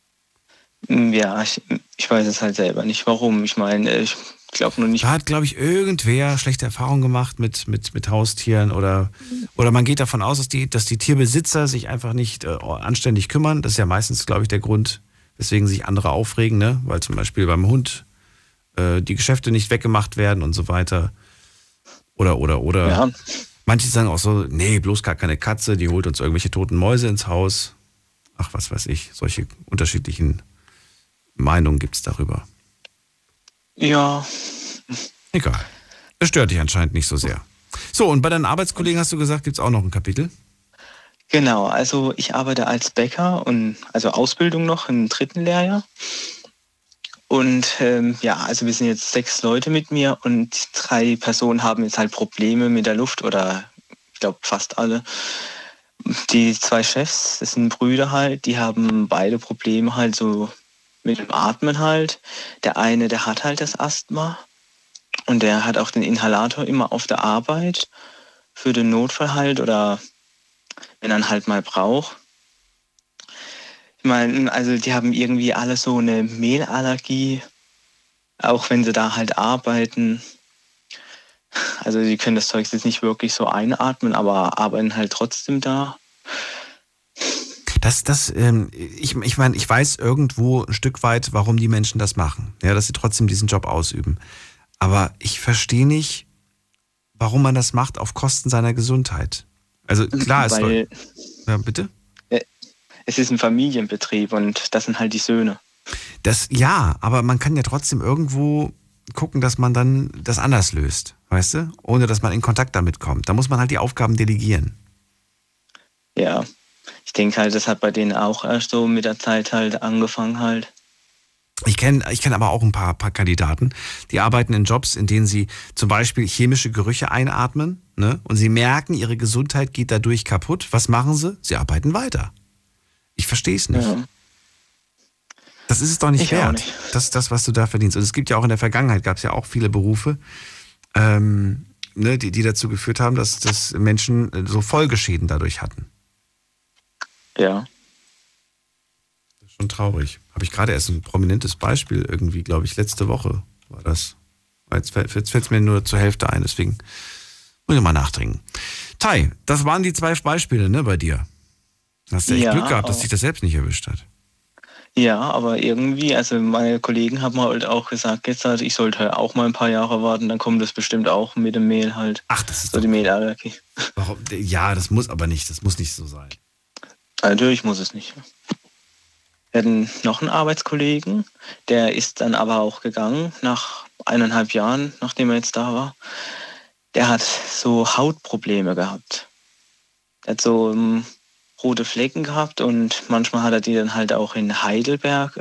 Ja, ich weiß es halt selber nicht, warum. Ich meine, ich glaube nur nicht. Da hat, glaube ich, irgendwer schlechte Erfahrungen gemacht mit Haustieren oder man geht davon aus, dass die Tierbesitzer sich einfach nicht anständig kümmern. Das ist ja meistens, glaube ich, der Grund, weswegen sich andere aufregen, ne? Weil zum Beispiel beim Hund die Geschäfte nicht weggemacht werden und so weiter. Oder. Ja. Manche sagen auch so, nee, bloß gar keine Katze, die holt uns irgendwelche toten Mäuse ins Haus. Ach, was weiß ich, solche unterschiedlichen Meinungen gibt es darüber. Ja. Egal. Das stört dich anscheinend nicht so sehr. So, und bei deinen Arbeitskollegen hast du gesagt, gibt es auch noch ein Kapitel? Genau, also ich arbeite als Bäcker und also Ausbildung noch im 3. Lehrjahr. Und also wir sind jetzt 6 Leute mit mir und 3 Personen haben jetzt halt Probleme mit der Luft oder ich glaube fast alle. Die 2 Chefs, das sind Brüder halt, die haben beide Probleme halt so mit dem Atmen halt. Der eine, der hat halt das Asthma und der hat auch den Inhalator immer auf der Arbeit für den Notfall halt oder wenn er halt mal braucht. Ich meine, also die haben irgendwie alle so eine Mehlallergie, auch wenn sie da halt arbeiten. Also die können das Zeug jetzt nicht wirklich so einatmen, aber arbeiten halt trotzdem da. Ich meine, ich weiß irgendwo ein Stück weit, warum die Menschen das machen. Ja, dass sie trotzdem diesen Job ausüben. Aber ich verstehe nicht, warum man das macht auf Kosten seiner Gesundheit. Also klar, ja, bitte? Es ist ein Familienbetrieb und das sind halt die Söhne. Ja, aber man kann ja trotzdem irgendwo gucken, dass man dann das anders löst, weißt du? Ohne, dass man in Kontakt damit kommt. Da muss man halt die Aufgaben delegieren. Ja, ich denke halt, das hat bei denen auch erst so mit der Zeit halt angefangen halt. Ich kenn aber auch ein paar Kandidaten, die arbeiten in Jobs, in denen sie zum Beispiel chemische Gerüche einatmen, ne? Und sie merken, ihre Gesundheit geht dadurch kaputt. Was machen sie? Sie arbeiten weiter. Ich verstehe es nicht. Ja. Das ist es doch nicht wert. Nicht. Das ist das, was du da verdienst. Und es gibt ja auch in der Vergangenheit, gab es ja auch viele Berufe, die dazu geführt haben, dass Menschen so Folgeschäden dadurch hatten. Ja. Das ist schon traurig. Habe ich gerade erst ein prominentes Beispiel irgendwie, glaube ich, letzte Woche war das. Jetzt fällt es mir nur zur Hälfte ein, deswegen muss ich mal nachdenken. Tai, das waren die 2 Beispiele, ne, bei dir. Hast du echt Glück gehabt, dass dich das selbst nicht erwischt hat. Ja, aber irgendwie, also meine Kollegen haben halt auch gesagt, jetzt halt, ich sollte auch mal ein paar Jahre warten, dann kommt das bestimmt auch mit dem Mehl halt. Ach, das ist so die Mehlallergie. Warum? Ja, das muss aber nicht, das muss nicht so sein. Natürlich muss es nicht. Wir hatten noch einen Arbeitskollegen, der ist dann aber auch gegangen, nach 1,5 Jahren, nachdem er jetzt da war. Der hat so Hautprobleme gehabt. Er hat so rote Flecken gehabt und manchmal hat er die dann halt auch in Heidelberg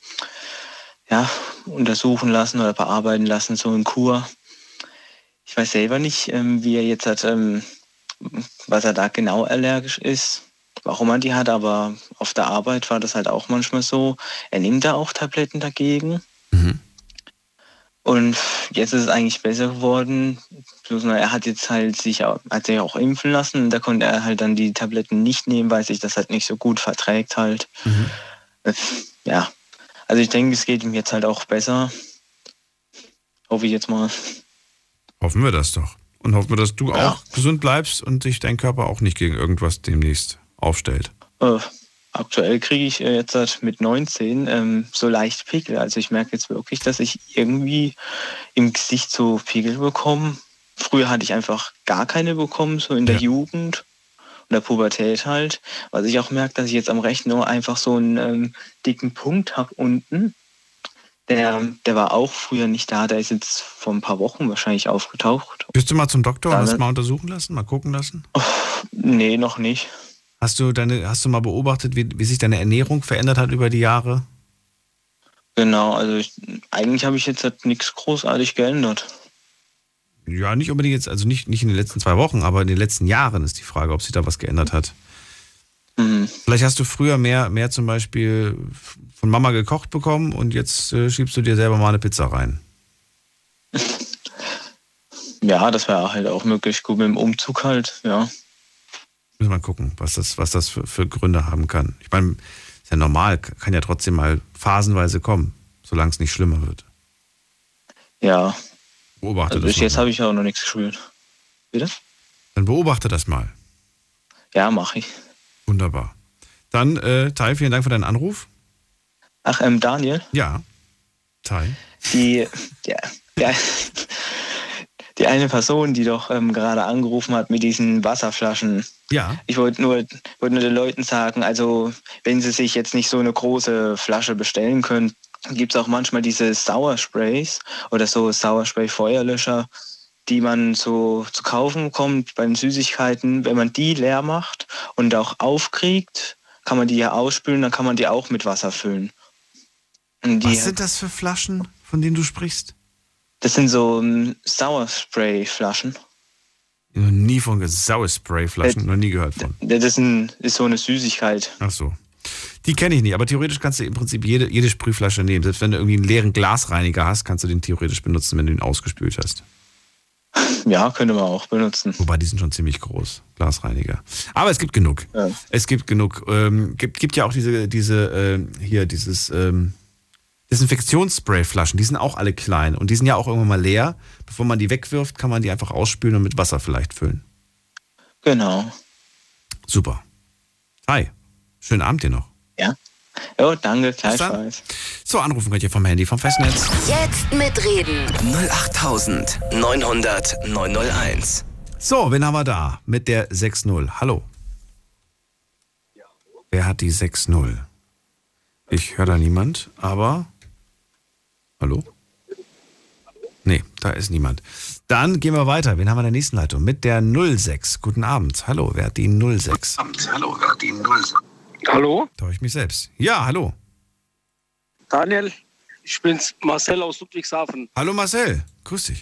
untersuchen lassen oder bearbeiten lassen, so in Kur. Ich weiß selber nicht, wie er jetzt hat, was er da genau allergisch ist, warum er die hat, aber auf der Arbeit war das halt auch manchmal so. Er nimmt da auch Tabletten dagegen. Mhm. Und jetzt ist es eigentlich besser geworden. Bloß er hat jetzt halt sich auch impfen lassen und da konnte er halt dann die Tabletten nicht nehmen, weil sich das halt nicht so gut verträgt halt. Mhm. Ja, also ich denke, es geht ihm jetzt halt auch besser. Hoffe ich jetzt mal. Hoffen wir das doch. Und hoffen wir, dass du auch gesund bleibst und sich dein Körper auch nicht gegen irgendwas demnächst aufstellt. Aktuell kriege ich jetzt mit 19 so leicht Pickel. Also ich merke jetzt wirklich, dass ich irgendwie im Gesicht so Pickel bekomme. Früher hatte ich einfach gar keine bekommen, so in der Jugend und der Pubertät halt. Was ich auch merke, dass ich jetzt am rechten Ohr einfach so einen dicken Punkt habe unten. Der war auch früher nicht da. Der ist jetzt vor ein paar Wochen wahrscheinlich aufgetaucht. Bist du mal zum Doktor und hast mal untersuchen lassen, mal gucken lassen? Nee, noch nicht. Hast du mal beobachtet, wie sich deine Ernährung verändert hat über die Jahre? Genau, also eigentlich habe ich jetzt halt nichts großartig geändert. Ja, nicht unbedingt jetzt, also nicht in den letzten 2 Wochen, aber in den letzten Jahren ist die Frage, ob sich da was geändert hat. Mhm. Vielleicht hast du früher mehr zum Beispiel von Mama gekocht bekommen und jetzt schiebst du dir selber mal eine Pizza rein. Ja, das wäre halt auch möglich. Gut, mit dem Umzug halt, ja. Müssen wir mal gucken, was das für Gründe haben kann. Ich meine, ist ja normal, kann ja trotzdem mal phasenweise kommen, solange es nicht schlimmer wird. Ja. Beobachte also das bis jetzt habe ich ja auch noch nichts gespürt. Bitte? Dann beobachte das mal. Ja, mache ich. Wunderbar. Dann, Tai, vielen Dank für deinen Anruf. Ach, Daniel? Ja, Tai. Die eine Person, die doch gerade angerufen hat mit diesen Wasserflaschen. Ja. Ich wollte nur den Leuten sagen, also wenn sie sich jetzt nicht so eine große Flasche bestellen können, gibt es auch manchmal diese Sauersprays oder so Sauerspray-Feuerlöscher, die man so zu kaufen bekommt bei den Süßigkeiten. Wenn man die leer macht und auch aufkriegt, kann man die ja ausspülen, dann kann man die auch mit Wasser füllen. Was sind das für Flaschen, von denen du sprichst? Das sind so Sauerspray-Flaschen. Noch nie von Sauerspray-Flaschen, noch nie gehört von. Das ist so eine Süßigkeit. Ach so. Die kenne ich nicht, aber theoretisch kannst du im Prinzip jede Sprühflasche nehmen. Selbst wenn du irgendwie einen leeren Glasreiniger hast, kannst du den theoretisch benutzen, wenn du ihn ausgespült hast. Ja, könnte man auch benutzen. Wobei, die sind schon ziemlich groß, Glasreiniger. Aber es gibt genug. Ja. Es gibt genug. Gibt ja auch dieses Desinfektionssprayflaschen, die sind auch alle klein und die sind ja auch irgendwann mal leer. Bevor man die wegwirft, kann man die einfach ausspülen und mit Wasser vielleicht füllen. Genau. Super. Hi, schönen Abend dir noch. Ja. Jo, danke, gleichfalls. So, anrufen könnt ihr vom Handy, vom Festnetz. Jetzt mitreden. 08900 901. So, wen haben wir da mit der 6-0? Hallo. Ja. Wer hat die 6-0? Ich höre da niemand, aber... Hallo? Nee, da ist niemand. Dann gehen wir weiter. Wen haben wir in der nächsten Leitung? Mit der 06. Guten Abend. Hallo, wer hat die 06? Hallo, wer hat die 06? Hallo? Da höre ich mich selbst. Ja, hallo. Daniel, ich bin's, Marcel aus Ludwigshafen. Hallo Marcel, grüß dich.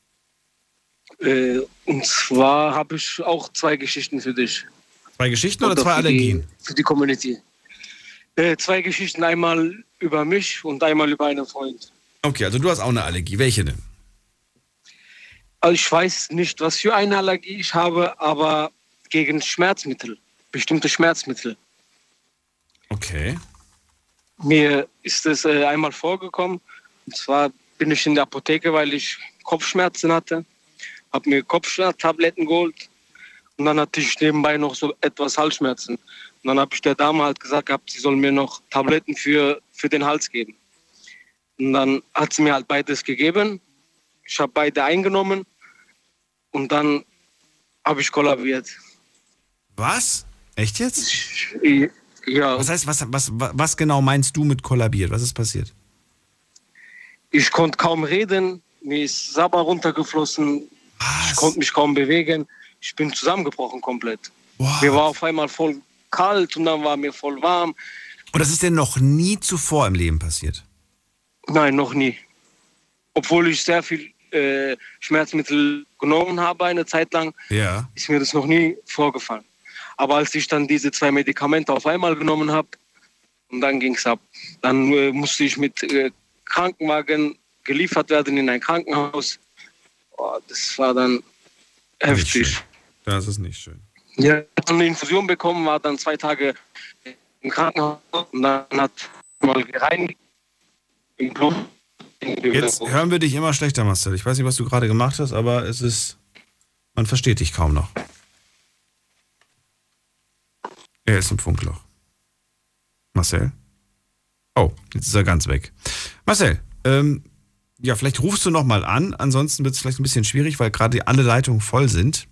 Und zwar habe ich auch 2 Geschichten für dich. 2 Geschichten oder 2 Allergien? Für die Community. 2 Geschichten, einmal über mich und einmal über einen Freund. Okay, also du hast auch eine Allergie. Welche denn? Also ich weiß nicht, was für eine Allergie ich habe, aber gegen Schmerzmittel, bestimmte Schmerzmittel. Okay. Mir ist es einmal vorgekommen. Und zwar bin ich in der Apotheke, weil ich Kopfschmerzen hatte. Habe mir Kopfschmerztabletten geholt. Und dann hatte ich nebenbei noch so etwas Halsschmerzen. Und dann habe ich der Dame halt gesagt, sie soll mir noch Tabletten für den Hals geben. Und dann hat sie mir halt beides gegeben. Ich habe beide eingenommen. Und dann habe ich kollabiert. Was? Echt jetzt? Ja. Was heißt, was genau meinst du mit kollabiert? Was ist passiert? Ich konnte kaum reden. Mir ist Sabber runtergeflossen. Was? Ich konnte mich kaum bewegen. Ich bin zusammengebrochen komplett. Wow. Mir war auf einmal voll kalt und dann war mir voll warm. Und das ist dir noch nie zuvor im Leben passiert? Nein, noch nie. Obwohl ich sehr viel Schmerzmittel genommen habe eine Zeit lang, ist mir das noch nie vorgefallen. Aber als ich dann diese 2 Medikamente auf einmal genommen habe, und dann ging es ab. Dann musste ich mit Krankenwagen geliefert werden in ein Krankenhaus. Oh, das war dann heftig. Das ist nicht schön. Ja, ich habe eine Infusion bekommen, war dann 2 Tage im Krankenhaus und dann hat mal gereinigt im Blut. Jetzt hören wir dich immer schlechter, Marcel. Ich weiß nicht, was du gerade gemacht hast, aber man versteht dich kaum noch. Er ist im Funkloch. Marcel? Oh, jetzt ist er ganz weg. Marcel, vielleicht rufst du noch mal an. Ansonsten wird es vielleicht ein bisschen schwierig, weil gerade alle Leitungen voll sind.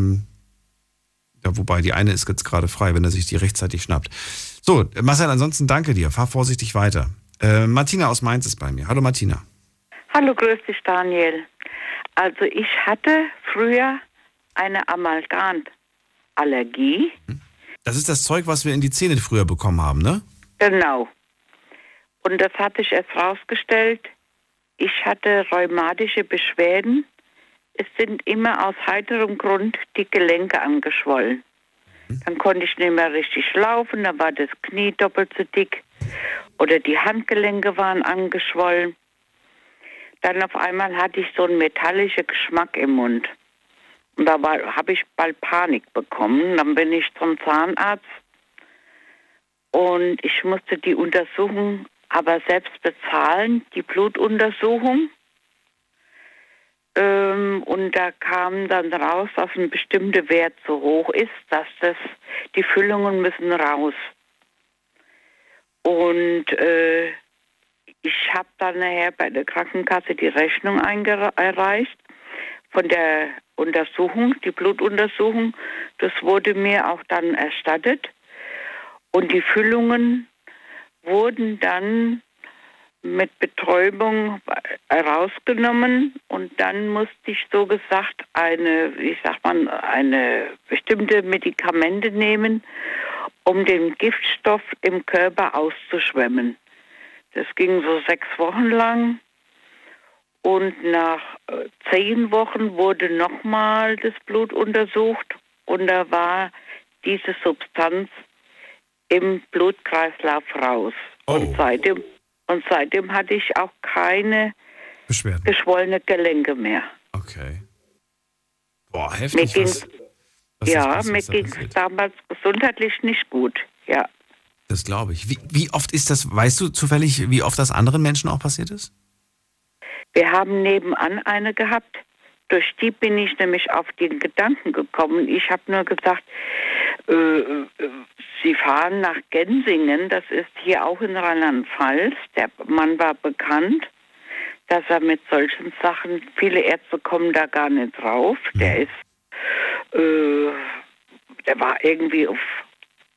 Wobei, die eine ist jetzt gerade frei, wenn er sich die rechtzeitig schnappt. So, Marcel, ansonsten danke dir. Fahr vorsichtig weiter. Martina aus Mainz ist bei mir. Hallo Martina. Hallo, grüß dich Daniel. Also ich hatte früher eine Amalgamallergie. Das ist das Zeug, was wir in die Zähne früher bekommen haben, ne? Genau. Und das hat sich erst rausgestellt. Ich hatte rheumatische Beschwerden. Es sind immer aus heiterem Grund die Gelenke angeschwollen. Dann konnte ich nicht mehr richtig laufen, dann war das Knie doppelt so dick. Oder die Handgelenke waren angeschwollen. Dann auf einmal hatte ich so einen metallischen Geschmack im Mund. Und da habe ich bald Panik bekommen. Dann bin ich zum Zahnarzt und ich musste die Untersuchung aber selbst bezahlen, die Blutuntersuchung. Und da kam dann raus, dass ein bestimmter Wert so hoch ist, dass die Füllungen müssen raus. Und ich habe dann nachher bei der Krankenkasse die Rechnung erreicht von der Untersuchung, die Blutuntersuchung. Das wurde mir auch dann erstattet. Und die Füllungen wurden dann mit Betäubung herausgenommen und dann musste ich so gesagt eine bestimmte Medikamente nehmen, um den Giftstoff im Körper auszuschwemmen. Das ging so 6 Wochen lang und nach 10 Wochen wurde nochmal das Blut untersucht und da war diese Substanz im Blutkreislauf raus. Oh. Und seitdem hatte ich auch keine Beschwerden. Geschwollene Gelenke mehr. Okay. Boah, heftig. Mir ging es damals gesundheitlich nicht gut. Ja. Das glaube ich. Wie oft ist das, weißt du zufällig, wie oft das anderen Menschen auch passiert ist? Wir haben nebenan eine gehabt. Durch die bin ich nämlich auf den Gedanken gekommen. Ich habe nur gesagt, Sie fahren nach Gensingen, das ist hier auch in Rheinland-Pfalz. Der Mann war bekannt, dass er mit solchen Sachen, viele Ärzte kommen da gar nicht drauf. Der war irgendwie auf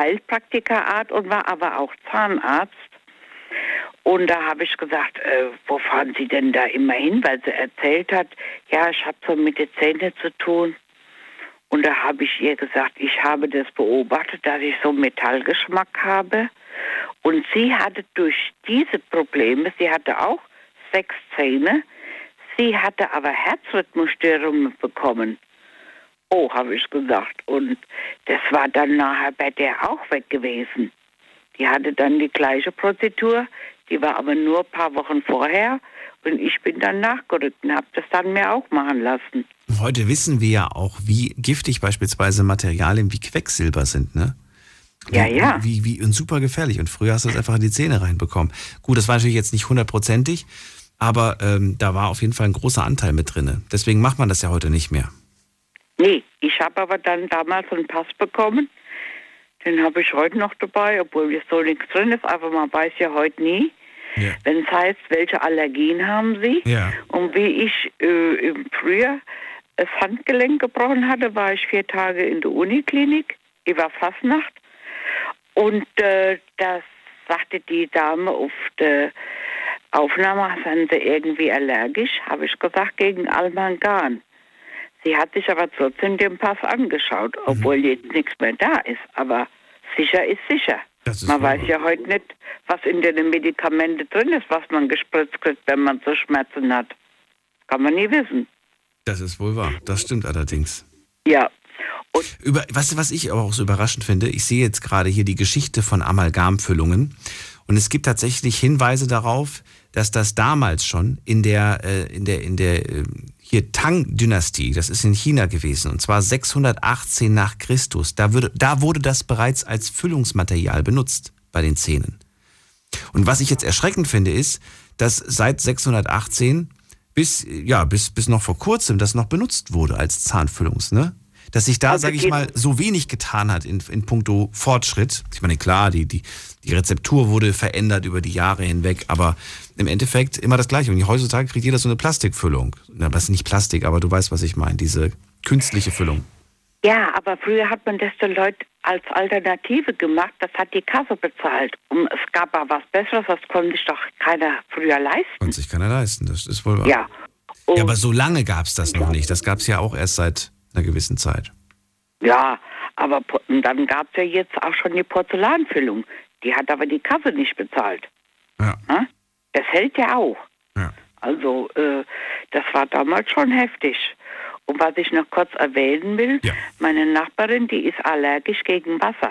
Heilpraktikerart und war aber auch Zahnarzt. Und da habe ich gesagt, wo fahren Sie denn da immer hin? Weil sie erzählt hat, ja, ich habe so mit den Zähnen zu tun. Und da habe ich ihr gesagt, ich habe das beobachtet, dass ich so Metallgeschmack habe. Und sie hatte durch diese Probleme, sie hatte auch 6 Zähne, sie hatte aber Herzrhythmusstörungen bekommen. Oh, habe ich gesagt. Und das war dann nachher bei der auch weg gewesen. Die hatte dann die gleiche Prozedur, die war aber nur ein paar Wochen vorher. Und ich bin dann nachgerückt und habe das dann mir auch machen lassen. Heute wissen wir ja auch, wie giftig beispielsweise Materialien wie Quecksilber sind, ne? Wie super gefährlich. Und früher hast du das einfach in die Zähne reinbekommen. Gut, das war natürlich jetzt nicht 100%ig, aber da war auf jeden Fall ein großer Anteil mit drin. Deswegen macht man das ja heute nicht mehr. Nee, ich habe aber dann damals einen Pass bekommen. Den habe ich heute noch dabei, obwohl jetzt so nichts drin ist. Aber man weiß ja heute nie. Ja. Wenn es heißt, welche Allergien haben Sie? Ja. Und wie ich im Frühjahr das Handgelenk gebrochen hatte, war ich 4 Tage in der Uniklinik über Fastnacht. Und das sagte die Dame auf der Aufnahme, sind Sie irgendwie allergisch? Habe ich gesagt, gegen Amalgam. Sie hat sich aber trotzdem den Pass angeschaut, obwohl jetzt nichts mehr da ist. Aber sicher ist sicher. Man weiß ja heute nicht, was in den Medikamenten drin ist, was man gespritzt kriegt, wenn man so Schmerzen hat. Kann man nie wissen. Das ist wohl wahr. Das stimmt allerdings. Ja. Was ich aber auch so überraschend finde, ich sehe jetzt gerade hier die Geschichte von Amalgamfüllungen und es gibt tatsächlich Hinweise darauf, dass das damals schon in der Tang-Dynastie, das ist in China gewesen, und zwar 618 nach Christus, da wurde das bereits als Füllungsmaterial benutzt bei den Zähnen. Und was ich jetzt erschreckend finde, ist, dass seit 618 bis noch vor kurzem das noch benutzt wurde als Zahnfüllungs, ne? Dass sich da, sage ich mal, so wenig getan hat in puncto Fortschritt. Ich meine, klar, die Rezeptur wurde verändert über die Jahre hinweg, aber im Endeffekt immer das Gleiche. Und heutzutage kriegt jeder so eine Plastikfüllung. Das ist nicht Plastik, aber du weißt, was ich meine, diese künstliche Füllung. Ja, aber früher hat man das den Leuten als Alternative gemacht, das hat die Kasse bezahlt. Und es gab aber was Besseres, das konnte sich doch keiner früher leisten. Konnte sich keiner leisten, das ist wohl wahr. Ja. Ja, aber so lange gab es das noch nicht. Das gab es ja auch erst seit einer gewissen Zeit. Ja, aber dann gab es ja jetzt auch schon die Porzellanfüllung. Die hat aber die Kasse nicht bezahlt. Ja. Das hält ja auch. Ja. Also, das war damals schon heftig. Und was ich noch kurz erwähnen will, meine Nachbarin, die ist allergisch gegen Wasser.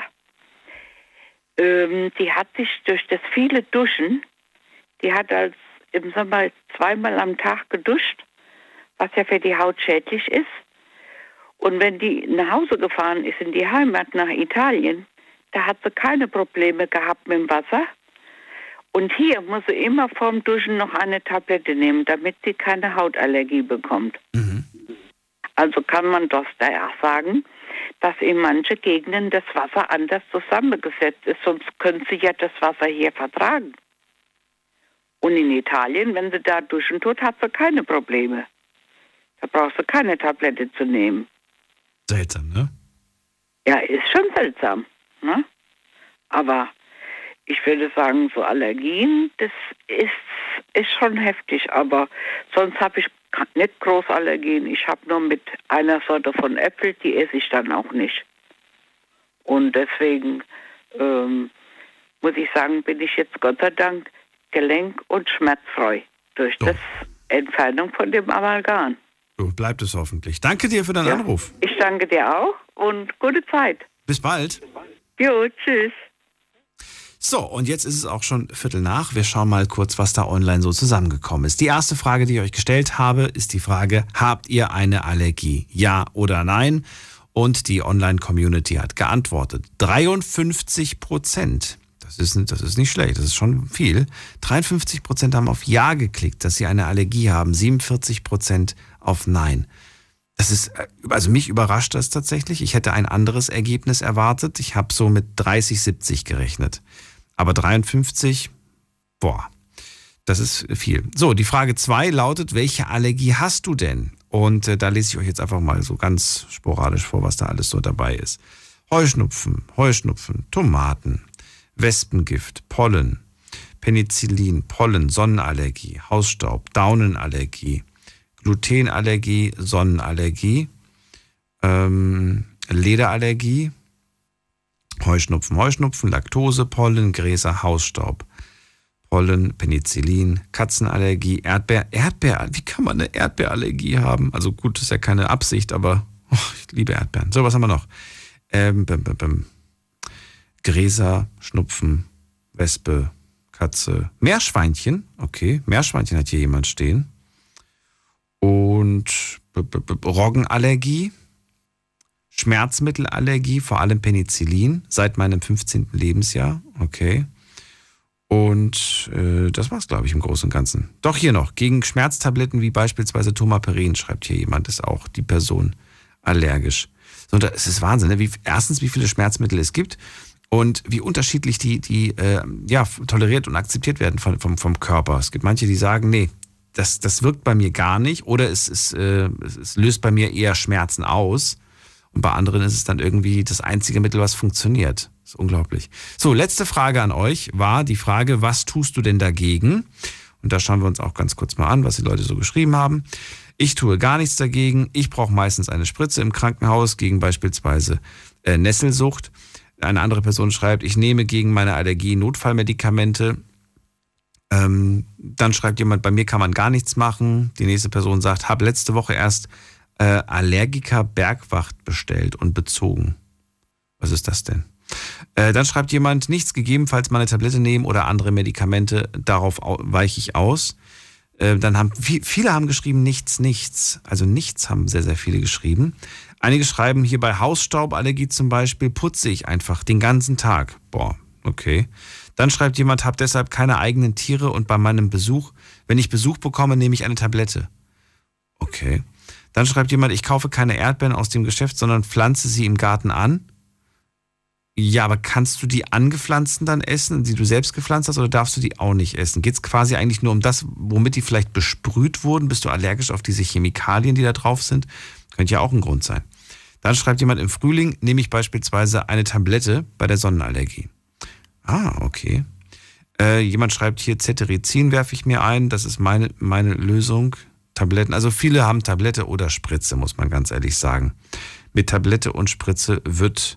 Die hat sich durch das viele Duschen, die hat im Sommer 2-mal am Tag geduscht, was ja für die Haut schädlich ist. Und wenn die nach Hause gefahren ist, in die Heimat nach Italien, da hat sie keine Probleme gehabt mit dem Wasser. Und hier muss sie immer vorm Duschen noch eine Tablette nehmen, damit sie keine Hautallergie bekommt. Mhm. Also kann man das da auch sagen, dass in manchen Gegenden das Wasser anders zusammengesetzt ist, sonst können sie ja das Wasser hier vertragen. Und in Italien, wenn sie da duschen tut, hat sie keine Probleme. Da brauchst du keine Tablette zu nehmen. Seltsam, ne? Ja, ist schon seltsam, ne? Aber ich würde sagen, so Allergien, das ist schon heftig. Aber sonst habe ich nicht groß Allergien. Ich habe nur mit einer Sorte von Äpfel, die esse ich dann auch nicht. Und deswegen muss ich sagen, bin ich jetzt Gott sei Dank gelenk- und schmerzfrei durch das Entfernung von dem Amalgam. So bleibt es hoffentlich. Danke dir für deinen Anruf. Ich danke dir auch und gute Zeit. Bis bald. Jo, tschüss. So, und jetzt ist es auch schon 7:15. Wir schauen mal kurz, was da online so zusammengekommen ist. Die erste Frage, die ich euch gestellt habe, ist die Frage, habt ihr eine Allergie? Ja oder nein? Und die Online-Community hat geantwortet. 53%. Das ist nicht schlecht, das ist schon viel. 53% haben auf Ja geklickt, dass sie eine Allergie haben. 47% auf Nein. Das ist, also mich überrascht das tatsächlich. Ich hätte ein anderes Ergebnis erwartet. Ich habe so mit 30-70 gerechnet. Aber 53, das ist viel. So, die Frage 2 lautet, welche Allergie hast du denn? Und da lese ich euch jetzt einfach mal so ganz sporadisch vor, was da alles so dabei ist. Heuschnupfen, Tomaten, Wespengift, Pollen, Penicillin, Pollen, Sonnenallergie, Hausstaub, Daunenallergie, Glutenallergie, Sonnenallergie, Lederallergie, Heuschnupfen, Laktose, Pollen, Gräser, Hausstaub, Pollen, Penicillin, Katzenallergie, Erdbeer. Wie kann man eine Erdbeerallergie haben? Also gut, das ist ja keine Absicht, aber ich liebe Erdbeeren. So, was haben wir noch? Gräser, Schnupfen, Wespe, Katze, Meerschweinchen. Okay, Meerschweinchen hat hier jemand stehen. Und Roggenallergie, Schmerzmittelallergie, vor allem Penicillin, seit meinem 15. Lebensjahr. Okay. Und das war's, glaube ich, im Großen und Ganzen. Doch hier noch, gegen Schmerztabletten wie beispielsweise Tomaperin, schreibt hier jemand, ist auch die Person allergisch. So, es ist Wahnsinn, ne? Erstens, wie viele Schmerzmittel es gibt und wie unterschiedlich die toleriert und akzeptiert werden vom Körper. Es gibt manche, die sagen, nee, das wirkt bei mir gar nicht oder es löst bei mir eher Schmerzen aus. Und bei anderen ist es dann irgendwie das einzige Mittel, was funktioniert. Das ist unglaublich. So, letzte Frage an euch war die Frage, was tust du denn dagegen? Und da schauen wir uns auch ganz kurz mal an, was die Leute so geschrieben haben. Ich tue gar nichts dagegen. Ich brauche meistens eine Spritze im Krankenhaus gegen beispielsweise Nesselsucht. Eine andere Person schreibt, ich nehme gegen meine Allergie Notfallmedikamente. Dann schreibt jemand, bei mir kann man gar nichts machen. Die nächste Person sagt, habe letzte Woche erst Allergiker Bergwacht bestellt und bezogen. Was ist das denn? Dann schreibt jemand, nichts gegebenenfalls mal eine Tablette nehmen oder andere Medikamente, darauf weiche ich aus. Dann haben viele haben geschrieben, nichts. Also nichts haben sehr, sehr viele geschrieben. Einige schreiben hier bei Hausstauballergie zum Beispiel, putze ich einfach den ganzen Tag. Boah, okay. Dann schreibt jemand, habe deshalb keine eigenen Tiere und bei meinem Besuch, wenn ich Besuch bekomme, nehme ich eine Tablette. Okay. Dann schreibt jemand, ich kaufe keine Erdbeeren aus dem Geschäft, sondern pflanze sie im Garten an. Ja, aber kannst du die angepflanzten dann essen, die du selbst gepflanzt hast, oder darfst du die auch nicht essen? Geht es quasi eigentlich nur um das, womit die vielleicht besprüht wurden? Bist du allergisch auf diese Chemikalien, die da drauf sind? Könnte ja auch ein Grund sein. Dann schreibt jemand, im Frühling nehme ich beispielsweise eine Tablette bei der Sonnenallergie. Ah, okay. Jemand schreibt hier, Cetirizin werfe ich mir ein, das ist meine Lösung. Tabletten, also viele haben Tablette oder Spritze, muss man ganz ehrlich sagen. Mit Tablette und Spritze wird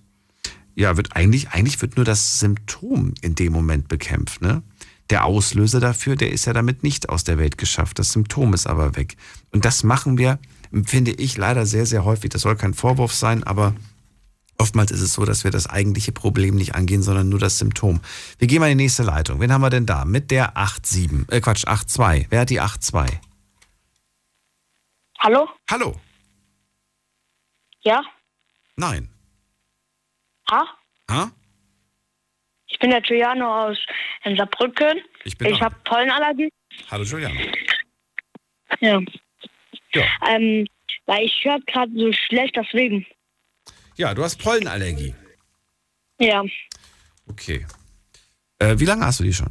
nur das Symptom in dem Moment bekämpft, ne? Der Auslöser dafür, der ist ja damit nicht aus der Welt geschafft. Das Symptom ist aber weg. Und das machen wir, finde ich, leider sehr, sehr häufig. Das soll kein Vorwurf sein, aber oftmals ist es so, dass wir das eigentliche Problem nicht angehen, sondern nur das Symptom. Wir gehen mal in die nächste Leitung. Wen haben wir denn da? Mit der 8.2. Wer hat die 8.2? Hallo? Hallo? Ja? Nein. Ha? Ich bin der Giuliano aus Saarbrücken. Ich habe Pollenallergie. Hallo Giuliano. Ja. Weil ich höre gerade so schlecht, deswegen. Ja, du hast Pollenallergie. Ja. Okay. Wie lange hast du die schon?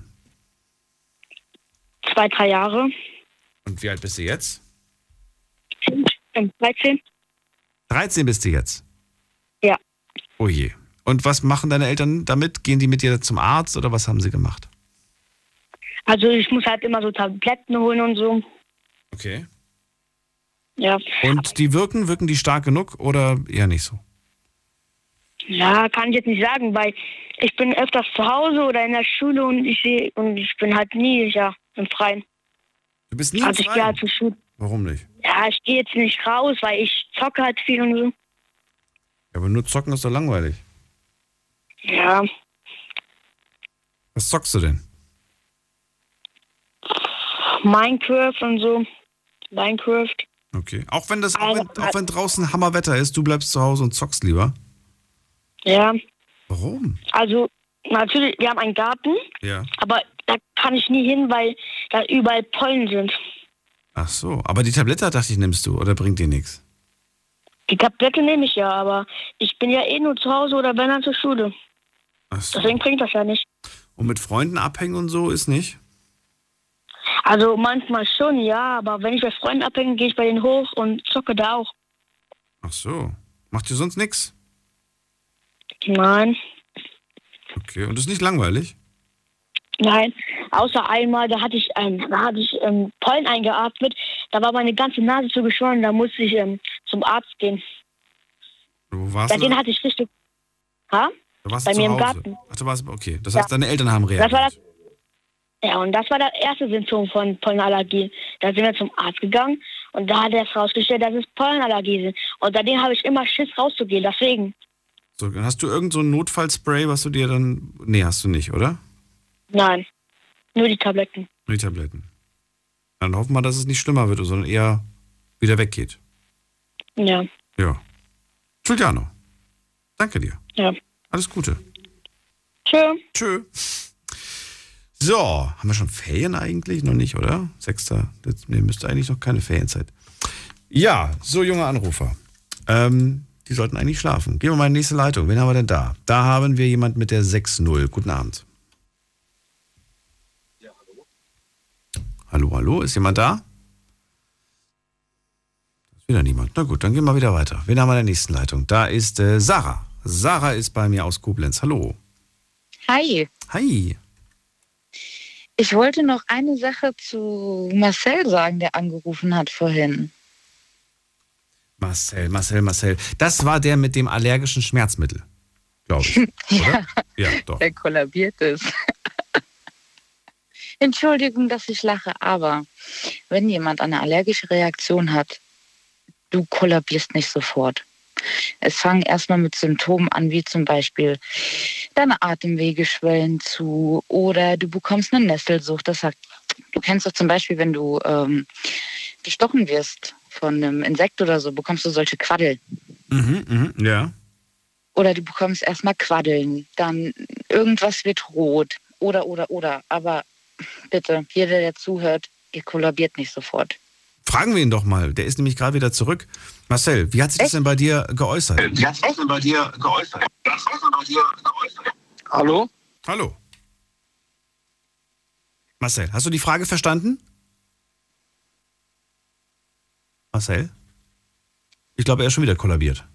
2-3 Jahre. Und wie alt bist du jetzt? 13. 13 bist du jetzt? Ja. Oh je. Und was machen deine Eltern damit? Gehen die mit dir zum Arzt oder was haben sie gemacht? Also ich muss halt immer so Tabletten holen und so. Okay. Ja. Und die wirken die stark genug oder eher nicht so? Ja, kann ich jetzt nicht sagen, weil ich bin öfters zu Hause oder in der Schule und ich bin halt nie im Freien. Du bist nie im Freien? Ich gehe halt zur Schule. Warum nicht? Ja, ich gehe jetzt nicht raus, weil ich zocke halt viel und so. Ja, aber nur zocken ist doch langweilig. Ja. Was zockst du denn? Minecraft und so. Minecraft. Okay. Auch wenn draußen Hammerwetter ist, du bleibst zu Hause und zockst lieber? Ja. Warum? Also, natürlich, wir haben einen Garten. Ja. Aber da kann ich nie hin, weil da überall Pollen sind. Ach so. Aber die Tablette, dachte ich, nimmst du oder bringt dir nichts? Die Tablette nehme ich ja, aber ich bin ja eh nur zu Hause oder wenn dann zur Schule. Ach so. Deswegen bringt das ja nicht. Und mit Freunden abhängen und so ist nicht? Also manchmal schon, ja, aber wenn ich bei Freunden abhänge, gehe ich bei denen hoch und zocke da auch. Ach so. Macht ihr sonst nichts? Nein. Okay, und das ist nicht langweilig? Nein, außer einmal, da hatte ich Pollen eingeatmet, da war meine ganze Nase zugeschwollen, da musste ich zum Arzt gehen. Wo warst du? Den hatte ich richtig. Da warst Bei du mir zu im Hause. Garten. Ach, du warst, okay. Das heißt, deine Eltern haben reagiert. Und das war das erste Symptom von Pollenallergie. Da sind wir zum Arzt gegangen und da hat er herausgestellt, dass es Pollenallergie sind. Und seitdem habe ich immer Schiss rauszugehen, deswegen. So, hast du irgend so ein Notfallspray, was du dir dann... Nee, hast du nicht, oder? Nein, nur die Tabletten. Nur die Tabletten. Dann hoffen wir, dass es nicht schlimmer wird, sondern eher wieder weggeht. Ja. Ja. Giuliano, danke dir. Ja. Alles Gute. Tschö. Tschö. So, haben wir schon Ferien eigentlich? Noch nicht, oder? 6. Nee, müsste eigentlich noch keine Ferienzeit. Ja, so junge Anrufer. Die sollten eigentlich schlafen. Gehen wir mal in die nächste Leitung. Wen haben wir denn da? Da haben wir jemand mit der 6-0. Guten Abend. Ja, hallo. Hallo, hallo. Ist jemand da? Ist wieder niemand. Na gut, dann gehen wir wieder weiter. Wen haben wir in der nächsten Leitung? Da ist Sarah. Sarah ist bei mir aus Koblenz. Hallo. Hi. Hi. Ich wollte noch eine Sache zu Marcel sagen, der angerufen hat vorhin. Marcel. Das war der mit dem allergischen Schmerzmittel, glaube ich. Oder? Ja, doch. Der kollabiert ist. Entschuldigung, dass ich lache, aber wenn jemand eine allergische Reaktion hat, du kollabierst nicht sofort. Es fangen erstmal mit Symptomen an, wie zum Beispiel deine Atemwege schwellen zu oder du bekommst eine Nesselsucht. Das sagt, du kennst doch zum Beispiel, wenn du gestochen wirst von einem Insekt oder so, bekommst du solche Quaddel. Ja. Oder du bekommst erstmal Quaddeln, dann irgendwas wird rot oder. Aber bitte, jeder, der zuhört, ihr kollabiert nicht sofort. Fragen wir ihn doch mal. Der ist nämlich gerade wieder zurück. Marcel, wie hat sich das denn bei dir geäußert? Hallo? Hallo. Marcel, hast du die Frage verstanden? Marcel? Ich glaube, er ist schon wieder kollabiert.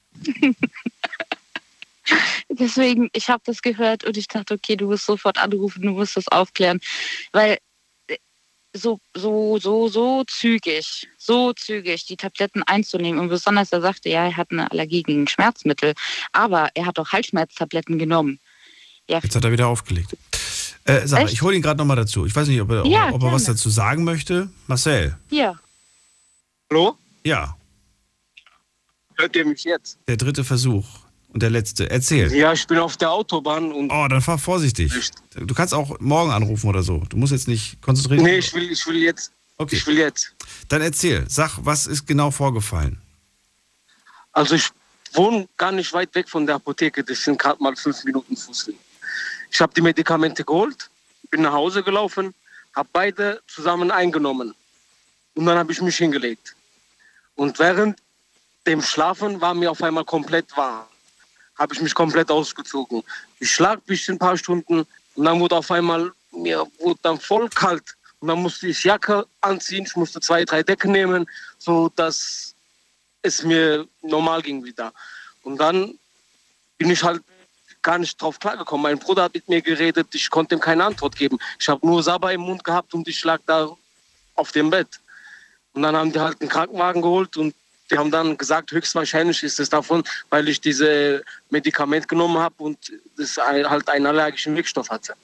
Deswegen, ich habe das gehört und ich dachte, okay, du musst sofort anrufen, du musst das aufklären. Weil so zügig die Tabletten einzunehmen. Und besonders, er sagte, ja, er hat eine Allergie gegen Schmerzmittel, aber er hat auch Halsschmerztabletten genommen. Ja. Jetzt hat er wieder aufgelegt. Sarah, ich hole ihn gerade nochmal dazu. Ich weiß nicht, ob er was dazu sagen möchte. Marcel. Ja. Hallo? Ja. Hört ihr mich jetzt? Der 3. Versuch und der letzte. Erzähl. Ja, ich bin auf der Autobahn und... Oh, dann fahr vorsichtig. Du kannst auch morgen anrufen oder so. Du musst jetzt nicht konzentrieren. Nee, ich will jetzt. Okay. Ich will jetzt. Dann erzähl. Sag, was ist genau vorgefallen? Also ich wohne gar nicht weit weg von der Apotheke. Das sind gerade mal 5 Minuten Fußweg. Ich habe die Medikamente geholt, bin nach Hause gelaufen, habe beide zusammen eingenommen. Und dann habe ich mich hingelegt. Und während dem Schlafen war mir auf einmal komplett warm. Habe ich mich komplett ausgezogen. Ich lag bis ein paar Stunden und dann wurde auf einmal, mir wurde dann voll kalt. Und dann musste ich Jacke anziehen, ich musste 2, 3 Decken nehmen, so dass es mir normal ging wieder. Und dann bin ich halt gar nicht drauf klargekommen. Mein Bruder hat mit mir geredet, ich konnte ihm keine Antwort geben. Ich habe nur Sabber im Mund gehabt und ich lag da auf dem Bett. Und dann haben die halt einen Krankenwagen geholt und die haben dann gesagt, höchstwahrscheinlich ist es davon, weil ich diese Medikament genommen habe und das halt einen allergischen Wirkstoff hatte.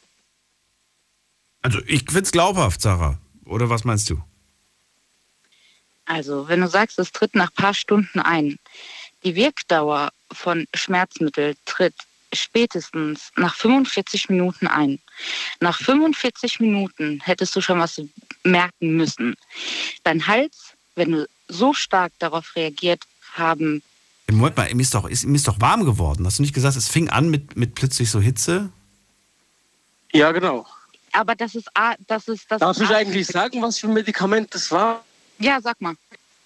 Also ich finde es glaubhaft, Sarah. Oder was meinst du? Also, wenn du sagst, es tritt nach ein paar Stunden ein, die Wirkdauer von Schmerzmittel tritt spätestens nach 45 Minuten ein. Nach 45 Minuten hättest du schon was merken müssen. Dein Hals, wenn du so stark darauf reagiert haben... Moment mal, ihm ist doch warm geworden. Hast du nicht gesagt, es fing an mit plötzlich so Hitze? Ja, genau. Aber das ist... Darf ich eigentlich sagen, was für ein Medikament das war? Ja, sag mal.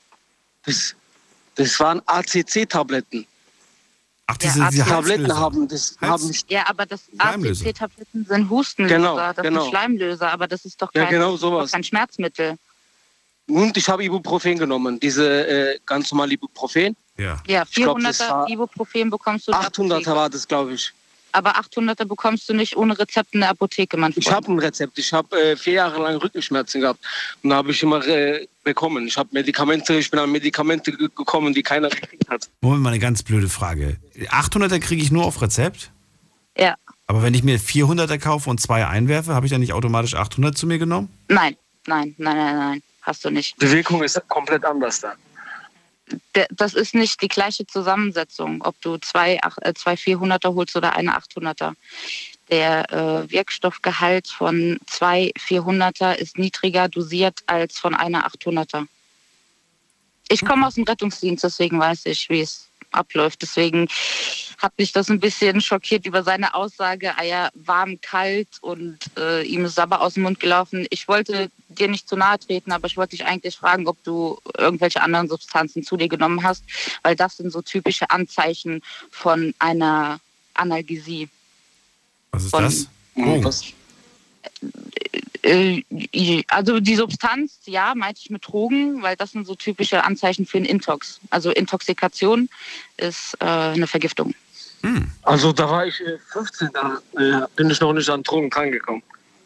Das waren ACC-Tabletten. Ach, diese Tabletten haben ja, aber das ACC-Tabletten sind Hustenlöser, das sind Schleimlöser, aber das ist doch kein Schmerzmittel. Und ich habe Ibuprofen genommen, diese ganz normale Ibuprofen. Ja. Ja, Ich glaub, das 400er war Ibuprofen bekommst du in der 800er Apotheke. war das, glaube ich. Aber 800er bekommst du nicht ohne Rezept in der Apotheke, mein Freund. Ich habe ein Rezept. Ich habe 4 Jahre lang Rückenschmerzen gehabt. Und da habe ich immer bekommen. Ich bin an Medikamente gekommen, die keiner gekriegt hat. Moment mal, eine ganz blöde Frage. 800er kriege ich nur auf Rezept? Ja. Aber wenn ich mir 400er kaufe und 2 einwerfe, habe ich dann nicht automatisch 800 zu mir genommen? Nein. Hast du nicht. Die Wirkung ist komplett anders da. Das ist nicht die gleiche Zusammensetzung, ob du zwei 400er holst oder eine 800er. Der Wirkstoffgehalt von 2 400er ist niedriger dosiert als von einer 800er. Ich komme aus dem Rettungsdienst, deswegen weiß ich, wie es abläuft. Deswegen hat mich das ein bisschen schockiert über seine Aussage, warm, kalt und ihm ist Sabber aus dem Mund gelaufen. Ich wollte dir nicht zu nahe treten, aber ich wollte dich eigentlich fragen, ob du irgendwelche anderen Substanzen zu dir genommen hast, weil das sind so typische Anzeichen von einer Analgesie. Was ist das? Oh. Also die Substanz, ja, meinte ich mit Drogen, weil das sind so typische Anzeichen für einen Intox. Also Intoxikation ist eine Vergiftung. Also da war ich 15, da bin ich noch nicht an Drogen drangekommen.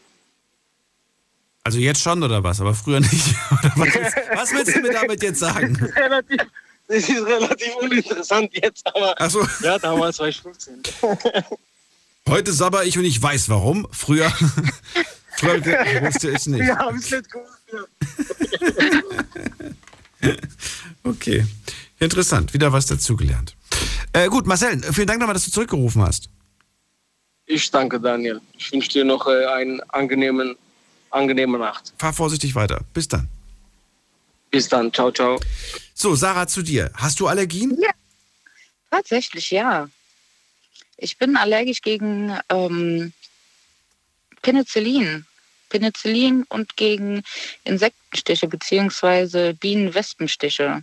Also jetzt schon oder was? Aber früher nicht? Was willst du mir damit jetzt sagen? Das ist relativ uninteressant jetzt, aber ach so. Ja, damals war ich 15. Heute sabber ich und ich weiß warum. Früher wusste ich nicht. Ja, hab ich nicht gewusst. Okay, interessant. Wieder was dazugelernt. Gut, Marcel, vielen Dank nochmal, dass du zurückgerufen hast. Ich danke, Daniel. Ich wünsche dir noch eine angenehme Nacht. Fahr vorsichtig weiter. Bis dann. Bis dann. Ciao, ciao. So, Sarah, zu dir. Hast du Allergien? Ja, tatsächlich, ja. Ich bin allergisch gegen Penicillin. Penicillin und gegen Insektenstiche bzw. Bienen-Wespenstiche.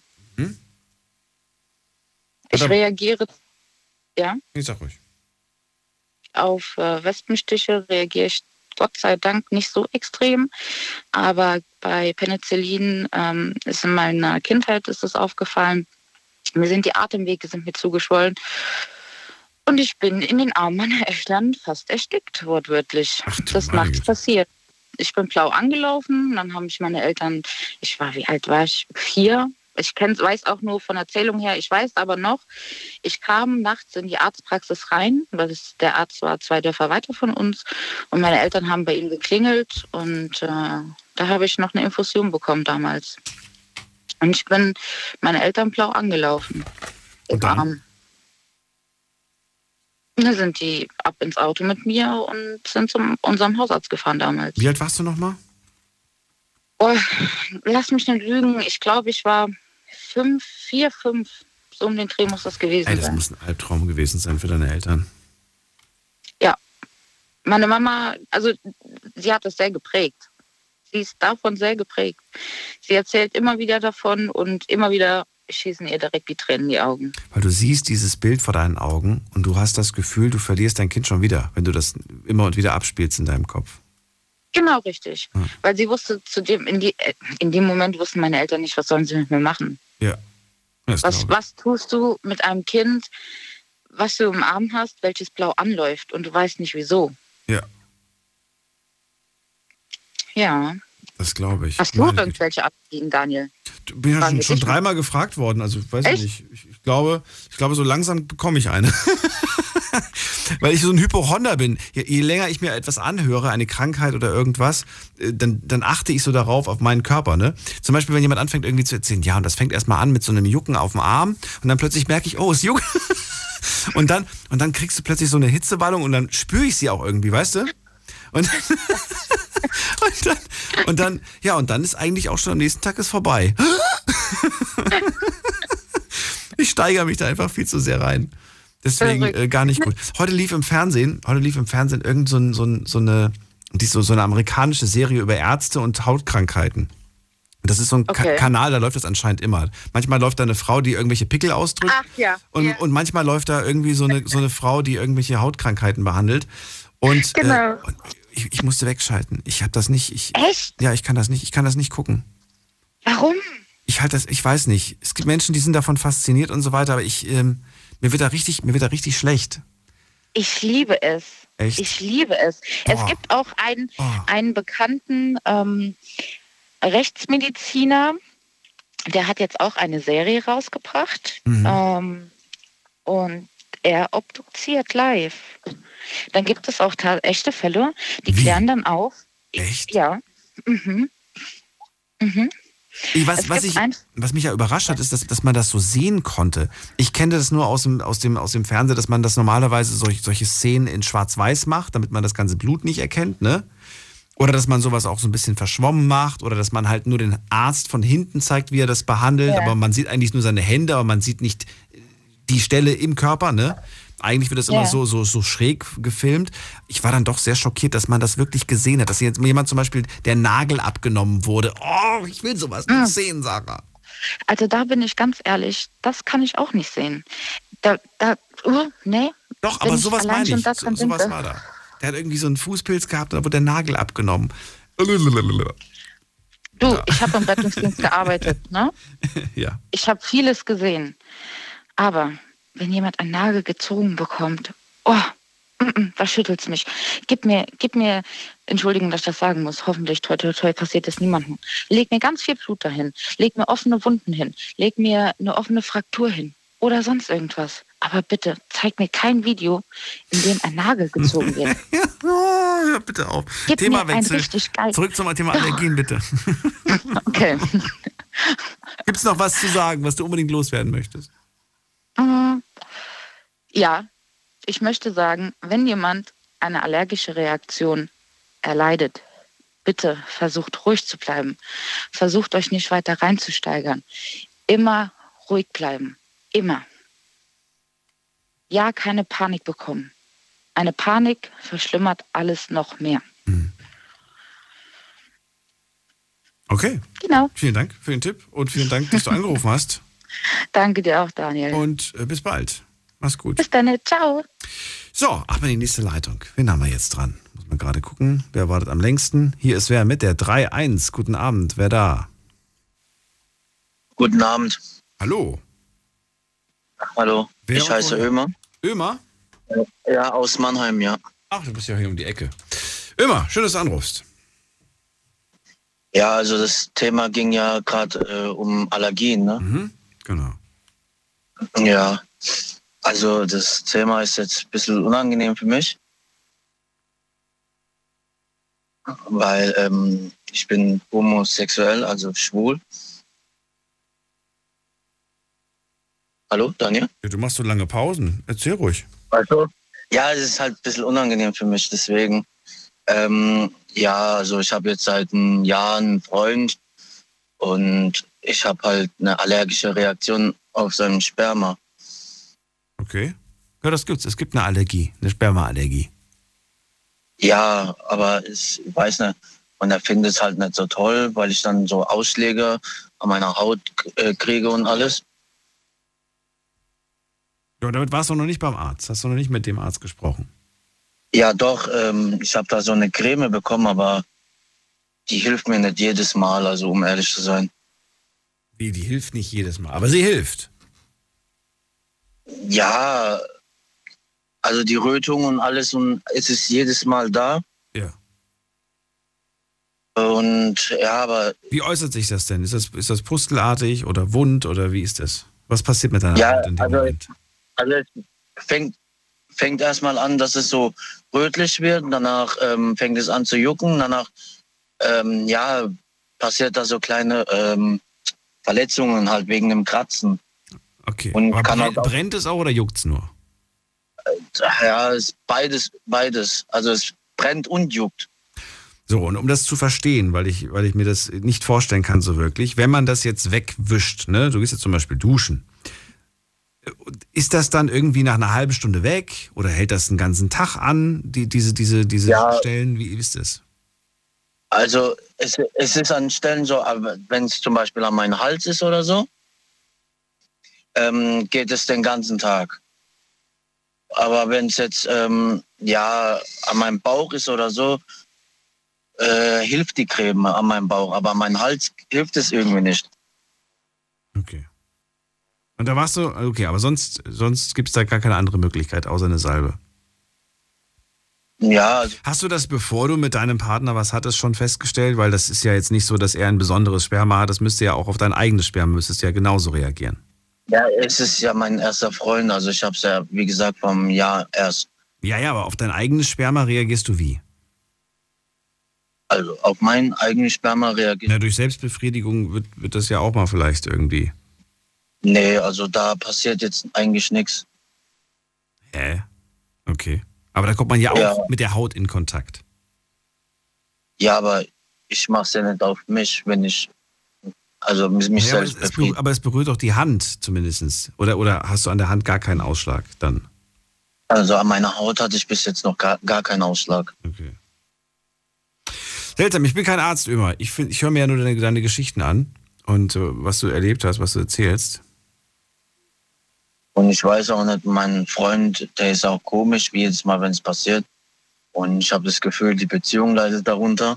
Ich reagiere, ja? Ich sag ruhig. Auf Wespenstiche reagiere ich Gott sei Dank nicht so extrem, aber bei Penicillin ist in meiner Kindheit ist es aufgefallen. Die Atemwege sind mir zugeschwollen und ich bin in den Armen meiner Eltern fast erstickt, wortwörtlich. Das ist nachts passiert. Ich bin blau angelaufen, dann haben mich meine Eltern, wie alt war ich? 4. Ich weiß auch nur von Erzählung her, ich weiß aber noch, ich kam nachts in die Arztpraxis rein, weil der Arzt war 2 Dörfer weiter von uns und meine Eltern haben bei ihm geklingelt und da habe ich noch eine Infusion bekommen damals. Und ich bin meine Eltern blau angelaufen. Und dann? Da sind die ab ins Auto mit mir und sind zu unserem Hausarzt gefahren damals. Wie alt warst du nochmal? Oh, lass mich nicht lügen. Ich glaube, ich war 4, 5. So um den Dreh muss das gewesen sein. Das muss ein Albtraum gewesen sein für deine Eltern. Ja. Meine Mama, also sie hat das sehr geprägt. Sie ist davon sehr geprägt. Sie erzählt immer wieder davon und immer wieder schießen ihr direkt die Tränen in die Augen. Weil du siehst dieses Bild vor deinen Augen und du hast das Gefühl, du verlierst dein Kind schon wieder, wenn du das immer und wieder abspielst in deinem Kopf. Genau, richtig. Ja. Weil sie wusste in dem Moment wussten meine Eltern nicht, was sollen sie mit mir machen. Ja. Was tust du mit einem Kind, was du im Arm hast, welches blau anläuft und du weißt nicht wieso? Ja. Ja. Das glaube ich. Hast du irgendwelche Allergien, Daniel? Du bin ja schon 3-mal gefragt worden, also weiß ich nicht. Ich glaube, so langsam bekomme ich eine. Weil ich so ein Hypochonder bin. Je länger ich mir etwas anhöre, eine Krankheit oder irgendwas, dann achte ich so darauf, auf meinen Körper. Ne? Zum Beispiel, wenn jemand anfängt irgendwie zu erzählen, ja, und das fängt erstmal an mit so einem Jucken auf dem Arm und dann plötzlich merke ich, oh, es juckt. Und dann kriegst du plötzlich so eine Hitzewallung und dann spüre ich sie auch irgendwie, weißt du? Und dann ist eigentlich auch schon am nächsten Tag ist vorbei. Ich steigere mich da einfach viel zu sehr rein. Deswegen gar nicht gut. Heute lief im Fernsehen irgend so eine amerikanische Serie über Ärzte und Hautkrankheiten. Das ist so ein Kanal, da läuft das anscheinend immer. Manchmal läuft da eine Frau, die irgendwelche Pickel ausdrückt. Ach, ja. Und manchmal läuft da irgendwie so eine Frau, die irgendwelche Hautkrankheiten behandelt. Und genau. Ich musste wegschalten. Ich habe das nicht. Echt? Ja, ich kann das nicht gucken. Warum? ich weiß nicht. Es gibt Menschen, die sind davon fasziniert und so weiter, aber mir wird da richtig schlecht. Ich liebe es. Echt? Ich liebe es. Boah. Es gibt auch einen bekannten Rechtsmediziner, der hat jetzt auch eine Serie rausgebracht. Und er obduziert live. Dann gibt es auch echte Fälle, die klären dann auf. Echt? Ja. Was mich ja überrascht hat, ist, dass man das so sehen konnte. Ich kenne das nur aus dem Fernsehen, dass man das normalerweise solche Szenen in Schwarz-Weiß macht, damit man das ganze Blut nicht erkennt, ne? Oder dass man sowas auch so ein bisschen verschwommen macht oder dass man halt nur den Arzt von hinten zeigt, wie er das behandelt, aber man sieht eigentlich nur seine Hände, aber man sieht nicht die Stelle im Körper, ne? Eigentlich wird das immer so schräg gefilmt. Ich war dann doch sehr schockiert, dass man das wirklich gesehen hat. Dass jetzt jemand zum Beispiel der Nagel abgenommen wurde. Oh, ich will sowas nicht sehen, Sarah. Also da bin ich ganz ehrlich, das kann ich auch nicht sehen. Nee. Doch, aber sowas meine ich. Sowas war da. Der hat irgendwie so einen Fußpilz gehabt und da wurde der Nagel abgenommen. Du, ich habe im Rettungsdienst gearbeitet, ne? Ja. Ich habe vieles gesehen. Aber wenn jemand einen Nagel gezogen bekommt, da schüttelt's mich. Gib mir, Entschuldigung, dass ich das sagen muss, hoffentlich, toi, toi, toi, passiert es niemandem. Leg mir ganz viel Blut dahin, leg mir offene Wunden hin, leg mir eine offene Fraktur hin oder sonst irgendwas. Aber bitte, zeig mir kein Video, in dem ein Nagel gezogen wird. Ja, bitte auf. Gib Themawechsel. Zurück zum Thema Allergien, bitte. Okay. Gibt's noch was zu sagen, was du unbedingt loswerden möchtest? Ja, ich möchte sagen, wenn jemand eine allergische Reaktion erleidet, bitte versucht ruhig zu bleiben. Versucht euch nicht weiter reinzusteigern. Immer ruhig bleiben. Immer. Ja, keine Panik bekommen. Eine Panik verschlimmert alles noch mehr. Okay. Genau. Vielen Dank für den Tipp und vielen Dank, dass du angerufen hast. Danke dir auch, Daniel. Und bis bald. Mach's gut. Bis dann. Ciao. So, ab in die nächste Leitung. Wen haben wir jetzt dran? Muss man gerade gucken. Wer wartet am längsten? Hier ist wer mit der 3-1. Guten Abend. Wer da? Guten Abend. Hallo. Hallo. Ich heiße Ömer. Ömer? Ja, aus Mannheim, ja. Ach, du bist ja hier um die Ecke. Ömer, schön, dass du anrufst. Ja, also das Thema ging ja gerade um Allergien, ne? Genau. Ja, also das Thema ist jetzt ein bisschen unangenehm für mich, weil ich bin homosexuell, also schwul. Hallo, Daniel? Ja, du machst so lange Pausen. Erzähl ruhig. Also? Ja, es ist halt ein bisschen unangenehm für mich, deswegen. Ja, also ich habe jetzt seit einem Jahr einen Freund und ich habe halt eine allergische Reaktion auf seinem Sperma. Okay. Ja, das gibt's. Es gibt eine Allergie, eine Spermaallergie. Ja, aber ich weiß nicht, und er findet es halt nicht so toll, weil ich dann so Ausschläge an meiner Haut kriege und alles. Ja, damit warst du noch nicht beim Arzt. Hast du noch nicht mit dem Arzt gesprochen? Ja, doch. Ich habe da so eine Creme bekommen, aber die hilft mir nicht jedes Mal, also um ehrlich zu sein. Wie, die hilft nicht jedes Mal, aber sie hilft. Ja, also die Rötung und alles, und es ist jedes Mal da. Ja. Und ja, aber... Wie äußert sich das denn? Ist das pustelartig oder wund oder wie ist das? Was passiert mit deiner Haut in dem Moment? Also es fängt erstmal an, dass es so rötlich wird, danach fängt es an zu jucken, danach passiert da so kleine Verletzungen halt wegen dem Kratzen. Okay, und aber brennt es auch oder juckt es nur? Ja, es ist beides. Also es brennt und juckt. So, und um das zu verstehen, weil ich mir das nicht vorstellen kann so wirklich, wenn man das jetzt wegwischt, ne, du gehst jetzt zum Beispiel duschen, ist das dann irgendwie nach einer halben Stunde weg oder hält das den ganzen Tag an, diese Stellen? Wie ist das? Also es ist an Stellen so, wenn es zum Beispiel an meinem Hals ist oder so, geht es den ganzen Tag. Aber wenn es jetzt an meinem Bauch ist oder so, hilft die Creme an meinem Bauch, aber an meinem Hals hilft es irgendwie nicht. Okay. Und da warst du, okay, aber sonst gibt es da gar keine andere Möglichkeit, außer eine Salbe. Ja. Also hast du das, bevor du mit deinem Partner was hattest, schon festgestellt? Weil das ist ja jetzt nicht so, dass er ein besonderes Sperma hat. Das müsste ja auch auf dein eigenes Sperma, müsstest du ja genauso reagieren. Ja, es ist ja mein erster Freund. Also ich habe es ja, wie gesagt, vom Jahr erst. Ja, aber auf dein eigenes Sperma reagierst du wie? Also auf mein eigenes Sperma reagiert. Na, durch Selbstbefriedigung wird das ja auch mal vielleicht irgendwie. Nee, also da passiert jetzt eigentlich nichts. Hä? Okay. Aber da kommt man ja auch mit der Haut in Kontakt. Ja, aber ich mache es ja nicht auf mich, wenn ich also mich selbst befriedige. Aber es berührt doch die Hand zumindest. Oder hast du an der Hand gar keinen Ausschlag dann? Also an meiner Haut hatte ich bis jetzt noch gar keinen Ausschlag. Okay. Seltsam, ich bin kein Arzt, Ömer. Ich höre mir ja nur deine Geschichten an und was du erlebt hast, was du erzählst. Und ich weiß auch nicht, mein Freund, der ist auch komisch, wie jedes Mal, wenn es passiert. Und ich habe das Gefühl, die Beziehung leidet darunter.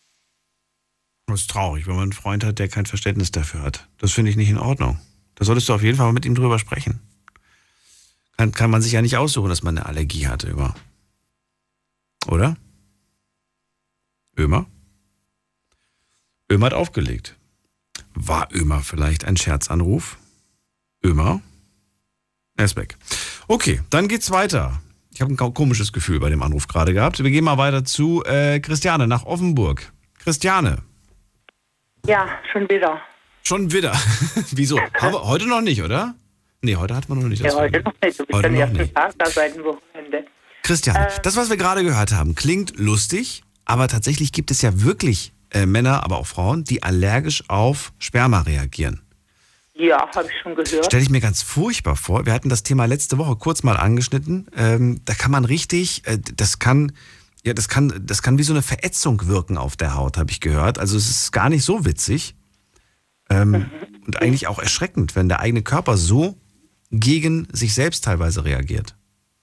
Das ist traurig, wenn man einen Freund hat, der kein Verständnis dafür hat. Das finde ich nicht in Ordnung. Da solltest du auf jeden Fall mal mit ihm drüber sprechen. Kann man sich ja nicht aussuchen, dass man eine Allergie hatte, Ömer. Oder? Ömer? Ömer hat aufgelegt. War Ömer vielleicht ein Scherzanruf? Ömer? Er ist weg. Okay, dann geht's weiter. Ich habe ein komisches Gefühl bei dem Anruf gerade gehabt. Wir gehen mal weiter zu Christiane nach Offenburg. Christiane. Ja, schon wieder. Schon wieder? Wieso? Haben wir heute noch nicht, oder? Nee, heute hatten wir noch nicht. Ja, heute noch nicht. Du bist den ersten Tag da seit dem Wochenende. Christiane, das, was wir gerade gehört haben, klingt lustig, aber tatsächlich gibt es ja wirklich Männer, aber auch Frauen, die allergisch auf Sperma reagieren. Ja, habe ich schon gehört. Stelle ich mir ganz furchtbar vor. Wir hatten das Thema letzte Woche kurz mal angeschnitten. Da kann man richtig, das kann wie so eine Verätzung wirken auf der Haut, habe ich gehört. Also es ist gar nicht so witzig. Und eigentlich auch erschreckend, wenn der eigene Körper so gegen sich selbst teilweise reagiert.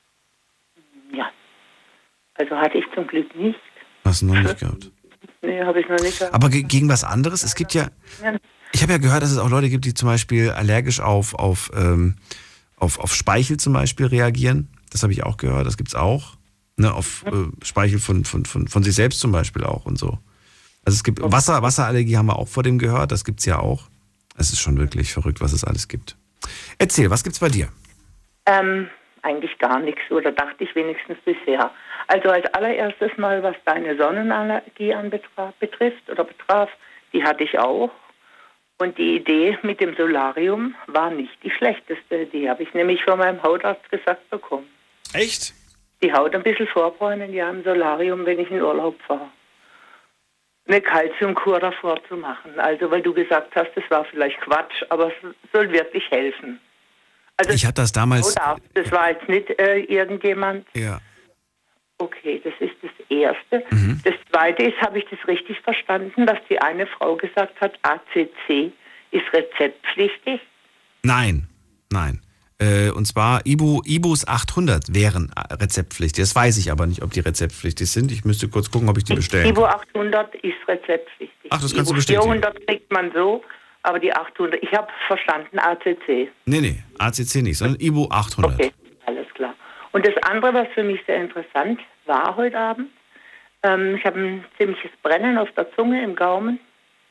Ja, also hatte ich zum Glück nicht. Hast du noch nicht gehabt? Nee, habe ich noch nicht gehabt. Aber gegen was anderes? Es gibt ja... Ich habe ja gehört, dass es auch Leute gibt, die zum Beispiel allergisch auf Speichel zum Beispiel reagieren. Das habe ich auch gehört, das gibt's auch. Ne, auf Speichel von sich selbst zum Beispiel auch und so. Also es gibt Wasserallergie haben wir auch vor dem gehört, das gibt's ja auch. Es ist schon wirklich verrückt, was es alles gibt. Erzähl, was gibt's bei dir? Eigentlich gar nichts, oder dachte ich wenigstens bisher. Also als allererstes mal, was deine Sonnenallergie betraf, die hatte ich auch. Und die Idee mit dem Solarium war nicht die schlechteste. Die habe ich nämlich von meinem Hautarzt gesagt bekommen. Echt? Die Haut ein bisschen vorbräunen, ja, im Solarium, wenn ich in Urlaub fahre. Eine Kalziumkur davor zu machen. Also, weil du gesagt hast, das war vielleicht Quatsch, aber es soll wirklich helfen. Also, ich hatte das damals... Das war jetzt nicht irgendjemand... Ja. Okay, das ist das Erste. Das Zweite ist, habe ich das richtig verstanden, dass die eine Frau gesagt hat, ACC ist rezeptpflichtig? Nein. Und zwar Ibus 800 wären rezeptpflichtig. Das weiß ich aber nicht, ob die rezeptpflichtig sind. Ich müsste kurz gucken, ob ich die bestellen kann. Ibu 800 ist rezeptpflichtig. Ach, das kannst du bestätigen. 400 kriegt man so, aber die 800, ich habe verstanden ACC. Nee, ACC nicht, sondern Ibu 800. Okay, alles klar. Und das andere, was für mich sehr interessant war heute Abend, ich habe ein ziemliches Brennen auf der Zunge, im Gaumen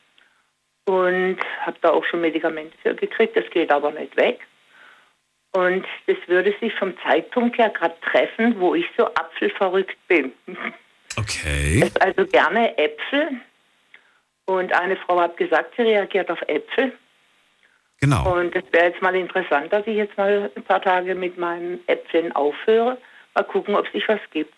und habe da auch schon Medikamente für gekriegt, das geht aber nicht weg. Und das würde sich vom Zeitpunkt her gerade treffen, wo ich so apfelverrückt bin. Okay. Ich esse also gerne Äpfel und eine Frau hat gesagt, sie reagiert auf Äpfel. Genau. Und es wäre jetzt mal interessant, dass ich jetzt mal ein paar Tage mit meinen Äpfeln aufhöre. Mal gucken, ob es sich was gibt.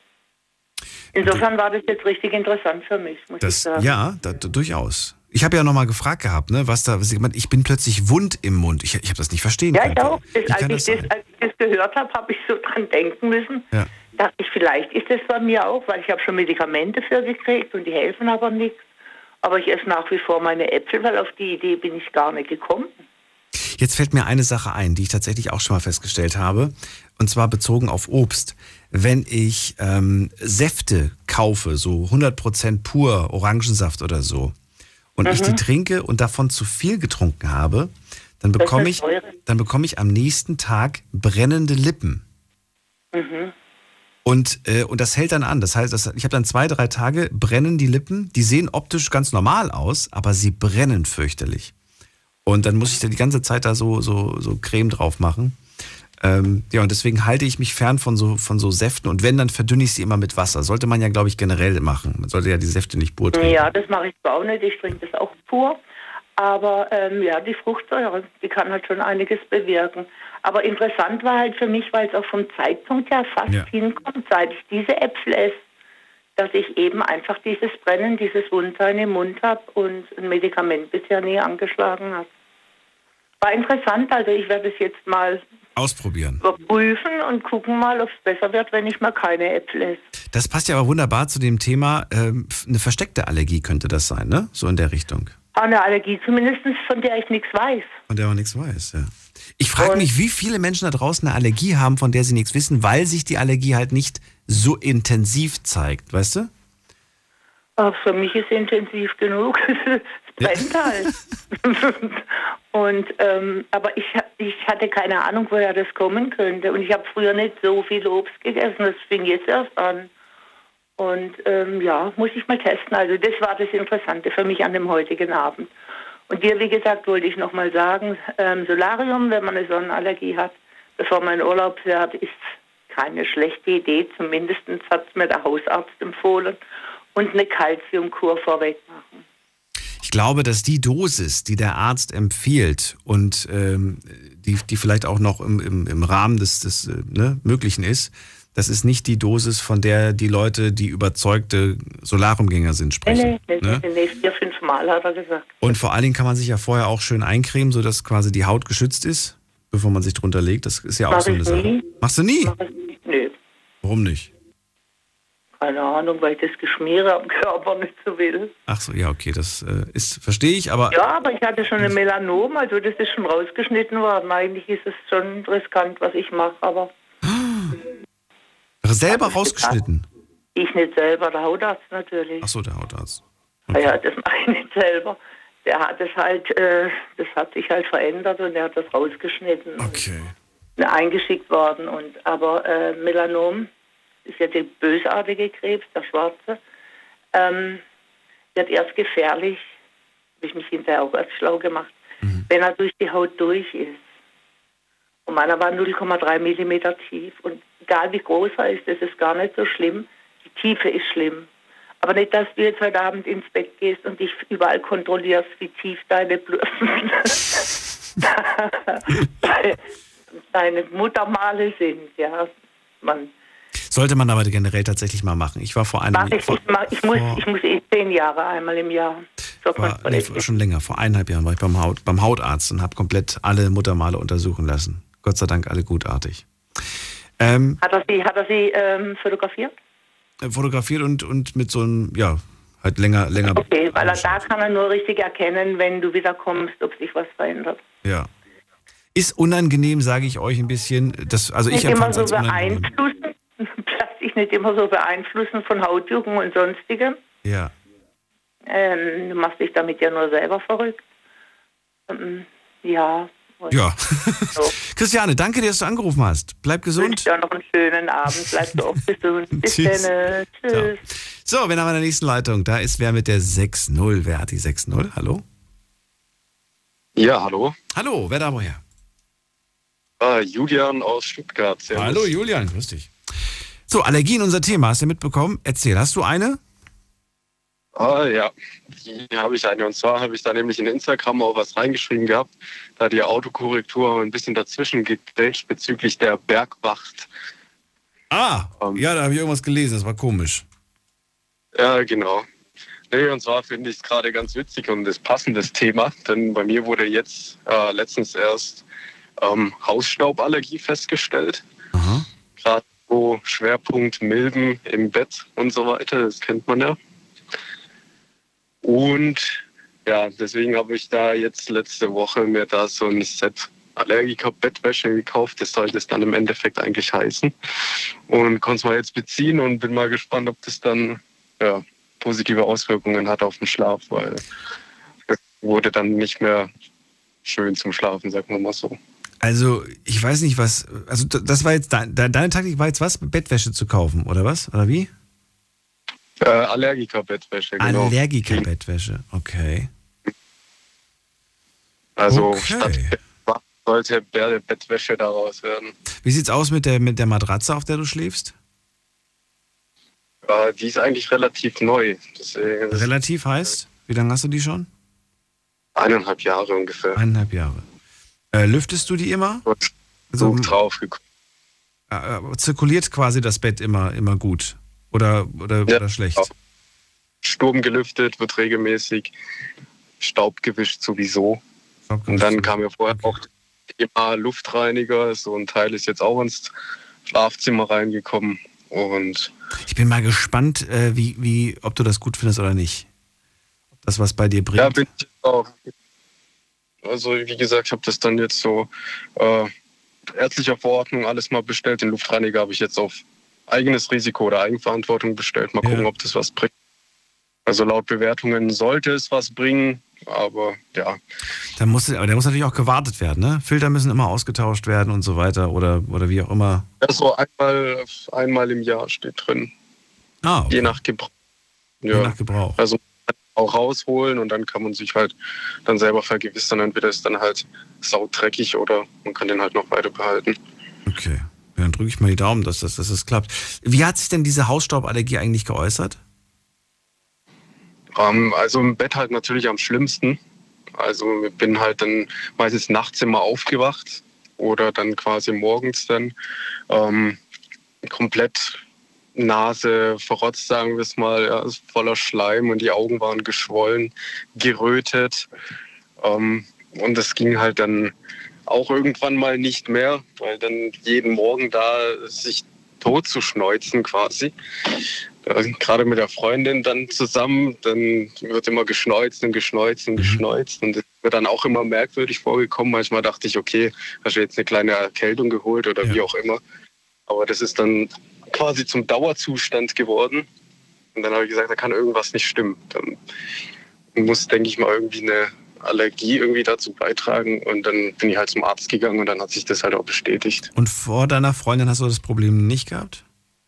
Insofern war das jetzt richtig interessant für mich, muss ich sagen. Ja, durchaus. Ich habe ja nochmal gefragt gehabt, ne, ich bin plötzlich wund im Mund. Ich habe das nicht verstehen können. Ja, ich auch. Als ich das gehört habe, habe ich so dran denken müssen. Ja. Dachte ich, vielleicht ist das bei mir auch, weil ich habe schon Medikamente für gekriegt und die helfen aber nichts. Aber ich esse nach wie vor meine Äpfel, weil auf die Idee bin ich gar nicht gekommen. Jetzt fällt mir eine Sache ein, die ich tatsächlich auch schon mal festgestellt habe. Und zwar bezogen auf Obst. Wenn ich Säfte kaufe, so 100% pur Orangensaft oder so, und ich die trinke und davon zu viel getrunken habe, dann bekomme ich am nächsten Tag brennende Lippen. Mhm. Und das hält dann an. Das heißt, ich habe dann 2-3 Tage, brennen die Lippen. Die sehen optisch ganz normal aus, aber sie brennen fürchterlich. Und dann muss ich da die ganze Zeit da so Creme drauf machen. Und deswegen halte ich mich fern von so Säften. Und wenn, dann verdünne ich sie immer mit Wasser. Sollte man ja, glaube ich, generell machen. Man sollte ja die Säfte nicht pur trinken. Ja, das mache ich zwar auch nicht. Ich trinke das auch pur. Aber die Fruchtsäure, die kann halt schon einiges bewirken. Aber interessant war halt für mich, weil es auch vom Zeitpunkt her fast hinkommt, seit ich diese Äpfel esse, dass ich eben einfach dieses Brennen, dieses Wundsein im Mund habe und ein Medikament bisher nie angeschlagen hat. War interessant, also ich werde es jetzt mal ausprobieren, überprüfen und gucken mal, ob es besser wird, wenn ich mal keine Äpfel esse. Das passt ja aber wunderbar zu dem Thema, eine versteckte Allergie könnte das sein, ne? So in der Richtung. Eine Allergie zumindest, von der ich nichts weiß. Von der man nichts weiß, ja. Ich frage mich, wie viele Menschen da draußen eine Allergie haben, von der sie nichts wissen, weil sich die Allergie halt nicht so intensiv zeigt, weißt du? Ach, für mich ist es intensiv genug. Es brennt halt. Und, aber ich hatte keine Ahnung, woher das kommen könnte. Und ich habe früher nicht so viel Obst gegessen. Das fing jetzt erst an. Und muss ich mal testen. Also das war das Interessante für mich an dem heutigen Abend. Und dir, wie gesagt, wollte ich nochmal sagen, Solarium, wenn man eine Sonnenallergie hat, bevor man in Urlaub fährt, ist keine schlechte Idee. Zumindest hat es mir der Hausarzt empfohlen. Und eine Calciumkur vorweg machen. Ich glaube, dass die Dosis, die der Arzt empfiehlt und die vielleicht auch noch im Rahmen des Möglichen ist, das ist nicht die Dosis, von der die Leute, die überzeugte Solariumgänger sind, sprechen. Nee, 4-5 Mal hat er gesagt. Und vor allen Dingen kann man sich ja vorher auch schön eincremen, sodass quasi die Haut geschützt ist, bevor man sich drunter legt. Das ist ja auch so eine Sache. Machst du nie? Nö. Warum nicht? Keine Ahnung, weil ich das Geschmiere am Körper nicht so will. Ach so, ja, okay, das verstehe ich, aber... Ja, aber ich hatte schon ein Melanom, also das ist schon rausgeschnitten worden. Eigentlich ist es schon riskant, was ich mache, aber... Selber rausgeschnitten? Ich nicht selber, der Hautarzt natürlich. Ach so, der Hautarzt. Okay. Ja, das mache ich nicht selber. Der hat das halt, das hat sich halt verändert und er hat das rausgeschnitten. Okay. Und eingeschickt worden. Aber Melanom ist ja der bösartige Krebs, der schwarze. Wird erst gefährlich, habe ich mich hinterher auch erst schlau gemacht, wenn er durch die Haut durch ist. Und meiner war 0,3 Millimeter tief. Und egal wie groß er ist, das ist gar nicht so schlimm. Die Tiefe ist schlimm. Aber nicht, dass du jetzt heute Abend ins Bett gehst und dich überall kontrollierst, wie tief deine deine Muttermale sind. Ja, sollte man aber generell tatsächlich mal machen. Ich war vor einem Jahr. Ich muss 10 Jahre einmal im Jahr. Schon länger, vor 1,5 Jahren war ich beim Hautarzt und habe komplett alle Muttermale untersuchen lassen. Gott sei Dank alle gutartig. Hat er sie fotografiert? Fotografiert und mit so einem, halt länger. Okay, weil da kann er nur richtig erkennen, wenn du wieder kommst, ob sich was verändert. Ja. Ist unangenehm, sage ich euch ein bisschen. Ich empfand es als unangenehm. Lass dich nicht immer so beeinflussen von Hautjucken und sonstigem. Ja. Du machst dich damit ja nur selber verrückt. Ja. Ja. So. Christiane, danke dir, dass du angerufen hast. Bleib gesund. Ich wünsche dir noch einen schönen Abend. Bleib so auch gesund. Bis dann. Tschüss. So, wir haben in der nächsten Leitung. Da ist wer mit der 6-0. Wer hat die 6-0? Hallo? Ja, hallo. Hallo, wer da woher? Julian aus Stuttgart. Servus. Hallo Julian, grüß dich. So, Allergien, unser Thema. Hast du mitbekommen? Erzähl, hast du eine? Ja, die habe ich eine. Und zwar habe ich da nämlich in Instagram auch was reingeschrieben gehabt. Da die Autokorrektur ein bisschen dazwischen gegrätscht bezüglich der Bergwacht. Ja, da habe ich irgendwas gelesen. Das war komisch. Ja, genau. Nee, und zwar finde ich es gerade ganz witzig und das passendes Thema. Denn bei mir wurde jetzt letztens erst Hausstauballergie festgestellt. Gerade so Schwerpunkt Milben im Bett und so weiter. Das kennt man ja. Und ja, deswegen habe ich da jetzt letzte Woche mir da so ein Set Allergiker-Bettwäsche gekauft. Das sollte es dann im Endeffekt eigentlich heißen. Und konnte es mal jetzt beziehen und bin mal gespannt, ob das dann positive Auswirkungen hat auf den Schlaf, weil es wurde dann nicht mehr schön zum Schlafen, sagen wir mal so. Also, ich weiß nicht, was. Also, das war jetzt. Deine Taktik war jetzt was? Bettwäsche zu kaufen, oder was? Oder wie? Allergiker-Bettwäsche, genau. Allergiker-Bettwäsche, okay. Also, statt sollte Bettwäsche daraus werden. Wie sieht's aus mit der Matratze, auf der du schläfst? Die ist eigentlich relativ neu. Deswegen relativ heißt? Wie lange hast du die schon? 1,5 Jahre ungefähr. 1,5 Jahre. Lüftest du die immer? Also drauf geguckt. Zirkuliert quasi das Bett immer gut? Oder schlecht? Auch. Sturm gelüftet, wird regelmäßig. Staub gewischt sowieso. Und dann kam ja vorher auch Thema Luftreiniger. So ein Teil ist jetzt auch ins Schlafzimmer reingekommen. Und ich bin mal gespannt, ob du das gut findest oder nicht. Ob das was bei dir bringt. Ja, bin ich auch. Also wie gesagt, ich habe das dann jetzt so ärztlicher Verordnung alles mal bestellt. Den Luftreiniger habe ich jetzt auf eigenes Risiko oder Eigenverantwortung bestellt. Mal gucken, ob das was bringt. Also laut Bewertungen sollte es was bringen, aber ja. Der muss natürlich auch gewartet werden, ne? Filter müssen immer ausgetauscht werden und so weiter oder wie auch immer. Ja, so einmal im Jahr steht drin. Okay. Je nach Gebrauch. Ja. Je nach Gebrauch. Also auch rausholen und dann kann man sich halt dann selber vergewissern. Entweder ist dann halt saudreckig oder man kann den halt noch weiter behalten. Okay, ja, dann drücke ich mal die Daumen, dass das klappt. Wie hat sich denn diese Hausstauballergie eigentlich geäußert? Also im Bett halt natürlich am schlimmsten. Also ich bin halt dann meistens nachts immer aufgewacht oder dann quasi morgens dann komplett Nase verrotzt, sagen wir es mal, ja, voller Schleim und die Augen waren geschwollen, gerötet. Und das ging halt dann auch irgendwann mal nicht mehr, weil dann jeden Morgen da sich tot zu schneuzen quasi. Gerade mit der Freundin dann zusammen, dann wird immer geschneuzt und geschneuzt und geschneuzt. Und das wird dann auch immer merkwürdig vorgekommen. Manchmal dachte ich, okay, hast du jetzt eine kleine Erkältung geholt oder wie auch immer. Aber das ist dann quasi zum Dauerzustand geworden. Und dann habe ich gesagt, da kann irgendwas nicht stimmen. Dann muss, denke ich mal, irgendwie eine Allergie irgendwie dazu beitragen. Und dann bin ich halt zum Arzt gegangen und dann hat sich das halt auch bestätigt. Und vor deiner Freundin hast du das Problem nicht gehabt?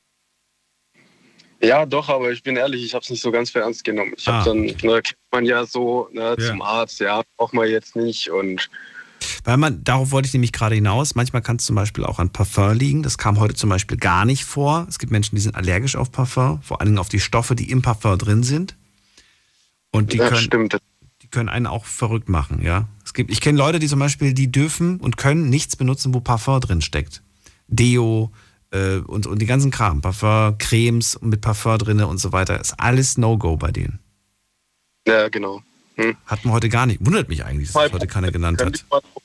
Ja, doch, aber ich bin ehrlich, ich habe es nicht so ganz für ernst genommen. Ich habe dann, kennt man ja so, zum Arzt, braucht man jetzt nicht. Und darauf wollte ich nämlich gerade hinaus, manchmal kann es zum Beispiel auch an Parfum liegen. Das kam heute zum Beispiel gar nicht vor. Es gibt Menschen, die sind allergisch auf Parfum, vor allem auf die Stoffe, die im Parfum drin sind. Und die können einen auch verrückt machen, ja. Ich kenne Leute, die zum Beispiel, die dürfen und können nichts benutzen, wo Parfum drin steckt. Deo und die ganzen Kram, Parfum, Cremes mit Parfum drin und so weiter, ist alles No-Go bei denen. Ja, genau. Hatten wir heute gar nicht. Wundert mich eigentlich, dass das heute keiner genannt hat.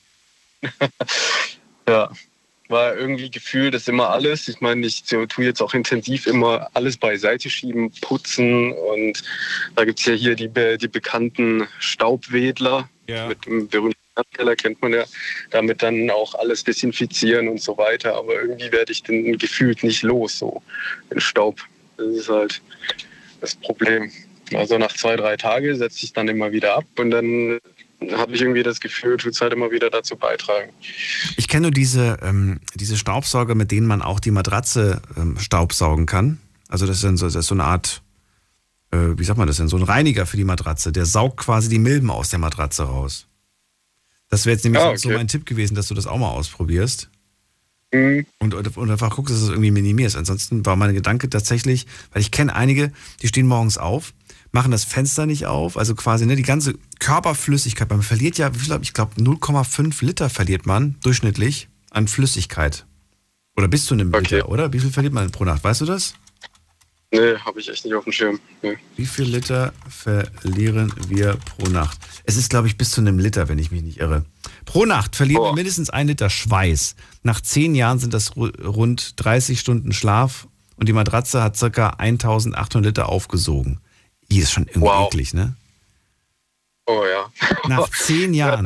Ja, war irgendwie gefühlt, das ist immer alles. Ich meine, ich tue jetzt auch intensiv immer alles beiseite schieben, putzen und da gibt es ja hier die bekannten Staubwedler mit dem berühmten Handteller, kennt man ja, damit dann auch alles desinfizieren und so weiter. Aber irgendwie werde ich den gefühlt nicht los, so den Staub. Das ist halt das Problem. Also nach 2-3 Tagen setze ich dann immer wieder ab und dann habe ich irgendwie das Gefühl, tut es halt immer wieder dazu beitragen. Ich kenne nur diese Staubsauger, mit denen man auch die Matratze staubsaugen kann. Also das ist so eine Art, wie sagt man das denn, so ein Reiniger für die Matratze. Der saugt quasi die Milben aus der Matratze raus. Das wäre jetzt nämlich so mein Tipp gewesen, dass du das auch mal ausprobierst. Und einfach guckst, dass du es irgendwie minimierst. Ansonsten war mein Gedanke tatsächlich, weil ich kenne einige, die stehen morgens auf, machen das Fenster nicht auf, also quasi die ganze Körperflüssigkeit. Man verliert ja, ich glaube 0,5 Liter verliert man durchschnittlich an Flüssigkeit. Oder bis zu einem Liter, oder? Wie viel verliert man pro Nacht? Weißt du das? Nee, habe ich echt nicht auf dem Schirm. Nee. Wie viel Liter verlieren wir pro Nacht? Es ist, glaube ich, bis zu einem Liter, wenn ich mich nicht irre. Pro Nacht verlieren wir mindestens 1 Liter Schweiß. Nach 10 Jahren sind das rund 30 Stunden Schlaf und die Matratze hat ca. 1800 Liter aufgesogen. Ist schon irgendwie eklig, ne? Oh ja. Nach 10 Jahren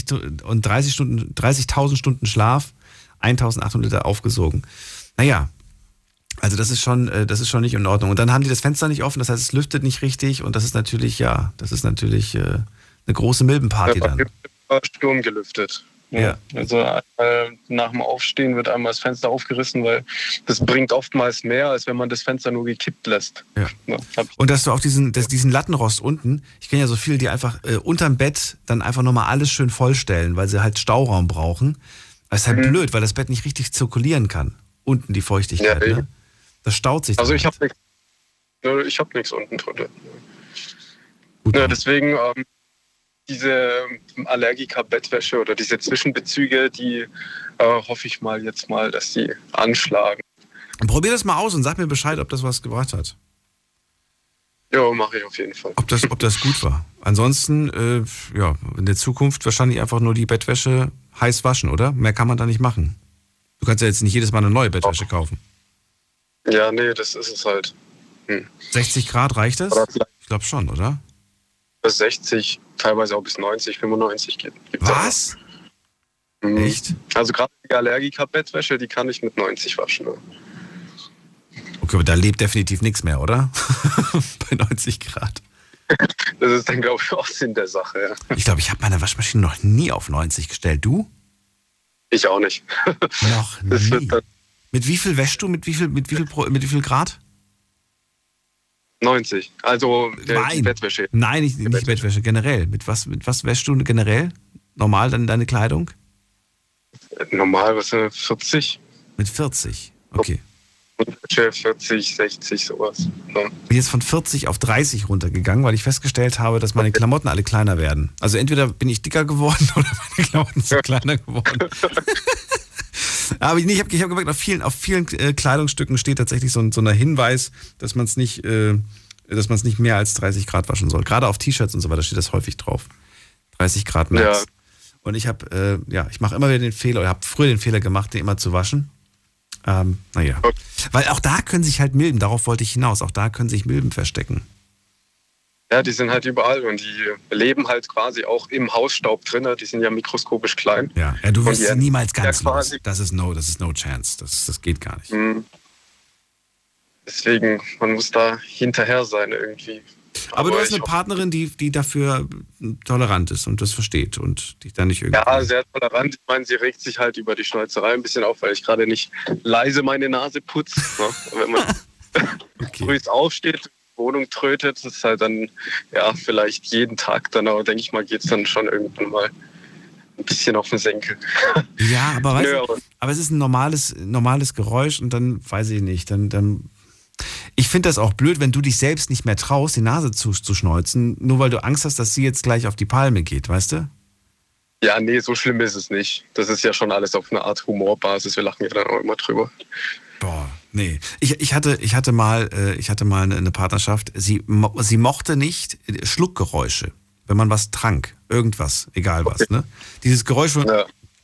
30.000 Stunden Schlaf, 1800 Liter aufgesogen. Naja, also das ist schon nicht in Ordnung. Und dann haben die das Fenster nicht offen, das heißt, es lüftet nicht richtig und das ist natürlich eine große Milbenparty dann. sturmgelüftet. Ja. Also nach dem Aufstehen wird einmal das Fenster aufgerissen, weil das bringt oftmals mehr, als wenn man das Fenster nur gekippt lässt. Ja. Und dass du auch diesen Lattenrost unten, ich kenne ja so viele, die einfach unterm Bett dann einfach nochmal alles schön vollstellen, weil sie halt Stauraum brauchen. Das ist halt blöd, weil das Bett nicht richtig zirkulieren kann. Unten die Feuchtigkeit, ne? Das staut sich. Also ich habe nichts unten drunter. Ja, deswegen diese Allergiker-Bettwäsche oder diese Zwischenbezüge, die hoffe ich mal jetzt mal, dass die anschlagen. Probier das mal aus und sag mir Bescheid, ob das was gebracht hat. Ja, mache ich auf jeden Fall. Ob das gut war. Ansonsten, in der Zukunft wahrscheinlich einfach nur die Bettwäsche heiß waschen, oder? Mehr kann man da nicht machen. Du kannst ja jetzt nicht jedes Mal eine neue Bettwäsche kaufen. Ja, nee, das ist es halt. 60 Grad reicht das? Ich glaube schon, oder? Bis 60, teilweise auch bis 90, 95 geht. Was? Echt? Also gerade die Allergiker-Bettwäsche, die kann ich mit 90 waschen. Ne? Okay, aber da lebt definitiv nichts mehr, oder? Bei 90 Grad. Das ist dann, glaube ich, auch Sinn der Sache, ja. Ich glaube, ich habe meine Waschmaschine noch nie auf 90 gestellt. Du? Ich auch nicht. Noch nie. Mit wie viel wäschst du? Mit wie viel Grad? 90. Also die Bettwäsche. Nein, nicht Bettwäsche, generell. Mit was wäschst du generell? Normal dann deine Kleidung? Normal, was sind 40? Mit 40, okay. 40, 60, sowas. Ja. Ich bin jetzt von 40 auf 30 runtergegangen, weil ich festgestellt habe, dass meine Klamotten alle kleiner werden. Also entweder bin ich dicker geworden oder meine Klamotten sind kleiner geworden. Aber ich habe gemerkt, auf vielen Kleidungsstücken steht tatsächlich so ein Hinweis, dass man es nicht mehr als 30 Grad waschen soll. Gerade auf T-Shirts und so weiter steht das häufig drauf. 30 Grad Max. Ja. Und ich mache immer wieder den Fehler, oder habe früher den Fehler gemacht, den immer zu waschen. Okay. Weil auch da können sich halt Milben, darauf wollte ich hinaus, auch da können sich Milben verstecken. Ja, die sind halt überall und die leben halt quasi auch im Hausstaub drin. Die sind ja mikroskopisch klein. Ja, du wirst sie niemals ganz los. Das ist no chance. Das geht gar nicht. Deswegen, man muss da hinterher sein irgendwie. Aber du hast eine Partnerin, die dafür tolerant ist und das versteht und dich da nicht irgendwie... Ja, sehr tolerant. Ich meine, sie regt sich halt über die Schnäuzerei ein bisschen auf, weil ich gerade nicht leise meine Nase putze. Ne? Wenn man früh aufsteht, Wohnung trötet, das ist halt dann vielleicht jeden Tag dann, aber denke ich mal, geht es dann schon irgendwann mal ein bisschen auf den Senkel. Ja, aber weißt du, aber es ist ein normales Geräusch und dann, weiß ich nicht, dann ich finde das auch blöd, wenn du dich selbst nicht mehr traust, die Nase zu schneuzen, nur weil du Angst hast, dass sie jetzt gleich auf die Palme geht, weißt du? Ja, nee, so schlimm ist es nicht. Das ist ja schon alles auf eine Art Humorbasis, wir lachen ja dann auch immer drüber. Boah, nee. Ich hatte mal eine Partnerschaft, sie mochte nicht Schluckgeräusche, wenn man was trank, irgendwas, egal was, ne? Dieses Geräusch von...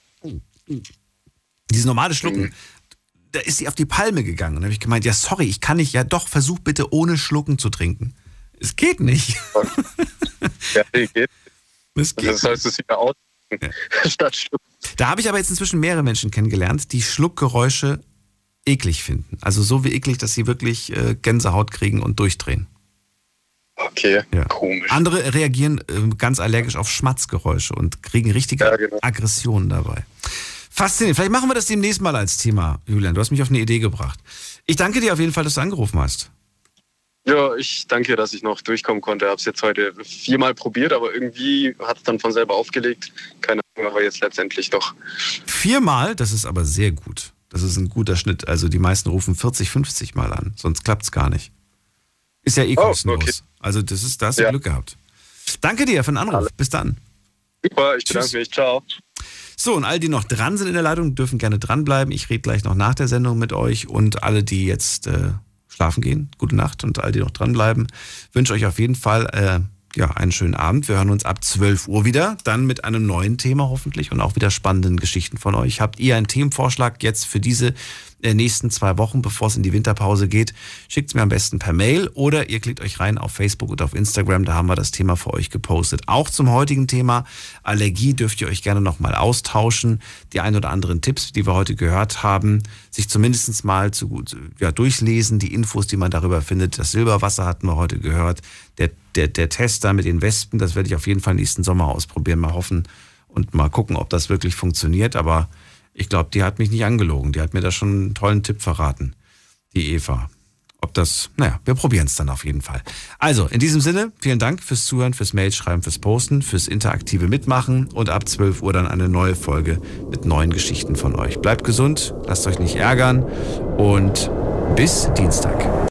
Dieses normale Schlucken... Da ist sie auf die Palme gegangen. Und da habe ich gemeint, ja sorry, ich kann nicht, ja doch, versuch bitte ohne Schlucken zu trinken. Es geht nicht. Ja, geht. Es geht. Das heißt, es wieder aus statt Schlucken. Da habe ich aber jetzt inzwischen mehrere Menschen kennengelernt, die Schluckgeräusche eklig finden. Also so wie eklig, dass sie wirklich Gänsehaut kriegen und durchdrehen. Okay, komisch. Andere reagieren ganz allergisch auf Schmatzgeräusche und kriegen richtige Aggressionen dabei. Faszinierend. Vielleicht machen wir das demnächst mal als Thema, Julian. Du hast mich auf eine Idee gebracht. Ich danke dir auf jeden Fall, dass du angerufen hast. Ja, ich danke, dass ich noch durchkommen konnte. Ich habe es jetzt heute 4-mal probiert, aber irgendwie hat es dann von selber aufgelegt. Keine Ahnung, aber jetzt letztendlich doch. 4-mal? Das ist aber sehr gut. Das ist ein guter Schnitt. Also die meisten rufen 40, 50 Mal an. Sonst klappt es gar nicht. Ist ja kostenlos. Okay. Also da hast du Glück gehabt. Danke dir für den Anruf. Bis dann. Super, ich bedanke mich. Ciao. So, und alle, die noch dran sind in der Leitung, dürfen gerne dranbleiben. Ich rede gleich noch nach der Sendung mit euch. Und alle, die jetzt schlafen gehen, gute Nacht. Und alle, die noch dranbleiben, wünsche euch auf jeden Fall einen schönen Abend. Wir hören uns ab 12 Uhr wieder. Dann mit einem neuen Thema hoffentlich und auch wieder spannenden Geschichten von euch. Habt ihr einen Themenvorschlag jetzt für diese nächsten 2 Wochen, bevor es in die Winterpause geht? Schickt es mir am besten per Mail oder ihr klickt euch rein auf Facebook und auf Instagram. Da haben wir das Thema für euch gepostet. Auch zum heutigen Thema Allergie dürft ihr euch gerne nochmal austauschen. Die ein oder anderen Tipps, die wir heute gehört haben, sich zumindest mal durchlesen. Die Infos, die man darüber findet. Das Silberwasser hatten wir heute gehört. Der Tester mit den Wespen, das werde ich auf jeden Fall nächsten Sommer ausprobieren. Mal hoffen und mal gucken, ob das wirklich funktioniert. Aber ich glaube, die hat mich nicht angelogen. Die hat mir da schon einen tollen Tipp verraten, die Eva. Ob das, wir probieren es dann auf jeden Fall. Also, in diesem Sinne, vielen Dank fürs Zuhören, fürs Mailschreiben, fürs Posten, fürs interaktive Mitmachen und ab 12 Uhr dann eine neue Folge mit neuen Geschichten von euch. Bleibt gesund, lasst euch nicht ärgern und bis Dienstag.